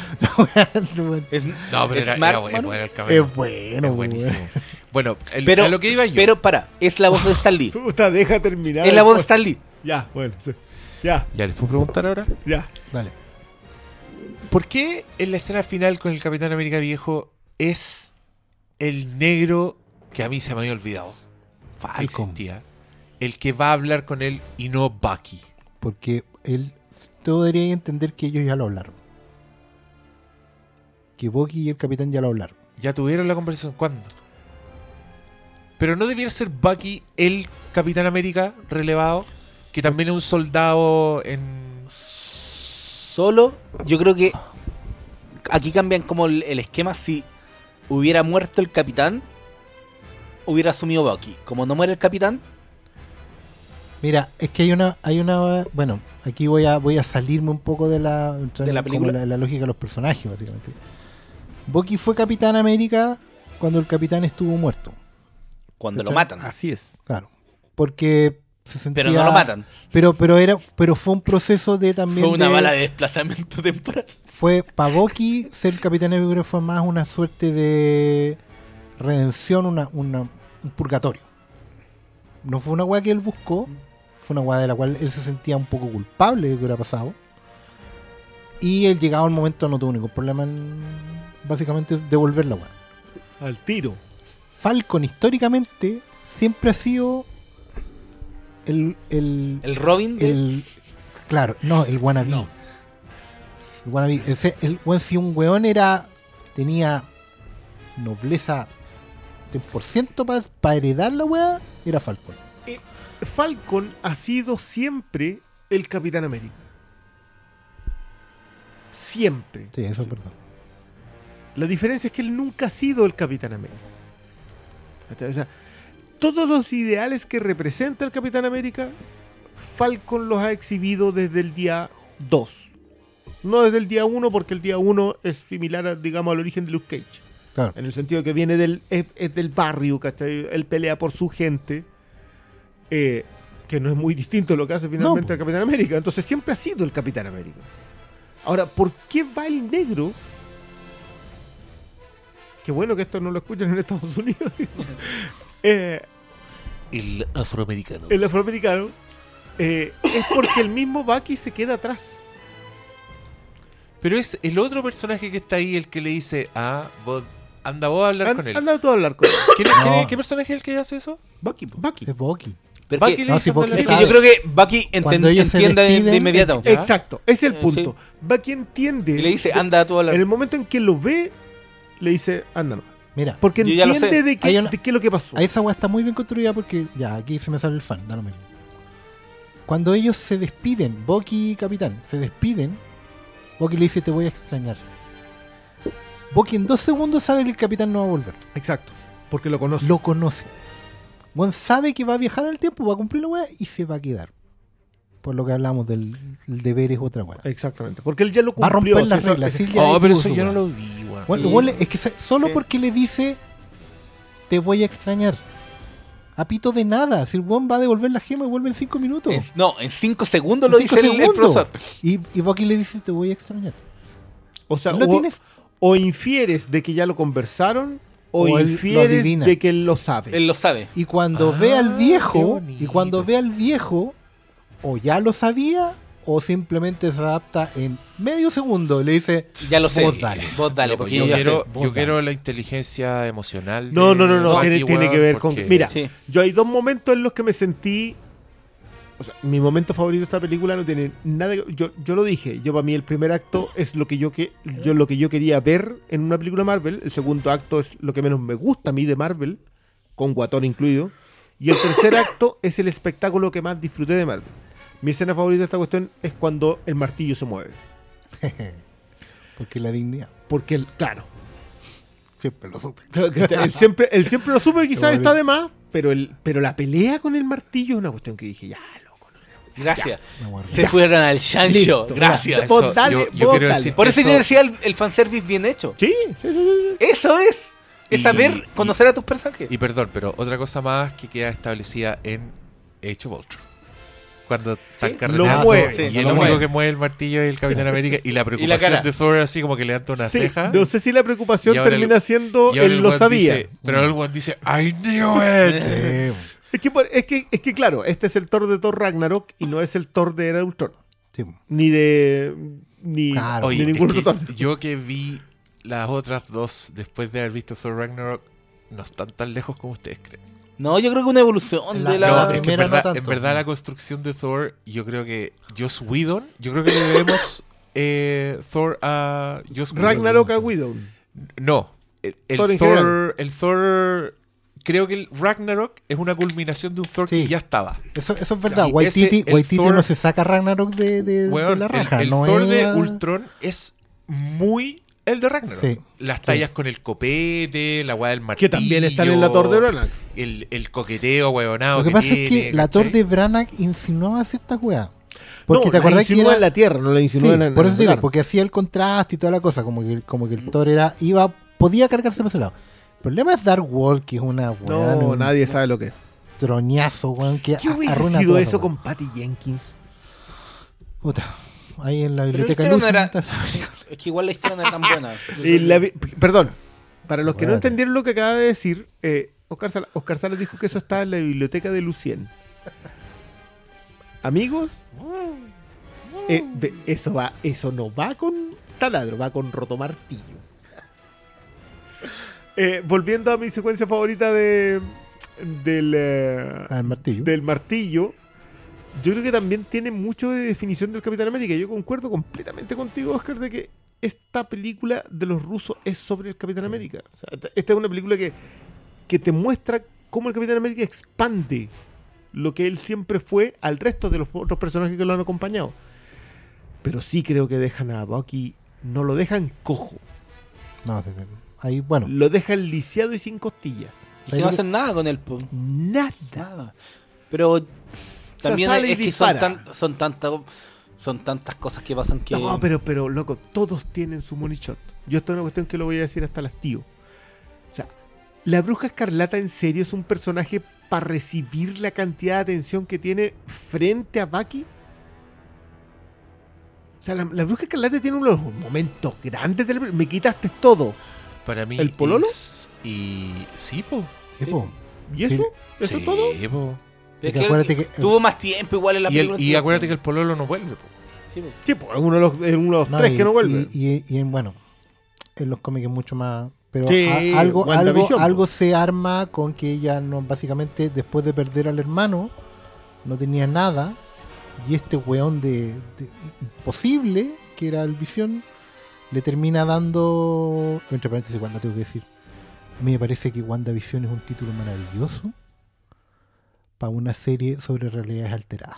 Es, No, pero es era, Mark era bueno, Maroon. bueno el cameo. Es bueno, Es pu, buenísimo. weón. Bueno, el- Pero, a lo que iba yo. pero para, es la voz de Stan Lee. Puta, deja terminar. Es la voz de Stan Lee. Ya, bueno, sí. Ya, ¿Ya les puedo preguntar ahora? ya. Dale. ¿Por qué en la escena final con el Capitán América viejo es el negro que a mí se me había olvidado? que Falcon. existía, el que va a hablar con él y no Bucky. Porque él, tú deberías entender que ellos ya lo hablaron. Que Bucky y el capitán ya lo hablaron. Ya tuvieron la conversación. ¿Cuándo? Pero no debiera ser Bucky el Capitán América relevado, que también es un soldado en... Solo, yo creo que aquí cambian como el, el esquema. Si hubiera muerto el capitán, hubiera asumido Bucky. Como no muere el capitán, Mira, es que hay una, hay una, bueno, aquí voy a, voy a salirme un poco de la, entrar ¿De la como película? la, la lógica de los personajes, básicamente. Bucky fue Capitán América cuando el capitán estuvo muerto, cuando lo ¿Cachai? matan. Así es. claro, porque se sentía, Pero no lo matan. pero, pero era, pero fue un proceso de también Fue una de- bala de desplazamiento temporal. fue para Bucky ser el Capitán América fue más una suerte de redención, una, una, un purgatorio. No fue una weá que él buscó, fue una weá de la cual él se sentía un poco culpable de lo que hubiera pasado. Y él llegado al momento no tuvo ningún problema en básicamente devolver la weá. Al tiro. Falcon históricamente siempre ha sido el... El, El Robin de- el- claro, no, el wannabe. No. El wannabe. Ese, el, weón, si un weón era... tenía nobleza cien por ciento para heredar la weá, era Falcon. Falcon ha sido siempre el Capitán América. Siempre. Sí, eso es verdad. La diferencia es que él nunca ha sido el Capitán América. O sea, todos los ideales que representa el Capitán América, Falcon los ha exhibido desde el día dos. No desde el día uno, porque el día uno es similar, a, digamos, al origen de Luke Cage. Claro. En el sentido de que viene del, es, es del barrio, ¿cachai? Él pelea por su gente, eh, que no es muy distinto a lo que hace finalmente No, po. el Capitán América. Entonces siempre ha sido el Capitán América. Ahora, ¿por qué va el negro? Qué bueno que esto no lo escuchan en Estados Unidos. eh, El afroamericano. el afroamericano. eh, es porque el mismo Bucky se queda atrás. Pero es el otro personaje que está ahí el que le dice, ah, vos, anda vos a hablar Han- con él. Anda todo a hablar con él. ¿Quién- No. quién- ¿Qué personaje es el que hace eso? Bucky, po. Bucky. Es Bucky. Pero Bucky que- le no, dice si Bucky hablar es con que él. yo creo que Bucky enten- Cuando ellos se entiende de, de despiden, inmediato. ¿Ya? Exacto, ese es el Eh, punto. Bucky entiende. Y le dice, de- anda tú a hablar. En el momento en que lo ve, le dice, anda no. Mira, Porque Yo ya lo entiende sé. de qué, Hay una- de qué es lo que pasó. a esa weá está muy bien construida porque ya, aquí se me sale el fan, da lo mismo. Cuando ellos se despiden, Bucky y Capitán se despiden, Bucky le dice, te voy a extrañar. Bucky en dos segundos sabe que el Capitán no va a volver. Exacto. Porque lo conoce. Lo conoce. Juan sabe que va a viajar en el tiempo, va a cumplir la weá y se va a quedar. Por lo que hablamos del el deber es otra weá. Exactamente. Porque él ya lo Va a cumplió. romper las si eso- reglas. sí, ya Oh, pero tuvo eso su yo no weá. lo vi, weón. Bueno, Sí. igual es que se- solo Sí. porque le dice te voy a extrañar. A pito de nada. Si el weón va a devolver la gema y vuelve en cinco minutos. En- no, en cinco segundos En lo cinco dice el, el segundos. profesor. Y, y Bucky le dice te voy a extrañar. O sea, ¿Lo o, tienes? o infieres de que ya lo conversaron, o, O él lo infieres adivina. de que él lo sabe. Él lo sabe. Y cuando Ah, ve al qué viejo, bonito. y cuando ve al viejo, o ya lo sabía, o simplemente se adapta en medio segundo y le dice, Ya lo sé. Vos dale. Vos dale, Loco, porque yo yo ya quiero, sé. vos yo dale. quiero la inteligencia emocional. No, de no, no, no. Bucky, Tiene, tiene weón, que ver con. porque- Mira, Sí. yo hay dos momentos en los que me sentí. O sea, mi momento favorito de esta película no tiene nada. que- Yo, yo lo dije. Yo para mí el primer acto es lo que yo que yo lo que yo quería ver en una película Marvel. El segundo acto es lo que menos me gusta a mí de Marvel, con Guatón incluido. Y el tercer acto es el espectáculo que más disfruté de Marvel. Mi escena favorita de esta cuestión es cuando el martillo se mueve. porque la dignidad. Porque, el, claro, Siempre lo supe. Claro que él siempre, él siempre lo supo y quizás Qué está bonito. de más, pero, el, pero la pelea con el martillo es una cuestión que dije, ya, loco. Gracias. Me guardo. Se fueron al chancho. Listo. Gracias. Vos Eso, dale, yo, yo vos quiero dale. decir Por eso que yo decía el, el fanservice bien hecho. Sí, sí, sí, sí, sí. Eso es. Es Y- saber y- conocer a tus personajes. Y perdón, pero otra cosa más que queda establecida en Age of Ultron. Cuando están Sí, carreteando lo mueve, y sí, el lo único mueve. que mueve el martillo es el Capitán América y la preocupación cara. de Thor así como que levanta una Sí, ceja. no sé si la preocupación Y ahora termina el- siendo y ahora él el lo weón sabía. dice- pero el one dice, I knew it. Sí, Es que, por- es, que, es que, claro, este es el Thor de Thor Ragnarok y no es el Thor de Era de Ultron. sí. Ni de. Ni, Claro. Oye, ni es ningún que otro Thor. yo que vi las otras dos después de haber visto Thor Ragnarok no están tan lejos como ustedes creen. No, yo creo que una evolución La- de No, la. es que en primera no verdad, tanto. en verdad la construcción de Thor, yo creo que Joss Whedon, yo creo que le debemos eh, Thor a Joss Whedon. Ragnarok a Widow. No, el, el Thor en Thor, general. el Thor, creo que el Ragnarok es una culminación de un Thor Sí. que ya estaba. Eso, eso es verdad. Y Waititi, ese, el Waititi Thor- no se saca Ragnarok de, de, de Weón, la el- raja. el, no Thor es- de Ultron es muy el de Ragnarok. Sí. Las tallas con el copete, la weá del martillo. Que también están en la Thor de Branagh. El, el coqueteo huevonado Lo que que pasa es tiene, que la ¿cachai? Thor de Branagh insinuaba ciertas weas. Porque no, te la acordás que insinúa era... en la tierra, no la Sí, insinúa en la por eso en te digo, el lugar. porque hacía el contraste y toda la cosa, como que, como que el Thor era, iba, podía cargarse por ese lado. El problema es Dark World, que es una weá, No, un nadie sabe lo que es. troñazo, weón, que ¿Qué a- hubiese arruina sido toda eso esa con weá. Patty Jenkins? Puta, ahí en la Pero la biblioteca historia no Lucy era. está esa película. Es que igual la historia no era tan buena. Y la vi- perdón, Para los que no Acuérdate. entendieron lo que acaba de decir, eh, Oscar, Sala- Oscar Salas dijo que eso estaba en la biblioteca de Lucien. Amigos, eh, ve- eso va, eso no va con taladro, va con rotomartillo. Eh, volviendo a mi secuencia favorita de del, eh, Ah, el martillo. del martillo, yo creo que también tiene mucho de definición del Capitán América. Yo concuerdo completamente contigo, Oscar, de que esta película de los rusos es sobre el Capitán América. O sea, esta- esta es una película que, que te muestra cómo el Capitán América expande lo que él siempre fue al resto de los otros personajes que lo han acompañado. Pero sí creo que dejan a Bucky, no lo dejan cojo, No, de- de- ahí, bueno. lo dejan lisiado y sin costillas. Y que no hacen nada con él, po. Nada. Nada. Pero también sale y es que son, dispara. tan, son, tantas son tantas cosas que pasan que... No, pero, pero, loco, todos tienen su money shot. Yo esto es una cuestión que lo voy a decir hasta el hastío. O sea, la Bruja Escarlata en serio es un personaje para recibir la cantidad de atención que tiene frente a Bucky. O sea, la, la Bruja Escarlata tiene unos momentos grandes de la- me quitaste todo. Para mí. ¿El pololo? es- Y. Sí, po. Sí, po. ¿Y eso? Sí. ¿Eso Sí, es todo? po. Es que que acuérdate que- tuvo más tiempo igual en la Y, el- película. y acuérdate que el pololo no vuelve, po. Sí, po. Sí, pues es uno de los, es uno de los No, tres y- que no vuelve. Y, y- y en, bueno, en los cómics es mucho más. Pero Sí, a- algo, algo, WandaVision, algo po. se arma con que ella no, básicamente, después de perder al hermano, no tenía nada. Y este weón de, de imposible, que era el Visión, le termina dando. Entre paréntesis, igual la tengo que decir. A mí me parece que WandaVision es un título maravilloso para una serie sobre realidades alteradas.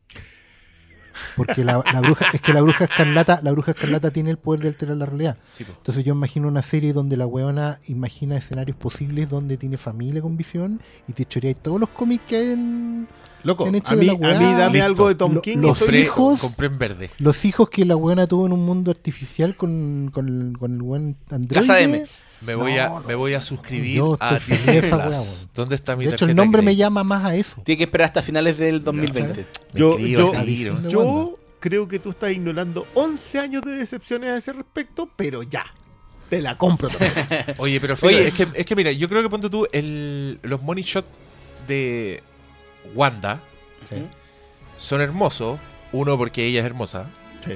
Porque la, la bruja, es que la bruja escarlata, la bruja escarlata tiene el poder de alterar la realidad. Sí, po. Entonces yo imagino una serie donde la weona imagina escenarios posibles donde tiene familia con Visión y te choreáis todos los cómics que hay en Loco, han hecho a de mí, la a weá. mí dame Listo. algo de Tom Lo- King. y los estoy- Compré, hijos- compré en verde. los hijos que la weona tuvo en un mundo artificial con, con, con el buen androide. Casa M. Me voy, No, a, no. me voy a suscribir Yo a estoy feliz Disney de esa Plus. weá, weón. ¿Dónde está mi De hecho, el tarjeta de nombre me crédito? llama más a eso. Tiene que esperar hasta finales del dos mil veinte. Me Yo, inscribo yo, al tiro. Visión de yo Wanda. creo que tú estás ignorando once años de decepciones a ese respecto, pero ya, te la compro también. Oye, pero fíjate, Oye. es, que, es que mira, yo creo que ponte tú el, los money shots de Wanda Sí, son hermosos. Uno, porque ella es hermosa.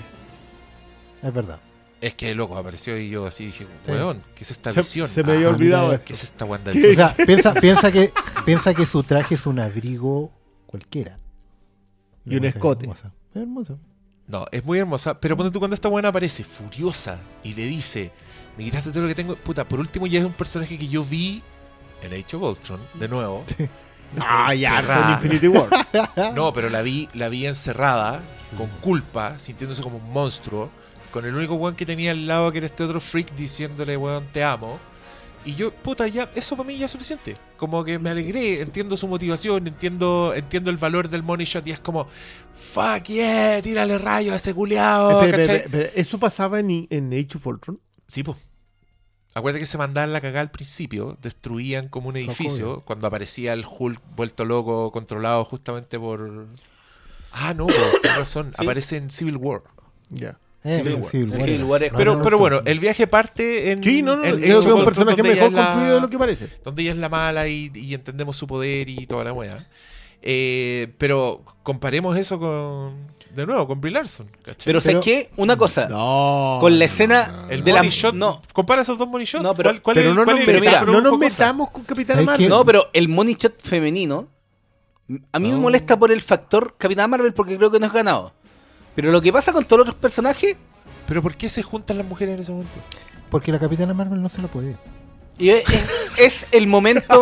es verdad. Es que, loco, apareció y yo así dije, Sí. weón, ¿qué es esta Se, visión? se me había Ah, olvidado mira, esto. ¿Qué es esta Wanda? O sea, piensa, piensa que piensa que su traje es un abrigo cualquiera. Y un Es escote. hermosa. Es hermosa. No, es muy hermosa, pero ponte tú cuando esta buena aparece furiosa y le dice, me quitaste todo lo que tengo. Puta, por último ya es un personaje que yo vi en Age of Ultron, de nuevo. Ah, ya, Encerrada. con Infinity War. No, pero la vi, la vi encerrada, con culpa, sintiéndose como un monstruo, con el único weón que tenía al lado que era este otro freak diciéndole, weón, te amo. Y yo, puta, ya, eso para mí ya es suficiente. Como que me alegré, entiendo su motivación, entiendo, entiendo el valor del money shot y es como, fuck yeah, tírale rayos a ese culiao, Espera, ¿cachai? espera, espera, ¿eso pasaba en, en Age of Ultron? Sí, pues. Acuérdate que se mandaban la cagada al principio, destruían como un edificio Socorro. cuando aparecía el Hulk vuelto loco, controlado justamente por... Ah, no, po, tienes razón, Sí. aparece en Civil War. Ya. Eh, Civil en War. Civil War. Civil War es- No, Pero, no, pero no, bueno, no. el viaje parte en... Sí, no, no, en- creo en que es un Ultron, personaje donde ella mejor es la- construido de lo que parece. Donde ella es la mala y, y entendemos su poder y toda la wea. Eh, pero comparemos eso con... De nuevo, con Brie Larson, ¿cachai? Pero, ¿sabes qué? Una cosa. No. Con la escena el de la... money shot, No, compara esos dos money shots. No, pero- ¿Cuál, cuál Pero es, no cuál nos, es el mira, meta- pero no un nos poco cosa? metamos con Capitana ¿Sabes Marvel. qué? no, pero el money shot femenino a mí me No. molesta por el factor Capitán Marvel porque creo que no es ganado. Pero lo que pasa con todos los otros personajes Pero ¿por qué se juntan las mujeres en ese momento? Porque la Capitana Marvel no se la podía. y es, es- es el momento.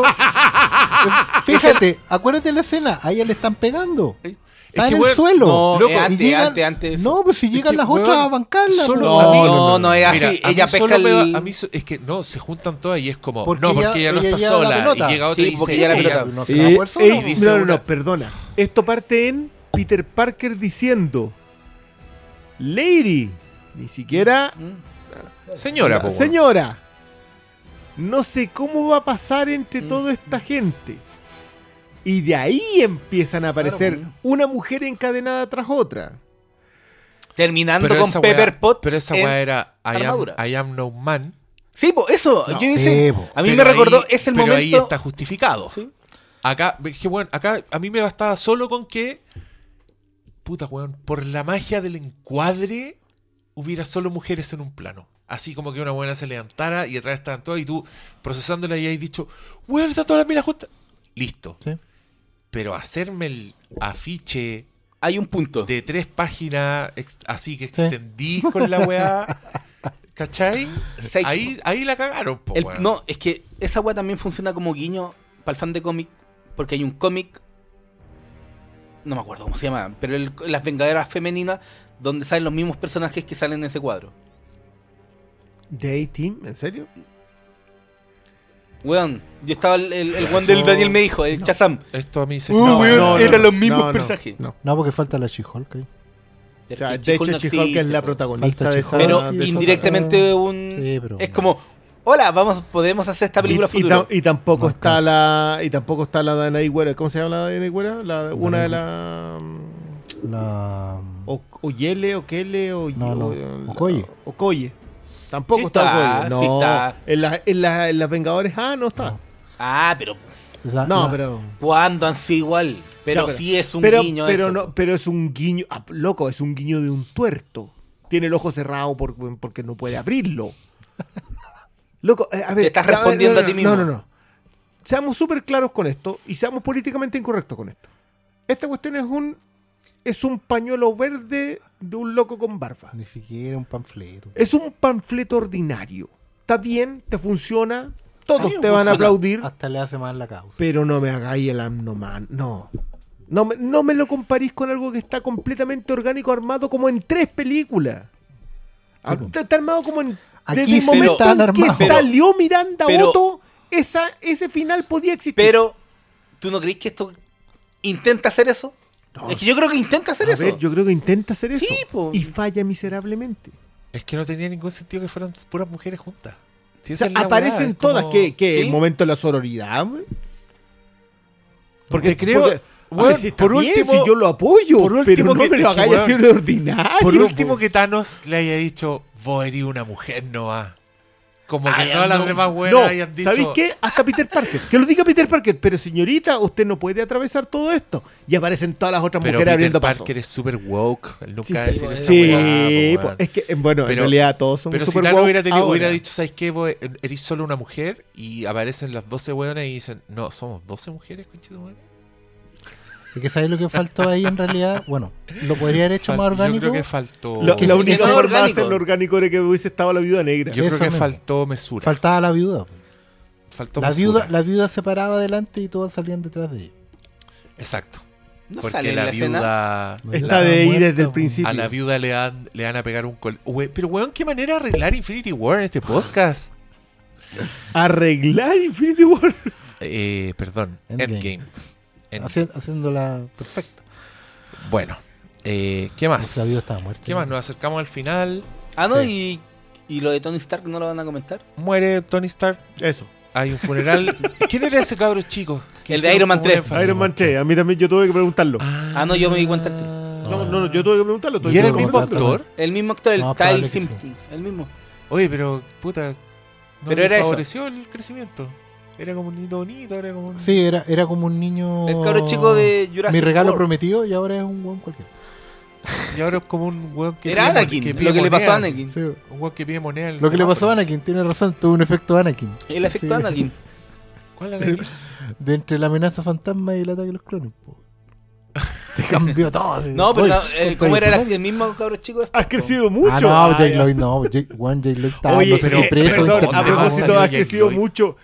Fíjate, acuérdate de la escena, a ella le están pegando. Está que, en el weón, suelo. no, loco, es antes, y llegan- antes, antes. No, pues si llegan que, las weón, otras a bancarla. solo pues. a mí- no, no, es así. Mira, a ella mí pesca solo me el... va- a mí so- es que no, se juntan todas y es como, Porque no, ella- porque ella no ella está lleva la sola. pelota. Y llega otra Sí, y dice, porque lleva la ella- pelota. No se va a Eh, poder sola, eh, pues. dice no, no, una- no, perdona. Esto parte en Peter Parker diciendo Lady, ni siquiera Señora, po, weón. señora. No sé cómo va a pasar entre Mm. toda esta gente. Y de ahí empiezan a aparecer Claro, una mujer encadenada tras otra. Terminando Pero con esa Pepper weá- Potts Pero esa en weá era I am, armadura. I am no man. Sí, po, eso. No. Yo hice, Sí, po. a mí Pero me recordó, ahí- es el pero momento. ahí está justificado. Sí. Acá, es que bueno, acá a mí me bastaba solo con que, puta weón, por la magia del encuadre hubiera solo mujeres en un plano. Así como que una buena se levantara y atrás estaban todas y tú procesándola y has dicho, weón, está toda la mina justa. Listo. Sí. Pero hacerme el afiche Hay un punto. de tres páginas ex- así que Sí. extendís con la weá, ¿cachai? Sí. Ahí, ahí la cagaron, po, El- weón. no, es que esa weá también funciona como guiño para el fan de cómic, porque hay un cómic, no me acuerdo cómo se llama, pero el- las Vengaderas Femeninas, donde salen los mismos personajes que salen en ese cuadro. ¿De A-Team? ¿En serio? Weón, yo estaba, el, el, el weón Eso- del Daniel me dijo, el Shazam. Esto a mí se... Uh, No, weón, no, no, eran no, los mismos no, no, personajes. no. No, porque falta la She-Hulk ahí. O sea, Porque de hecho, She-Hulk no She-Hulk es existe, la po. protagonista Falta de esa. She-Hulk. Pero de esa indirectamente saga. un... Sí, pero- es como, hola, vamos, podemos hacer esta película y, y, futuro. tam- y tampoco No está alcanza. la y tampoco está la Dana Higuera. ¿Cómo se llama la Dana Higuera? La, una de las La... o, Oyele, Okele o No, no, o- Okoye. la- Okoye. Tampoco Sí está, está, Okoye. No, sí está. En, la, en, la, en las Vengadores ah, no está. No. Ah, pero la- No, la- pero ¿cuándo han sido igual? Pero, Ya, pero- sí es un pero, guiño pero eso. no, pero es un guiño, ah, loco, es un guiño de un tuerto. Tiene el ojo cerrado por- porque no puede abrirlo. Loco, eh, a ver, Te estás a ver, respondiendo no, a ti no, mismo. No, no, no. Seamos súper claros con esto y seamos políticamente incorrectos con esto. Esta cuestión es un es un pañuelo verde de un loco con barba. Ni siquiera un panfleto. Es un panfleto ordinario. Está bien, te funciona, todos A mí te me van a funciona. aplaudir, Hasta le hace mal la causa. pero no me hagáis el amnoman. No. No me, no me lo comparís con algo que está completamente orgánico, armado como en tres películas. Ah, Sí, po. Está, está armado como en. Aquí desde el sí momento están en que armados. Pero- salió Miranda pero- Otto, esa, ese final podía existir. Pero, ¿tú no crees que esto intenta hacer eso? No. Es que yo creo que intenta hacer A eso. ver, yo creo que intenta hacer eso. Sí, po. Y falla miserablemente. Es que no tenía ningún sentido que fueran puras mujeres juntas. Si O esa sea, es la aparecen weá, es todas. como- que que ¿Sí? el momento de la sororidad, güey? Porque creo- porque- bueno, a ver, si está por bien, último- si yo lo apoyo, por pero último no que- me lo es que, hagáis weón, así de ordinario. Por último po. que Thanos le haya dicho, vos eres una mujer, no va. Como que Ay, todas las no, demás no, buenas hayan dicho... ¿sabéis qué? Hasta Peter Parker. Que lo diga Peter Parker. Pero señorita, usted no puede atravesar todo esto. Y aparecen todas las otras Pero mujeres Peter abriendo paso. Parker es super woke. Él nunca Sí, va a sí, decir esa sí, weá, po, po, weón. es que, eh, bueno, Pero- en realidad todos son Pero si super Thanos woke hubiera, tenido, ahora. hubiera dicho, ¿sabes qué? Vos eres solo una mujer y aparecen las doce weonas y dicen, no, somos doce mujeres, conchetumare. Es que ¿sabes lo que faltó ahí en realidad? Bueno, lo podría haber hecho Fal- más orgánico. Yo creo que faltó... La, que la sí, única eso es forma de orgánico. hacerlo orgánico era que hubiese estado la viuda negra. Yo creo Eso que mismo. faltó mesura. Faltaba la viuda. faltó La mesura. viuda, la viuda se paraba adelante y todas salían detrás de ella. Exacto. No Porque sale en la, la escena. viuda... Está La de ahí muerta, desde el po. principio. A la viuda le dan, le van a pegar un... col- We- Pero, weón, ¿qué manera de arreglar Infinity War en este podcast? Arreglar Infinity War. Eh, perdón, Endgame. Endgame. Endgame. Haci- haciéndola perfecta. Bueno, eh, ¿qué más? La viuda estaba muerta. ¿Qué más? Nos acercamos al final. Ah, no, Sí. y, y lo de Tony Stark no lo van a comentar. Muere Tony Stark. Eso. Hay un funeral. ¿Quién era ese cabro chico? Que El de hicieron Iron Man como un tres. énfasis? Iron Man tres. A mí también yo tuve que preguntarlo. Ah, no, yo me di cuenta al tiro. No, no, no, yo tuve que preguntarlo. tuve ¿Y era el que mismo preguntarlo. actor? El mismo actor, el No, Ty probable que Simpson. El mismo. Oye, pero, puta. No Pero le era eso. favoreció el crecimiento. Era como un niño bonito, era como un... Sí, era, era como un niño. El cabro chico de Jurassic Mi regalo World. prometido y ahora es un weón cualquiera. Y ahora es como un weón que Era pide- Anakin, pide lo que le pasó a monedas. Anakin. Sí. Un weón que pide moneda. en el Lo que le pasó a semáforo. Anakin, tiene razón, tuvo un efecto Anakin. El efecto Sí. Anakin. ¿Cuál Anakin? De entre la amenaza fantasma y el ataque de los clones. Po. Te cambió todo. así. No, pero Oye, no, eh, como era el, contradictorio. el mismo cabro chico después, Has po. crecido mucho. Ah, no, Ah, Jake ya. Lloyd no. Jake, Juan Jake Lloyd está Oye, dándose eh, preso. perdón, a internado. propósito, salió has Jake crecido Lloyd. mucho.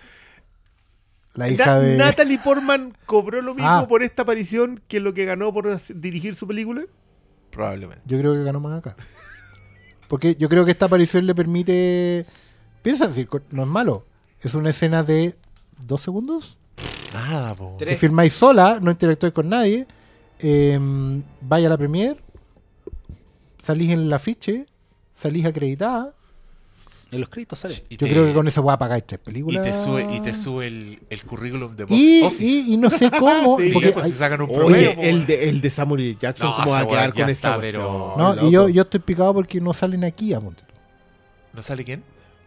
La hija Na- de. Natalie Portman cobró lo mismo Ah. por esta aparición que lo que ganó por hacer- dirigir su película. Probablemente. Yo creo que ganó más acá. Porque yo creo que esta aparición le permite. Piensa decir, no es malo. Es una escena de dos segundos. Nada, po. Tres. Que filmáis sola, no interactuáis con nadie. Eh, vaya a la premier. Salís en el afiche. Salís acreditada. En los créditos sale. Y Yo te- creo que con eso voy a pagar tres Y películas. te sube, y te sube el, el currículum de Box Y, Office. y, y no sé cómo. Sí, porque pues hay- si sacan un Oye, promedio, po, el weón. de, el de Samuel L. Jackson, No, ¿cómo va a esa quedar weá ya con esta está, pero- cuestión, no, loco? y yo, yo estoy picado porque no salen aquí a Monte. ¿No sale quién?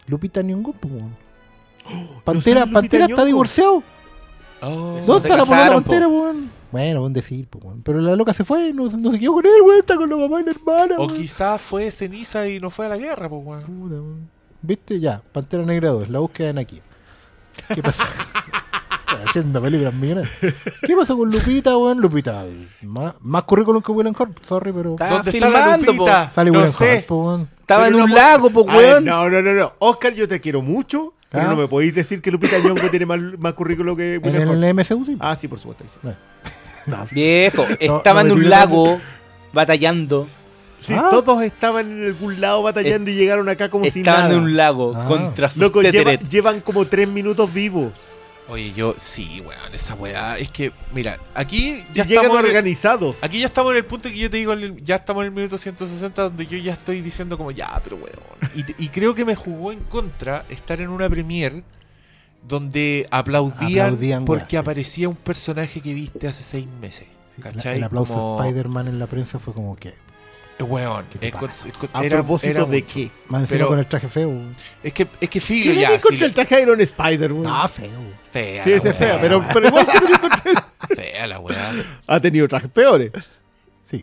Lupita Nyong'o, pues, weón. ¿No Pantera, sale Lupita Pantera está Nyong'o? divorciado. Oh. No ¿Dónde se está la polola casaron, po. Pantera, weón? Bueno, un decir, pues, weón. Pero la loca se fue, no, no se quedó con él, weón. Está con la mamá y la hermana, O weón. quizás fue ceniza y no fue a la guerra, pues, weón. Puta, weón. ¿Viste? Ya, Pantera Negra dos, la búsqueda de aquí. ¿Qué pasó? Estoy haciendo películas millonarias. ¿Qué pasó con Lupita, weón? Lupita, más, más currículum que William Hurt, sorry, pero... Está ¿Dónde está la filmando, Lupita? Sale no William sé. Hurt, po, weón. Estaba Pero en un no- lago, pues, A ver, weón. no, no, no, no. Oscar, yo te quiero mucho, pero Ah. no me podéis decir que Lupita Nyong'o tiene más, más currículo que En William el Hurt. M C U, sí. Ah, sí, por supuesto. sí. No. Viejo, estaba no en me un digas lago batallando. Sí, Ah. todos estaban en algún lado batallando y llegaron acá como si Estaban nada. en un lago Ah. contra sus Loco, lleva- teteret. llevan como tres minutos vivos. Oye, yo, sí, weón, esa weá. Es que, mira, aquí ya y llegan estamos en el- organizados. Aquí ya estamos en el punto que yo te digo, en el- ya estamos en el minuto ciento sesenta, donde yo ya estoy diciendo como, ya, pero weón. Y, te- y creo que me jugó en contra estar en una premiere donde aplaudían, Aplaudían, porque weón. aparecía un personaje que viste hace seis meses. Sí, ¿Cachai? el, el aplauso Como, de Spider-Man en la prensa fue como que... eh, Weón, ¿Qué te es con- pasa? es con- ¿A era- propósito era de mucho. qué? Más encima Pero- con el traje feo. Es que, es que ¿Qué filo le ya, vi sí, contra le- el traje de Iron Spider, weón? Ah, feo. fea. Sí, la ese es weá, fea, pero, weón. pero igual que le vi contra- Fea la weá. ha tenido trajes peores. Sí.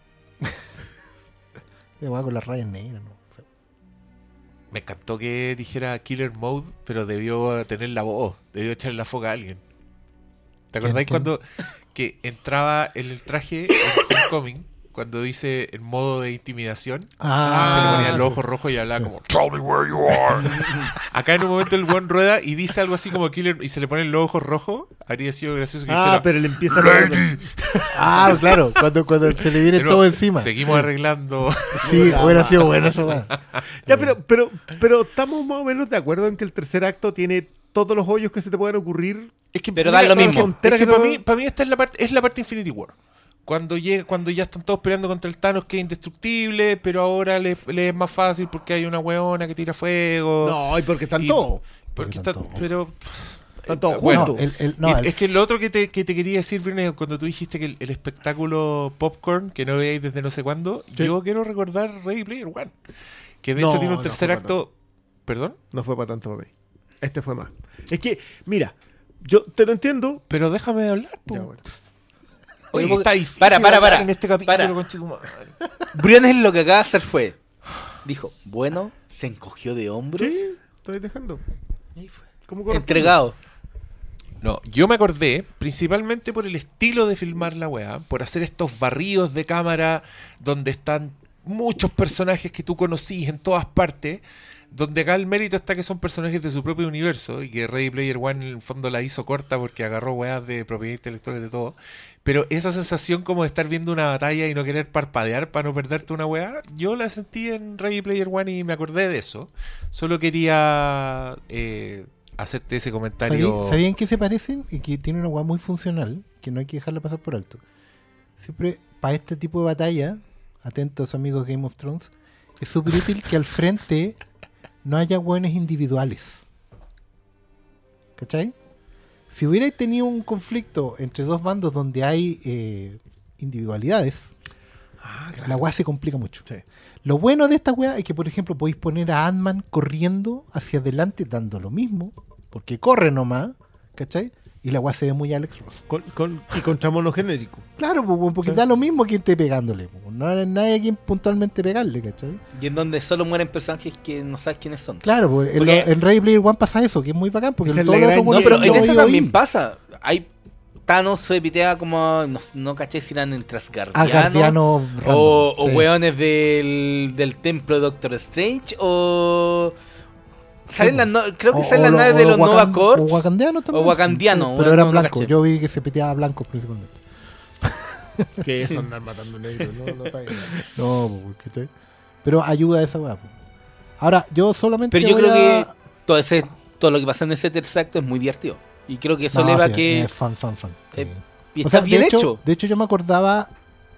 De con las rayas negras, ¿no? Feo. Me encantó que dijera Killer Mode, pero debió tener la voz, debió echarle la foca a alguien. ¿Te acordáis quién? cuando que entraba en el traje en Homecoming, cuando dice en modo de intimidación, se le ponían los ojos rojos y hablaba como Tell me where you are. acá en un momento el buen rueda y dice algo así como Killer y se le ponen los ojos rojos, habría sido gracioso que Ah, dijera, pero le empieza a hablar. Ah, claro, cuando, cuando se le viene "Pero todo encima. seguimos arreglando". Sí, hubiera sido bueno eso, weón. Ya, pero, pero, pero estamos más o menos de acuerdo en que el tercer acto tiene todos los hoyos que se te puedan ocurrir. Es que Pero mira, da lo todas las mismo. tonteras Es que que para se- mí, para mí esta es la parte, es la parte de Infinity War. Cuando llega, cuando ya están todos peleando contra el Thanos que es indestructible, pero ahora le, le es más fácil porque hay una weona que tira fuego. No, y porque están Y- todos. Porque Porque está, están todos. pero Están todos bueno, juntos. el, el- no, es, el- es que lo otro que te, que te quería decir, Virne, cuando tú dijiste que el, el espectáculo Popcorn, que no veáis desde no sé cuándo, Sí. yo quiero recordar Ready Player One. Que de No, hecho tiene un no tercer fue acto. ¿Perdón? No fue para tanto para mí. Este fue más. Es que, mira, yo te lo entiendo. Pero déjame hablar, po. Ya, bueno. Oye, Oye, está difícil para, para, hablar para, en este capítulo, para. conchetumadre. Briones lo que acaba de hacer fue. Dijo, bueno, se encogió de hombros. Sí, estoy dejando. Y fue. ¿Cómo corresponde? Entregado. No, yo me acordé principalmente por el estilo de filmar la weá, por hacer estos barridos de cámara donde están muchos personajes que tú conocís en todas partes, donde acá el mérito está que son personajes de su propio universo y que Ready Player One en el fondo la hizo corta porque agarró weas de propiedad intelectual de todo, pero esa sensación como de estar viendo una batalla y no querer parpadear para no perderte una weá, yo la sentí en Ready Player One y me acordé de eso. Solo quería eh, hacerte ese comentario. ¿Sabían, ¿Sabían que se parecen? Y que tiene una weá muy funcional, que no hay que dejarla pasar por alto. Siempre, para este tipo de batalla, atentos amigos Game of Thrones, es súper útil que al frente no haya weones individuales. ¿Cachai? Si hubierais tenido un conflicto entre dos bandos donde hay eh, individualidades, Ah, claro. la weá se complica mucho. Sí. Lo bueno de esta weá es que, por ejemplo, podéis poner a Ant-Man corriendo hacia adelante dando lo mismo, porque corre nomás, ¿cachai? Y la weá se ve muy Alex Ross. Con, con, y contra mono genérico. Claro, po, po, porque Sí. da lo mismo quien esté pegándole. Po. No hay nadie a quien puntualmente pegarle, ¿cachai? Y en donde solo mueren personajes que no sabes quiénes son. Claro, po, en, Porque- lo- en Ready Player One pasa eso, que es muy bacán, porque Esa en es todo la lo gran- otro No, weón pero son en oído, esta también oído. pasa. Hay Thanos se pitea como. No, no caché si eran entre Asgardianos. Asgardiano O, random, o sí. weones del, del templo de Doctor Strange. O. Salen Sí, las no- creo que O- salen o las lo- naves o de los wakan- Nova O Corps. wakandianos también. o wakandianos, Sí, bueno, pero era no- no blanco. caché. Yo vi que se peteaba a blancos principalmente. Que eso andar matando negros. No, no está bien. No, po, ¿cachai? Pero ayuda a esa weá. po. Ahora, yo solamente. Pero yo voy creo a- que todo, ese, todo lo que pasa en ese tercer acto es muy divertido. Y creo que eso No, eleva sí, que. es fan, fan, fan. eh, Sí. y O está sea, bien de hecho, hecho. De hecho, yo me acordaba.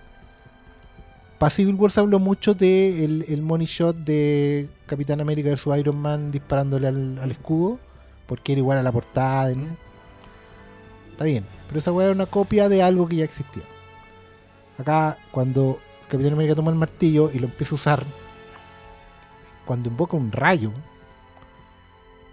Para Civil War se habló mucho de el, el money shot de Capitán América versus Iron Man disparándole al, al escudo, porque era igual a la portada. ¿no? Está bien, pero esa weá era una copia de algo que ya existía. Acá, cuando Capitán América toma el martillo y lo empieza a usar, cuando invoca un rayo,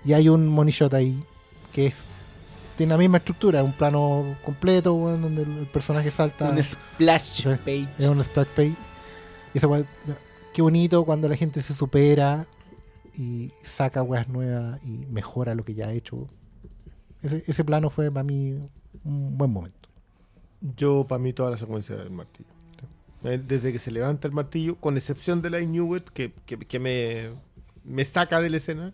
Y hay un money shot ahí que es tiene la misma estructura, un plano completo, weón, donde el, el personaje salta. Un splash Sí. page. Es un splash page. Y esa weá, qué bonito cuando la gente se supera y saca weas nuevas y mejora lo que ya ha hecho. Ese, ese plano fue para mí un buen momento. Yo, para mí, toda la secuencia del martillo. Eh, Desde que se levanta el martillo, con excepción de la Inuit, que, que, que me, me saca de la escena.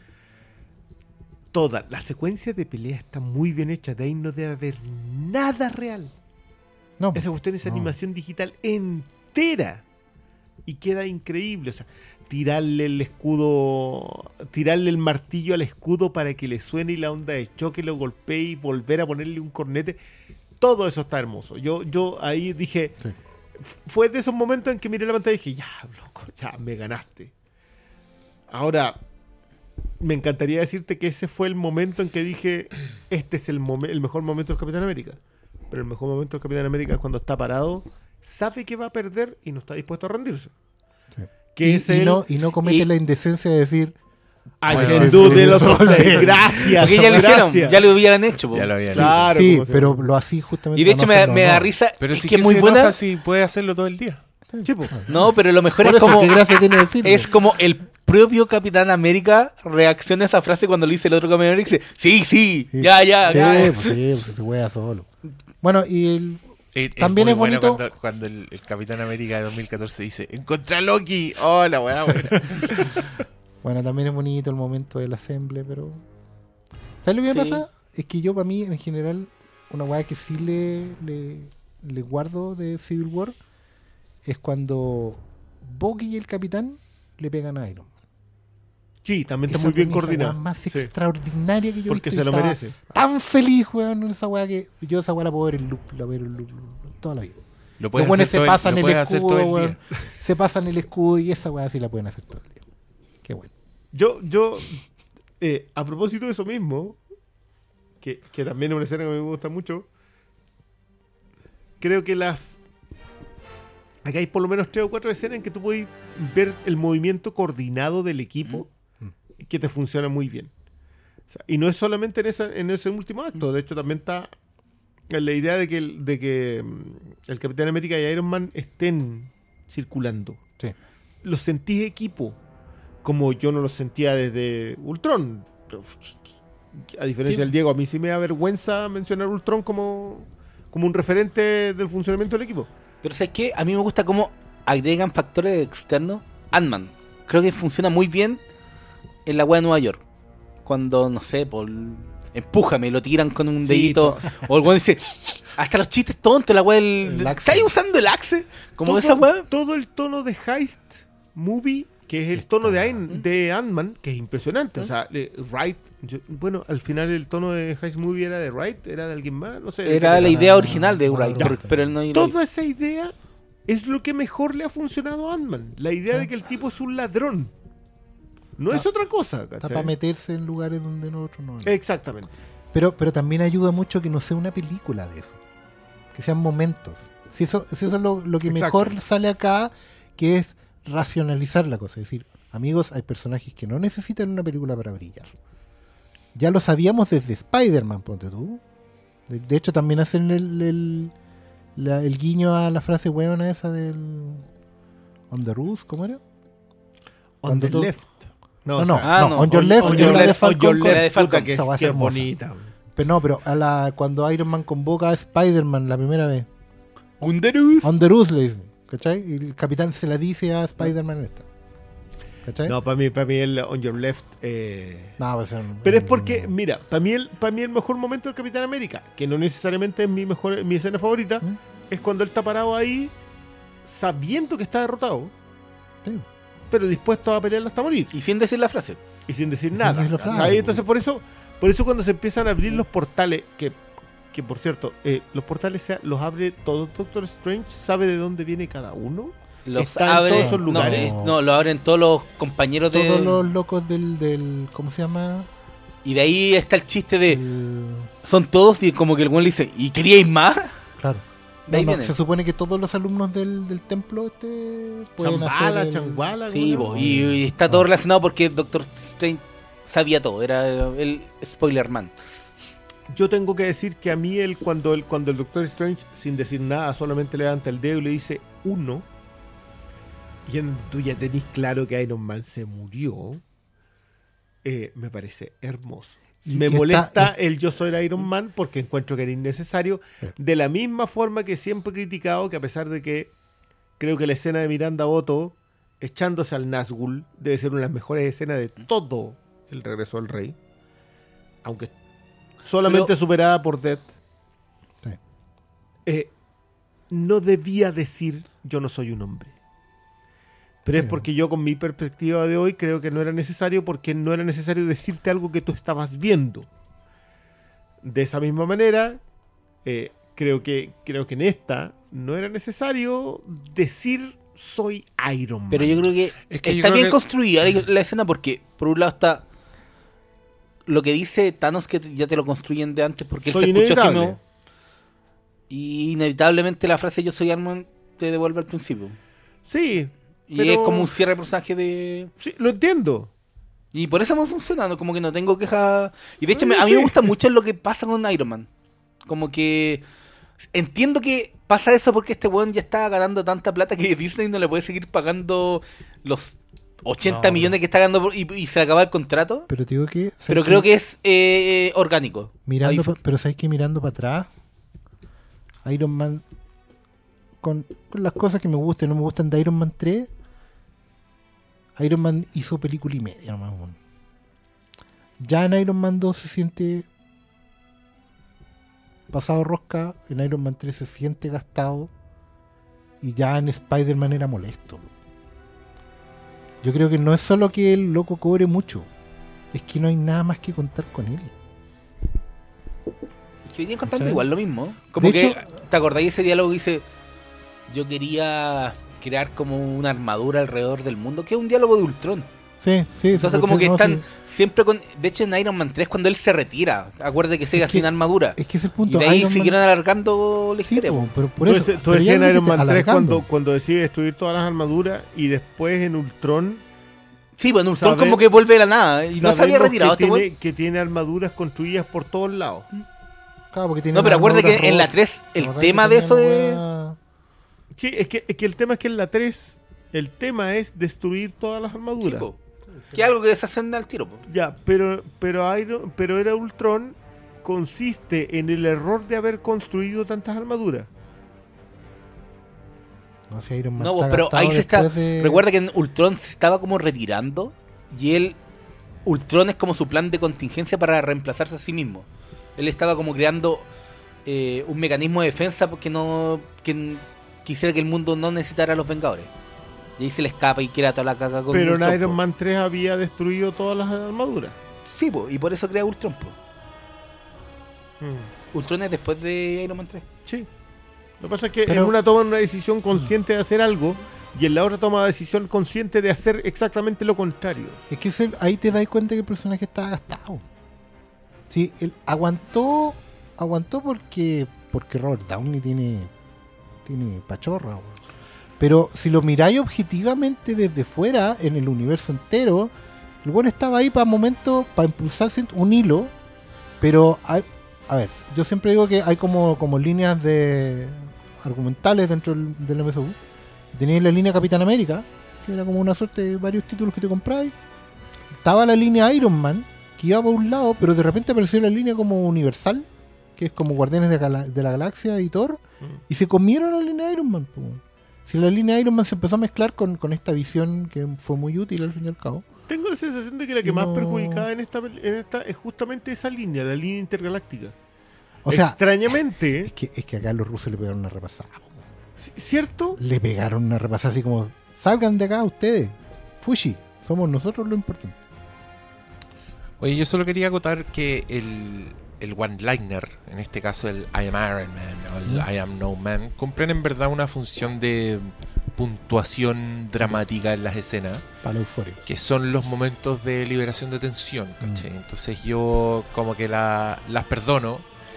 Toda la secuencia de pelea está muy bien hecha. De ahí no debe haber nada real. No, Esa cuestión es no. animación digital entera. Y queda increíble. O sea, tirarle el escudo, tirarle el martillo al escudo para que le suene y la onda de choque lo golpee y volver a ponerle un cornete. Todo eso está hermoso. Yo, yo ahí dije, Sí. f- fue de esos momentos en que miré la pantalla y dije, ya, loco, ya me ganaste. Ahora, me encantaría decirte que ese fue el momento en que dije, este es el, momen- el mejor momento del Capitán América. Pero el mejor momento del Capitán América es cuando está parado, sabe que va a perder y no está dispuesto a rendirse. Sí. Que y, es y el no, y no comete y- la indecencia de decir, I Bueno, can es- do de es- los hombres. Gracias. Porque ya lo hicieron, gracias. ya lo hubieran hecho. po. Ya lo había Claro, sí, como se- pero lo así justamente. Y de para hecho no me, hacerlo, me da no. risa. Pero es si que es que muy se buena. enoja, si puede hacerlo todo el día. Sí, po. No, pero lo mejor Por es eso, como. qué gracia tiene decirlo. Es como el propio Capitán América reacciona a esa frase cuando le dice el otro Capitán América y dice, sí, sí, Sí. ya, ya, Sí, ya. pues, sí, pues, se juega solo. Bueno, y el, Eh, También muy es bueno bonito- Cuando, cuando el, el Capitán América de dos mil catorce dice: ¡Encontré a Loki! ¡Oh, la weá, buena! bueno, también es bonito el momento del assemble, pero. ¿Sabes lo que me Sí. pasa? Es que yo, para mí, en general, una weá que sí le, le, le guardo de Civil War es cuando Bucky y el Capitán le pegan a Iron Man. Sí, también está Esa muy bien para mí es la coordinada. weá más Sí, extraordinaria que yo he porque visto y se lo estaba merece. Tan feliz, weón, en esa weá que yo esa weá la puedo ver en loop, la veo en loop, loop, toda la vida. Lo Los puedes buenos hacer, se todo, pasan el, lo el puedes hacer todo escudo, el weón. día. Se pasan el escudo y esa weá sí la pueden hacer todo el día. Qué bueno. Yo, yo eh, a propósito de eso mismo, que, que también es una escena que me gusta mucho, creo que las... Acá hay por lo menos tres o cuatro escenas en que tú puedes ver el movimiento coordinado del equipo Mm. que te funciona muy bien. O sea, y no es solamente en, esa, en ese último acto, de hecho también está en la idea de que, el, de que mm, el Capitán América y Iron Man estén circulando. Sí. Los sentís equipo, como yo no los sentía desde Ultron. A diferencia Sí. del Diego, a mí sí me da vergüenza mencionar Ultron como, como un referente del funcionamiento del equipo. Pero ¿sabes qué? A mí me gusta cómo agregan factores externos. Ant-Man. Creo que funciona muy bien en la wea de Nueva York. Cuando, no sé, por... empújame, lo tiran con un Sí, dedito. O el weón dice... Hasta los chistes tontos, la wea del... El Axe. ¿Estáis usando el Axe? Como todo, esa wea. todo el tono de Heist Movie, que es el tono de, Ein- de Ant-Man, que es impresionante. O sea, le- Wright, yo- bueno, al final el tono de Heist Movie era de Wright, era de alguien más, no sé. Era la Ya, idea ya, original de ya, Wright, ya. pero, pero él no lo Toda hizo. esa idea es lo que mejor le ha funcionado a Ant-Man. La idea de que el tipo es un ladrón. No Está- es otra cosa. Está ¿cachai? para meterse en lugares donde nosotros no. Exactamente. Pero, pero también ayuda mucho que no sea una película de eso. Que sean momentos. Si eso, si eso es lo, lo que Exacto. mejor sale acá, que es racionalizar la cosa. Es decir, amigos, hay personajes que no necesitan una película para brillar. Ya lo sabíamos desde Spider-Man, ponte tú. De, de hecho, también hacen el, el, la- el guiño a la frase huevona esa del... On the Roof, ¿cómo era? On Cuando the todo- left. No, no, Ah, no, no. On Your On- Left on es your la de left, on Falcon. your con- left, La de puta, Falcon, que, esa va a que ser hermosa. bonita. Pero no, pero a la, cuando Iron Man convoca a Spider-Man la primera vez, Underoos. On the Roof le dicen, ¿cachai? Y el capitán se la dice a Spider-Man en esta. ¿Cachai? No, para mí, para mí el On Your Left... Eh... No, pues, um, Pero es um, porque, mira, para mí, el, para mí el mejor momento del Capitán América, que no necesariamente es mi mejor mi escena favorita, ¿Mm? es cuando él está parado ahí sabiendo que está derrotado, Sí. pero dispuesto a pelear hasta morir Y sin decir la frase. y sin decir Sin nada. decir la frase, ¿cachai? pues. Entonces por eso, por eso cuando se empiezan a abrir los portales, que, que por cierto, eh, los portales se- los abre todo Doctor Strange, sabe de dónde viene cada uno. Los Está en abre, todos esos no, lugares. eh, No, lo abren todos los compañeros de... Todos los locos del, del. ¿Cómo se llama? Y de ahí está el chiste de... El- Son todos y como que el güey le dice, ¿y queríais más? claro. De ahí No, no, viene. se supone que todos los alumnos del, del templo este pueden Chambala, hacer. el- changuala. Sí, ¿cómo bo, no? y, y está todo relacionado porque Doctor Strange sabía todo, era el spoiler man. Yo tengo que decir que a mí el, cuando, el, cuando el Doctor Strange, sin decir nada, solamente levanta el dedo y le dice uno, y en, tú ya tenés claro que Iron Man se murió, eh, me parece hermoso. Y Me está- molesta es- el yo soy Iron Man porque encuentro que era innecesario, Sí. de la misma forma que siempre he criticado que a pesar de que creo que la escena de Miranda Otto echándose al Nazgûl debe ser una de las mejores escenas de todo el Regreso al Rey, aunque solamente Pero- superada por Death. Sí. Eh, no debía decir yo no soy un hombre. Pero es Sí. porque yo con mi perspectiva de hoy creo que no era necesario, porque no era necesario decirte algo que tú estabas viendo. De esa misma manera, eh, creo que creo que en esta no era necesario decir soy Iron Man. Pero yo creo que Es que yo está creo bien que- construida la, la escena porque, por un lado, está lo que dice Thanos, que te- ya te lo construyen de antes porque él Soy se escucha a sí inevitable. mismo. Y inevitablemente la frase yo soy Iron Man te devuelve al principio. Sí, Y Pero- es como un cierre de personaje de... sí, lo entiendo. Y por eso me funciona, ¿no? Como que no tengo queja. Y de hecho, me- Sí, a mí sí. me gusta mucho lo que pasa con Iron Man. Como que entiendo que pasa eso porque este weón ya está ganando tanta plata que Disney no le puede seguir pagando los ochenta No, millones que está ganando por- y, y se le acaba el contrato. Pero te digo que. ¿sabes Pero qué? creo que es eh, orgánico. Mirando Ahí- pa- pero sabes que mirando para atrás, Iron Man, con, con las cosas que me gustan y no me gustan de Iron Man tres, Iron Man hizo película y media nomás, weón. Ya en Iron Man dos se siente pasado rosca, en Iron Man tres se siente gastado, y ya en Spider-Man era molesto. Yo creo que no es solo que el loco cobre mucho, es que no hay nada más que contar con él. Que venían contando ¿Cachai? igual lo mismo. Como De que, hecho- ¿te acordáis de ese diálogo que dice: yo quería crear como una armadura alrededor del mundo? Que es un diálogo de Ultron. Sí, sí. Entonces sí, como sí, que no, están sí. siempre con... De hecho en Iron Man tres cuando él se retira, acuerde que sigue Es que- sin armadura. Es que es el Y punto. de ahí Iron Man- siguieron alargando la Sí, historia. po, po. pero por Tú, eso. dec- tú pero ya decías en lo Iron dijiste, Man tres alargando. cuando, cuando decide destruir todas las armaduras y después en Ultron Sí, bueno, Ultron Sabe- como que vuelve de la nada. Y no se había sabemos retirado que este tiene, weón. que tiene armaduras construidas por todos lados. Claro, porque tiene No, pero las acuerde que armaduras en la rotas. tres el Acordate tema que de tenía eso la de... weá- Sí, es que, es que el tema es que en la tres el tema es destruir todas las armaduras. Tipo, que es algo que se hacen al tiro. Po. Ya, pero pero Iron- pero era Ultron consiste en el error de haber construido tantas armaduras. No sé, Iron Man No, está pero gastado ahí se está... después de- Recuerda que en Ultron se estaba como retirando y él... Ultron es como su plan de contingencia para reemplazarse a sí mismo. Él estaba como creando eh, un mecanismo de defensa porque no... Que n- quisiera que el mundo no necesitara a los Vengadores. Y ahí se le escapa y queda toda la caca con Pero en Ultron, Iron po. Man tres había destruido todas las armaduras. Sí, po, y por eso crea Ultron. Po. Ultron es después de Iron Man tres. Sí. Lo que pasa es que Pero- en una toman una decisión consciente de hacer algo y en la otra toma la decisión consciente de hacer exactamente lo contrario. Es que es el- ahí te das cuenta que el personaje estaba gastado. Sí, él aguantó. Aguantó porque. Porque Robert Downey tiene. Tiene pachorra, weón. Pero si lo miráis objetivamente desde fuera, en el universo entero, el bueno estaba ahí para momentos, para impulsarse un hilo. Pero hay, a ver, yo siempre digo que hay como, como líneas de argumentales dentro del, del M C U. Teníais la línea Capitán América, que era como una suerte de varios títulos que te compráis. Estaba la línea Iron Man, que iba por un lado, pero de repente apareció la línea como Universal, que es como Guardianes de, Gala- de la Galaxia y Thor, y se comieron la línea Iron Man. Po. Si la línea Iron Man se empezó a mezclar con, con esta visión que fue muy útil al fin y al cabo. Tengo la sensación de que la que más No. perjudicada en esta, pel- en esta es justamente esa línea, la línea intergaláctica. O sea, extrañamente, es que, es que acá los rusos le pegaron una repasada. Po. c- ¿cierto? Le pegaron una repasada así como, salgan de acá ustedes. Fushi, somos nosotros lo importante. Oye, yo solo quería acotar que el, el one-liner, en este caso el I am Iron Man o el I am no man, cumplen en verdad una función de puntuación dramática en las escenas, Para la euforia. que son los momentos de liberación de tensión, ¿cachai? Entonces yo como que la, las perdono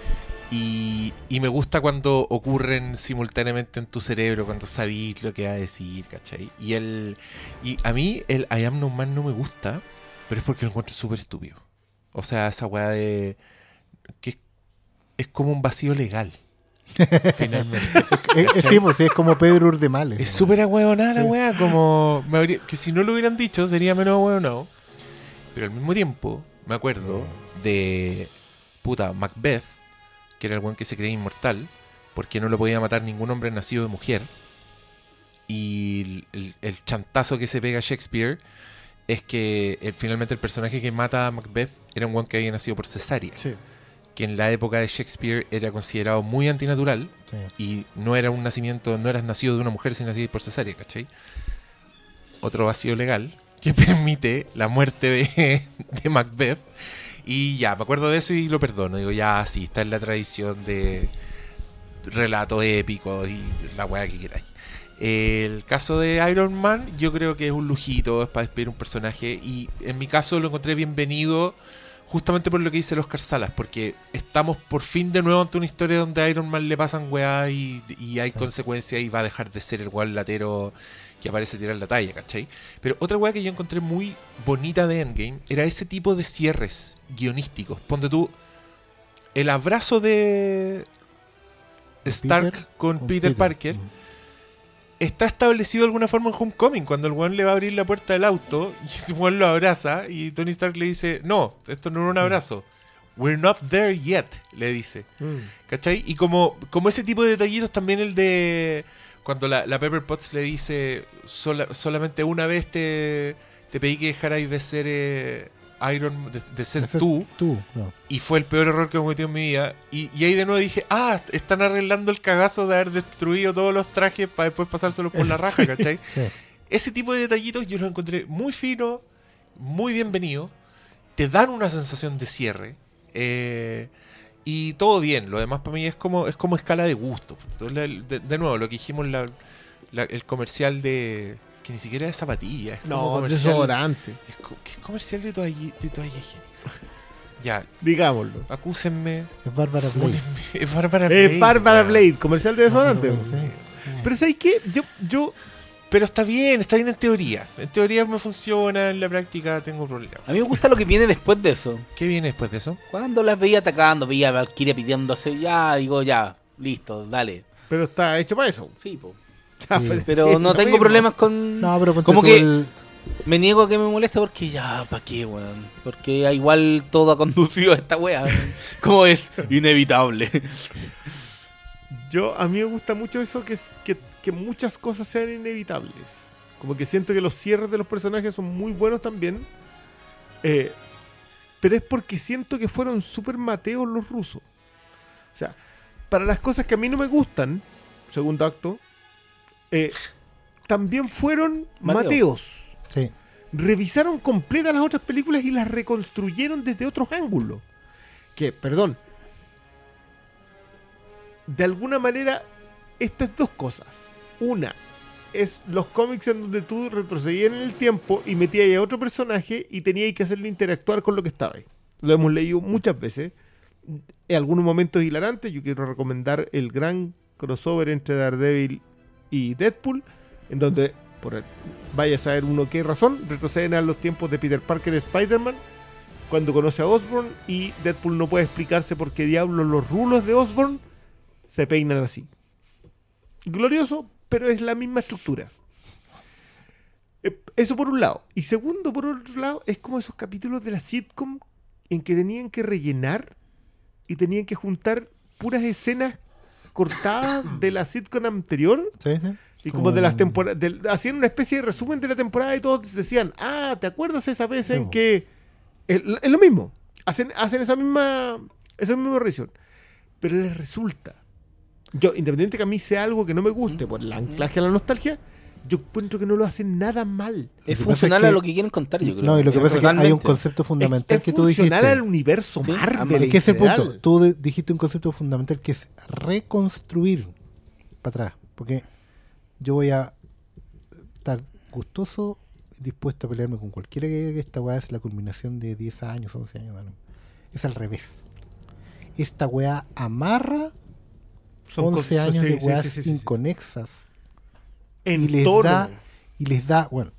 y, y me gusta cuando ocurren simultáneamente en tu cerebro, cuando sabís lo que va a decir, ¿cachai? Y, el, y a mí el I am no man no me gusta pero es porque lo encuentro súper estúpido. O sea, esa weá de... que es, es como un vacío legal. Finalmente. Es, es, sí, pues, sí, es como Pedro Urdemales. Es súper ahueonada la weá, como... Me habría, que si no lo hubieran dicho sería menos ahueonado. Pero al mismo tiempo, me acuerdo de... Puta, Macbeth, que era el weón que se creía inmortal, porque no lo podía matar ningún hombre nacido de mujer. Y el, el, el chantazo que se pega a Shakespeare es que el, finalmente el personaje que mata a Macbeth era un weón que había nacido por cesárea. Sí. Que en la época de Shakespeare era considerado muy antinatural. Sí. Y no era un nacimiento, no eras nacido de una mujer sino nacido por cesárea, ¿cachai? Otro vacío legal que permite la muerte de, de Macbeth. Y ya, me acuerdo de eso y lo perdono. Digo, ya, sí, está en la tradición de relatos épicos y la weá que queráis. El caso de Iron Man, yo creo que es un lujito, es para despedir un personaje. Y en mi caso lo encontré bienvenido justamente por lo que dice el Oscar Salas, porque estamos por fin de nuevo ante una historia donde a Iron Man le pasan weá y, y hay sí. consecuencias y va a dejar de ser el weón latero que aparece a tirar la talla, ¿cachai? Pero otra weá que yo encontré muy bonita de Endgame era ese tipo de cierres guionísticos. Ponte tú el abrazo de Stark Peter, con, con Peter, Peter. Parker. Mm. Está establecido de alguna forma en Homecoming, cuando el weón le va a abrir la puerta del auto y el weón lo abraza y Tony Stark le dice, no, esto no era un abrazo. We're not there yet, le dice. Mm. ¿Cachai? Y como, como ese tipo de detallitos, también el de cuando la, la Pepper Potts le dice, sola, solamente una vez te, te pedí que dejarais de ser eh, Iron, de, de ser Ese- tú, Tú, no. y fue el peor error que he cometido en mi vida. Y, y ahí de nuevo dije, ah, están arreglando el cagazo de haber destruido todos los trajes para después pasárselos por la raja, ¿cachai? Sí. Ese tipo de detallitos yo los encontré muy finos, muy bienvenidos, te dan una sensación de cierre, eh, y todo bien. Lo demás para mí es como es como escala de gusto. De, de- de nuevo, lo que dijimos, la, la- el comercial de... que ni siquiera es zapatilla, es como No, comercial, desodorante. es, co- ¿qué es comercial de toalla, de toalla higiénica? Ya, Digámoslo. acúsenme, Es Bárbara Blade. fúnenme, es Bárbara Blade. Es Bárbara weón. Blade, comercial de desodorante. No, no, sí. Pero ¿sabes qué? Yo, yo Pero está bien, está bien en teoría. En teoría me funciona, en la práctica tengo problemas. A mí me gusta lo que viene después de eso. ¿Qué viene después de eso? Cuando las veía atacando, veía a Valkyria pidiéndose, ya, digo, ya, listo, dale. pero está hecho para eso. Sí, po. Ya, Sí. Pero sí, no lo tengo mismo. problemas con... No, pero ponte Como tú que- el- Me niego a que me moleste porque ya, ¿para qué, weón? Porque igual todo ha conducido a esta wea. Como es inevitable. Yo, a mí me gusta mucho eso, que, es- que, que muchas cosas sean inevitables. Como que siento que los cierres de los personajes son muy buenos también. Eh, pero es porque siento que fueron súper mateos los rusos. O sea, para las cosas que a mí no me gustan, segundo acto, eh, también fueron Mateo. mateos. Sí. Revisaron completas las otras películas y las reconstruyeron desde otros ángulos. Que, perdón, de alguna manera, esto es dos cosas. Una, es los cómics en donde tú retrocedías en el tiempo y metías a otro personaje y tenías que hacerlo interactuar con lo que estaba ahí. Lo hemos leído muchas veces. En algunos momentos hilarantes, yo quiero recomendar el gran crossover entre Daredevil y Deadpool, en donde, por el, vaya a saber uno qué razón, retroceden a los tiempos de Peter Parker y Spider-Man, cuando conoce a Osborn y Deadpool no puede explicarse por qué diablos los rulos de Osborn se peinan así. Glorioso, pero es la misma estructura. Eh, Eso por un lado. Y segundo, por otro lado, es como esos capítulos de la sitcom en que tenían que rellenar y tenían que juntar puras escenas cortadas de la sitcom anterior. Sí, sí. Y como de las temporadas, hacían una especie de resumen de la temporada y todos decían, ah, ¿te acuerdas esa vez Sí, en po. que... Es, es lo mismo, hacen, hacen esa misma esa misma revisión, pero les resulta. Yo, independiente que a mí sea algo que no me guste por el anclaje a la nostalgia, yo encuentro que no lo hacen nada mal. Es que pasa funcional es que- a lo que quieren contar, yo creo. No, y lo que pasa es que hay un Totalmente. concepto fundamental es, que es tú dijiste. funcional al universo Sí, Marvel. Es que es el en general. punto. Tú de- dijiste un concepto fundamental que es reconstruir para atrás. Porque yo voy a estar gustoso, dispuesto a pelearme con cualquiera que diga que esta weá es la culminación de diez años, once años. ¿no? Es al revés. Esta weá amarra Son once cosas- años sí, de sí, weas sí, sí, sí. inconexas En y les tono. da y les da, bueno,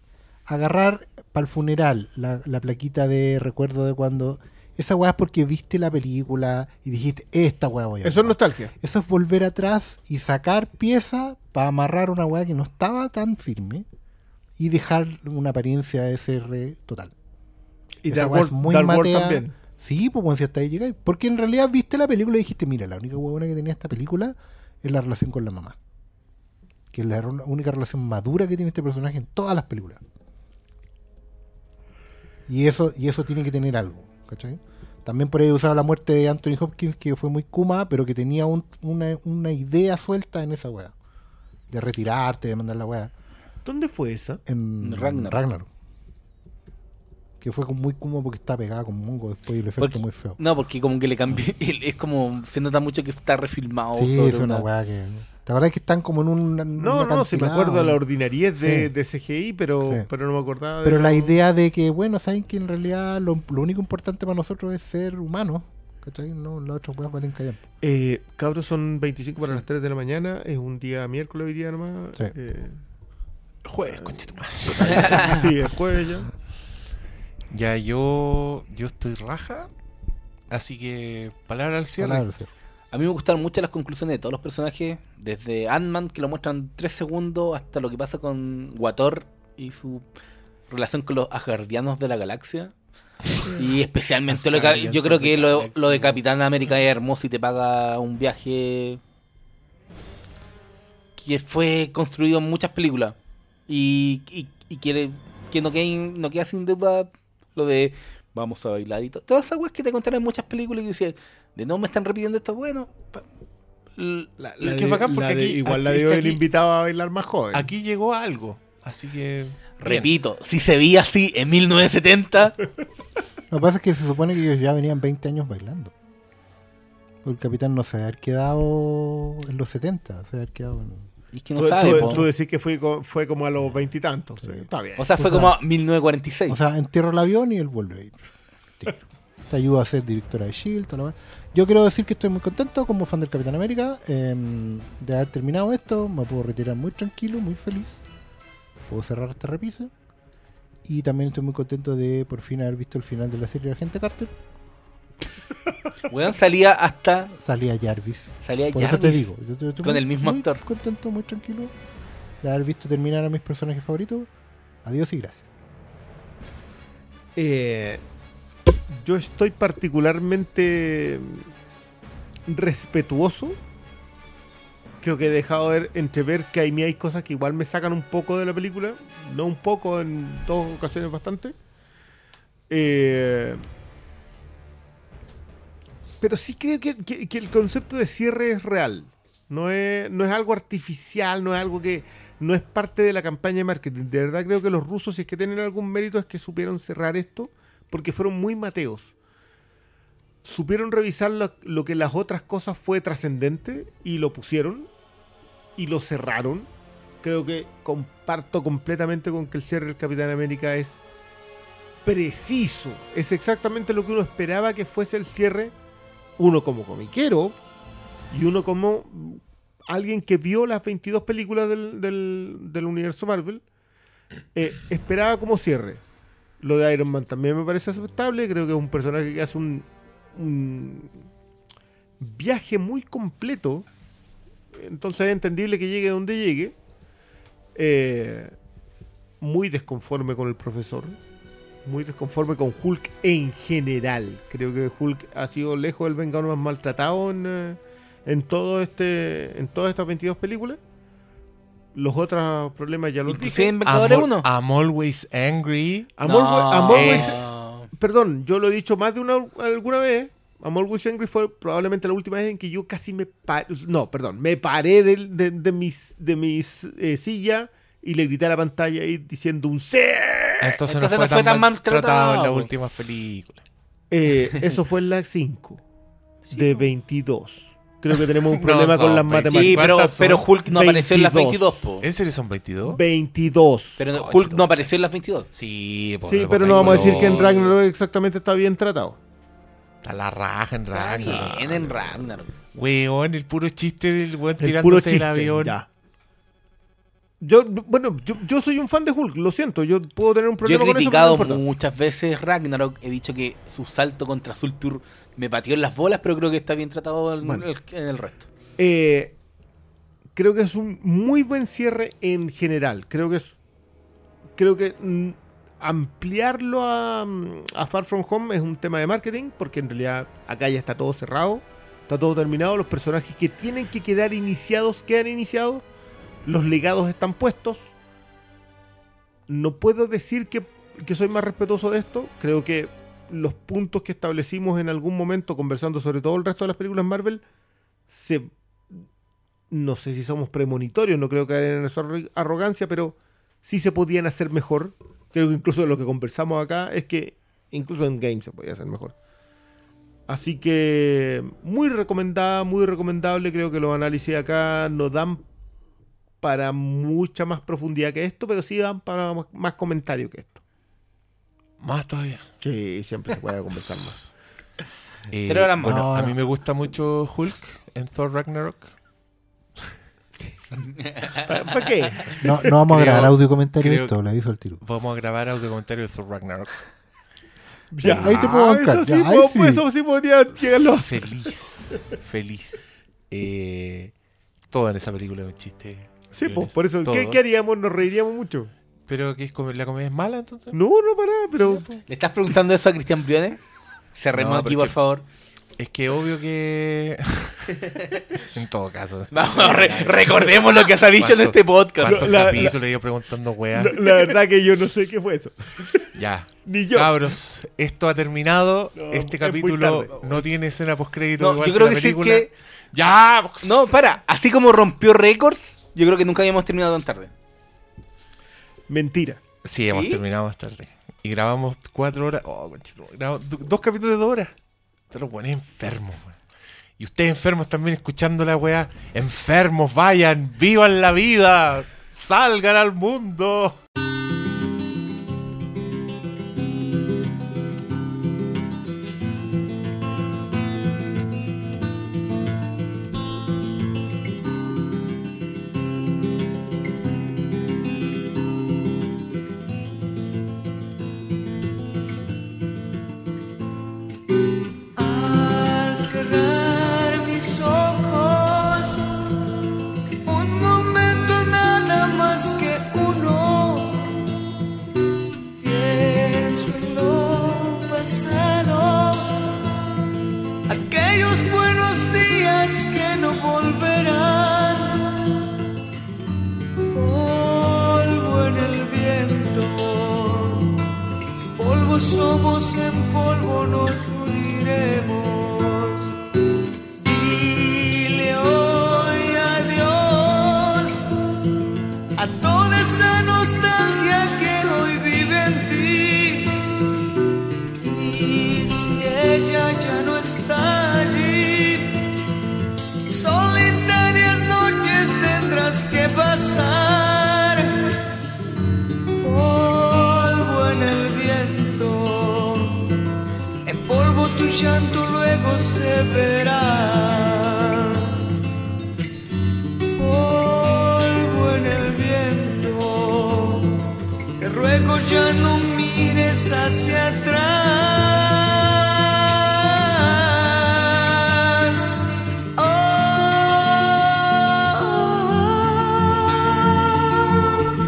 agarrar para el funeral la, la plaquita de recuerdo de cuando... Esa weá es porque viste la película y dijiste, esta weá voy a Eso es ocupar. nostalgia. Eso es volver atrás y sacar piezas para amarrar una weá que no estaba tan firme y dejar una apariencia S R total. Y Esa Dark weá World, es muy Dark World matea. también. Sí, pues bueno, si hasta ahí llegáis. Porque en realidad viste la película y dijiste, mira, la única huevona que tenía esta película es la relación con la mamá. Que es la ro- única relación madura que tiene este personaje en todas las películas. Y eso, y eso tiene que tener algo, ¿cachai? También por ahí usaba la muerte de Anthony Hopkins, que fue muy kuma, pero que tenía un- una, una idea suelta en esa weá. De retirarte, de mandar la weá. ¿Dónde fue esa? En Ragnarok. Ragnarok. Que fue como muy kuma porque está pegada con mongo después y el efecto Porque- muy feo. No, porque como que le cambió. Es como. Se nota mucho que está refilmado. Sí, sobre es una weá que... ¿Te acuerdas que están como en un... No, no, no, si me acuerdo de la ordinariedad de, Sí. de C G I, pero, Sí. pero no me acordaba de Pero la lo- idea de que, bueno, saben que en realidad lo, lo único importante para nosotros es ser humanos. ¿Cachai? No, las otras weas valen callar. Eh, cabros, son veinticinco para las tres de la mañana. Es un día miércoles hoy día nomás. Sí. Eh, Jueves, conchito. sí, es jueves ya. Ya yo, yo estoy raja, así que palabra al cierre. Palabra al cierre. A mí me gustaron mucho las conclusiones de todos los personajes. Desde Ant-Man, que lo muestran tres segundos, hasta lo que pasa con Wator y su relación con los Asgardianos de la galaxia. Y especialmente lo que, Asgardians yo creo of que the lo, Galaxy. lo de Capitán América es hermoso y te paga un viaje que fue construido en muchas películas. Y, y, y que, que no, queda, no queda sin duda lo de vamos a bailar y todo. Todas esas weas que te contaron en muchas películas y decías, de no me están repitiendo esto, bueno. pa- l- La, Es la que de- es bacán porque la de- aquí- igual la aquí- de es que hoy el aquí- invitado a bailar más joven. Aquí llegó algo, así que... bien. Repito, si se veía así en mil novecientos setenta, Lo que pasa es que se supone que ellos ya venían veinte años bailando. Porque el capitán no se había quedado en los setenta, se había quedado en... es que no Tú, sabe, tú- po. tú decís que fue, co- fue como a los veintitantos. Sí, está bien. O sea, fue O sea, como mil novecientos cuarenta y seis. O sea, entierra el avión y él vuelve a ir. Tiro. Te ayuda a ser directora de S H I E L D. Toda la wea. Yo quiero decir que estoy muy contento como fan del Capitán América eh, de haber terminado esto. Me puedo retirar muy tranquilo, muy feliz. Puedo cerrar esta repisa. Y también estoy muy contento de por fin haber visto el final de la serie de Agente Carter. Weón, salía hasta. Salía Jarvis. Salía Por Jarvis. eso te digo. Yo estoy- estoy con muy- el mismo muy actor. contento, muy tranquilo de haber visto terminar a mis personajes favoritos. Adiós y gracias. Eh, yo estoy particularmente respetuoso. Creo que he dejado ver, entrever que a mí hay cosas que igual me sacan un poco de la película. No un poco, en dos ocasiones bastante. Eh, pero sí creo que, que- que el concepto de cierre es real. No es, no es algo artificial, no es algo que no es parte de la campaña de marketing. De verdad creo que los rusos, si es que tienen algún mérito, es que supieron cerrar esto porque fueron muy mateos. Supieron revisar lo, lo que las otras cosas fue trascendente y lo pusieron y lo cerraron. Creo que comparto completamente con que el cierre del Capitán América es preciso. Es exactamente lo que uno esperaba que fuese el cierre. Uno como comiquero y uno como alguien que vio las veintidós películas del, del, del universo Marvel. Eh, esperaba como cierre. Lo de Iron Man también me parece aceptable. Creo que es un personaje que hace un, un viaje muy completo. Entonces es entendible que llegue donde llegue. Eh, muy desconforme con el profesor. Muy desconforme con Hulk en general. Creo que Hulk ha sido lejos del Vengador más maltratado en, eh, en todo este en todas estas veintidós películas. Los otros problemas ya los Inclusive dije. en Vengadores I'm, uno. I'm always angry. I'm No, always- I'm always- no. Perdón, yo lo he dicho más de una alguna vez. I'm Always Angry fue probablemente la última vez en que yo casi me paré. No, perdón, me paré de, de, de mis, de mis eh, silla y le grité a la pantalla ahí diciendo un C. Entonces, Entonces no fue tan, maltratado maltratado, en las po. últimas películas. Eh, eso fue en la cinco Sí, de po. veintidós. Creo que tenemos un No problema con son las veinte. Sí, matemáticas. pero, ¿Cuántas son? pero Hulk no apareció en las veintidós. veintidós, po. ¿En serio son veintidós? veintidós. Pero Oh, Hulk chico. no apareció en las veintidós. Sí, po, Sí, loco, pero hay no vamos a decir que en color. Ragnarok exactamente está bien tratado. Está la raja en Está Ragnarok. bien en Ragnarok. Weón, el puro chiste del weón El puro tirándose chiste. el avión. Ya. Yo, bueno, yo, yo soy un fan de Hulk, lo siento, yo puedo tener un Yo he problema con eso. criticado pero no importa. muchas veces Ragnarok. He dicho que su salto contra Surtur me pateó en las bolas, pero creo que está bien tratado en, Bueno. el, en el resto. Eh, creo que es un muy buen cierre en general. Creo que es. Creo que mm, ampliarlo a, a Far From Home es un tema de marketing, porque en realidad acá ya está todo cerrado, está todo terminado. Los personajes que tienen que quedar iniciados quedan iniciados. Los legados están puestos. No puedo decir que, que soy más respetuoso de esto. Creo que los puntos que establecimos en algún momento, conversando sobre todo el resto de las películas Marvel, se, no sé si somos premonitorios, no creo caer en esa arro- arrogancia, pero sí se podían hacer mejor. Creo que incluso lo que conversamos acá es que incluso en Game se podía hacer mejor. Así que muy recomendada, muy recomendable. Creo que los análisis acá no dan para mucha más profundidad que esto, pero sí dan para más, más comentario que esto. Más todavía. Sí, siempre se puede conversar más. Eh, Pero ahora más. bueno, No, a no. mí me gusta mucho Hulk en Thor Ragnarok. ¿Para, para qué? No, no vamos a Creo- grabar audio comentario de creo- esto, le aviso al tiro. Vamos a grabar audio comentario de Thor Ragnarok. Ya, ahí te puedo bancar, eso sí, ya, ahí puedo- sí. eso sí podría llegarlo. Feliz, feliz. Eh, todo en esa película es un chiste. Sí, pues, Briones, por eso, ¿qué, todo. ¿qué haríamos? Nos reiríamos mucho. Pero que es como- la comedia es mala entonces. No, no, para nada, pero ¿Le estás preguntando eso a Cristian Briones? Cerremos No, aquí, porque- por favor. Es que obvio que. En todo caso. Vamos, re- recordemos lo que se ha dicho en ¿Cuánto- este podcast. ¿Cuántos La- la- capítulos yo preguntando weá? la, la verdad que yo no sé qué fue eso. Ya. Ni yo. Cabros, esto ha terminado. No, este es muy capítulo tarde. no tiene escena postcrédito No, igual yo creo que que la sí película. que... ¡Ya! No, para. Así como rompió récords, yo creo que nunca habíamos terminado tan tarde. Mentira. Sí, hemos ¿Sí? terminado más tarde. Y grabamos cuatro horas. Oh, conchito, grabamos do- dos capítulos de dos horas. Te los pones enfermos, weón. Y ustedes enfermos también escuchando la weá. Enfermos, vayan, vivan la vida. Salgan al mundo. Al cerrar mis ojos, un momento nada más que uno, pienso en lo pasado, aquellos buenos días que no volverán, polvo en el viento, polvo somos, en polvo nos uniremos. Dile hoy adiós a toda esa nostalgia que hoy vive en ti. Y si ella ya no está allí, solitarias noches tendrás que pasar. Polvo en el viento, en polvo tu llanto luego se verá. Polvo en el viento, te ruego ya no mires hacia atrás. Oh.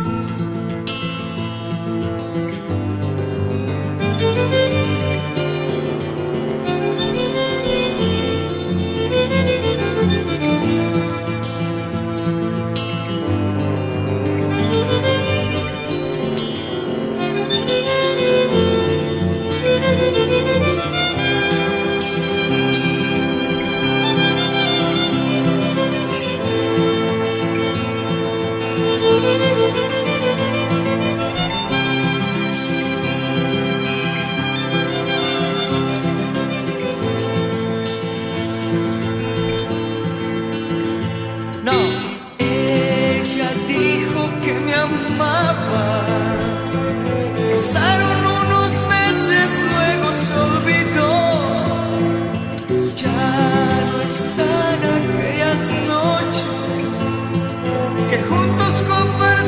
No, ella dijo que me amaba. Pasaron unos meses, luego se olvidó. Ya no están aquellas noches que juntos compartimos.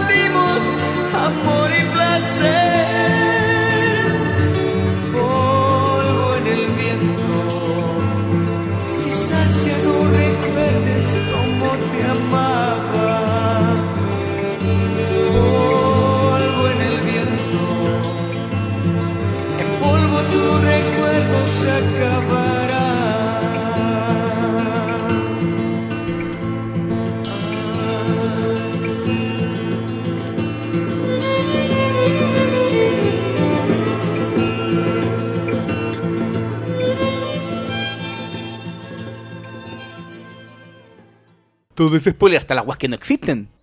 Todo ese spoiler hasta las guas que no existen.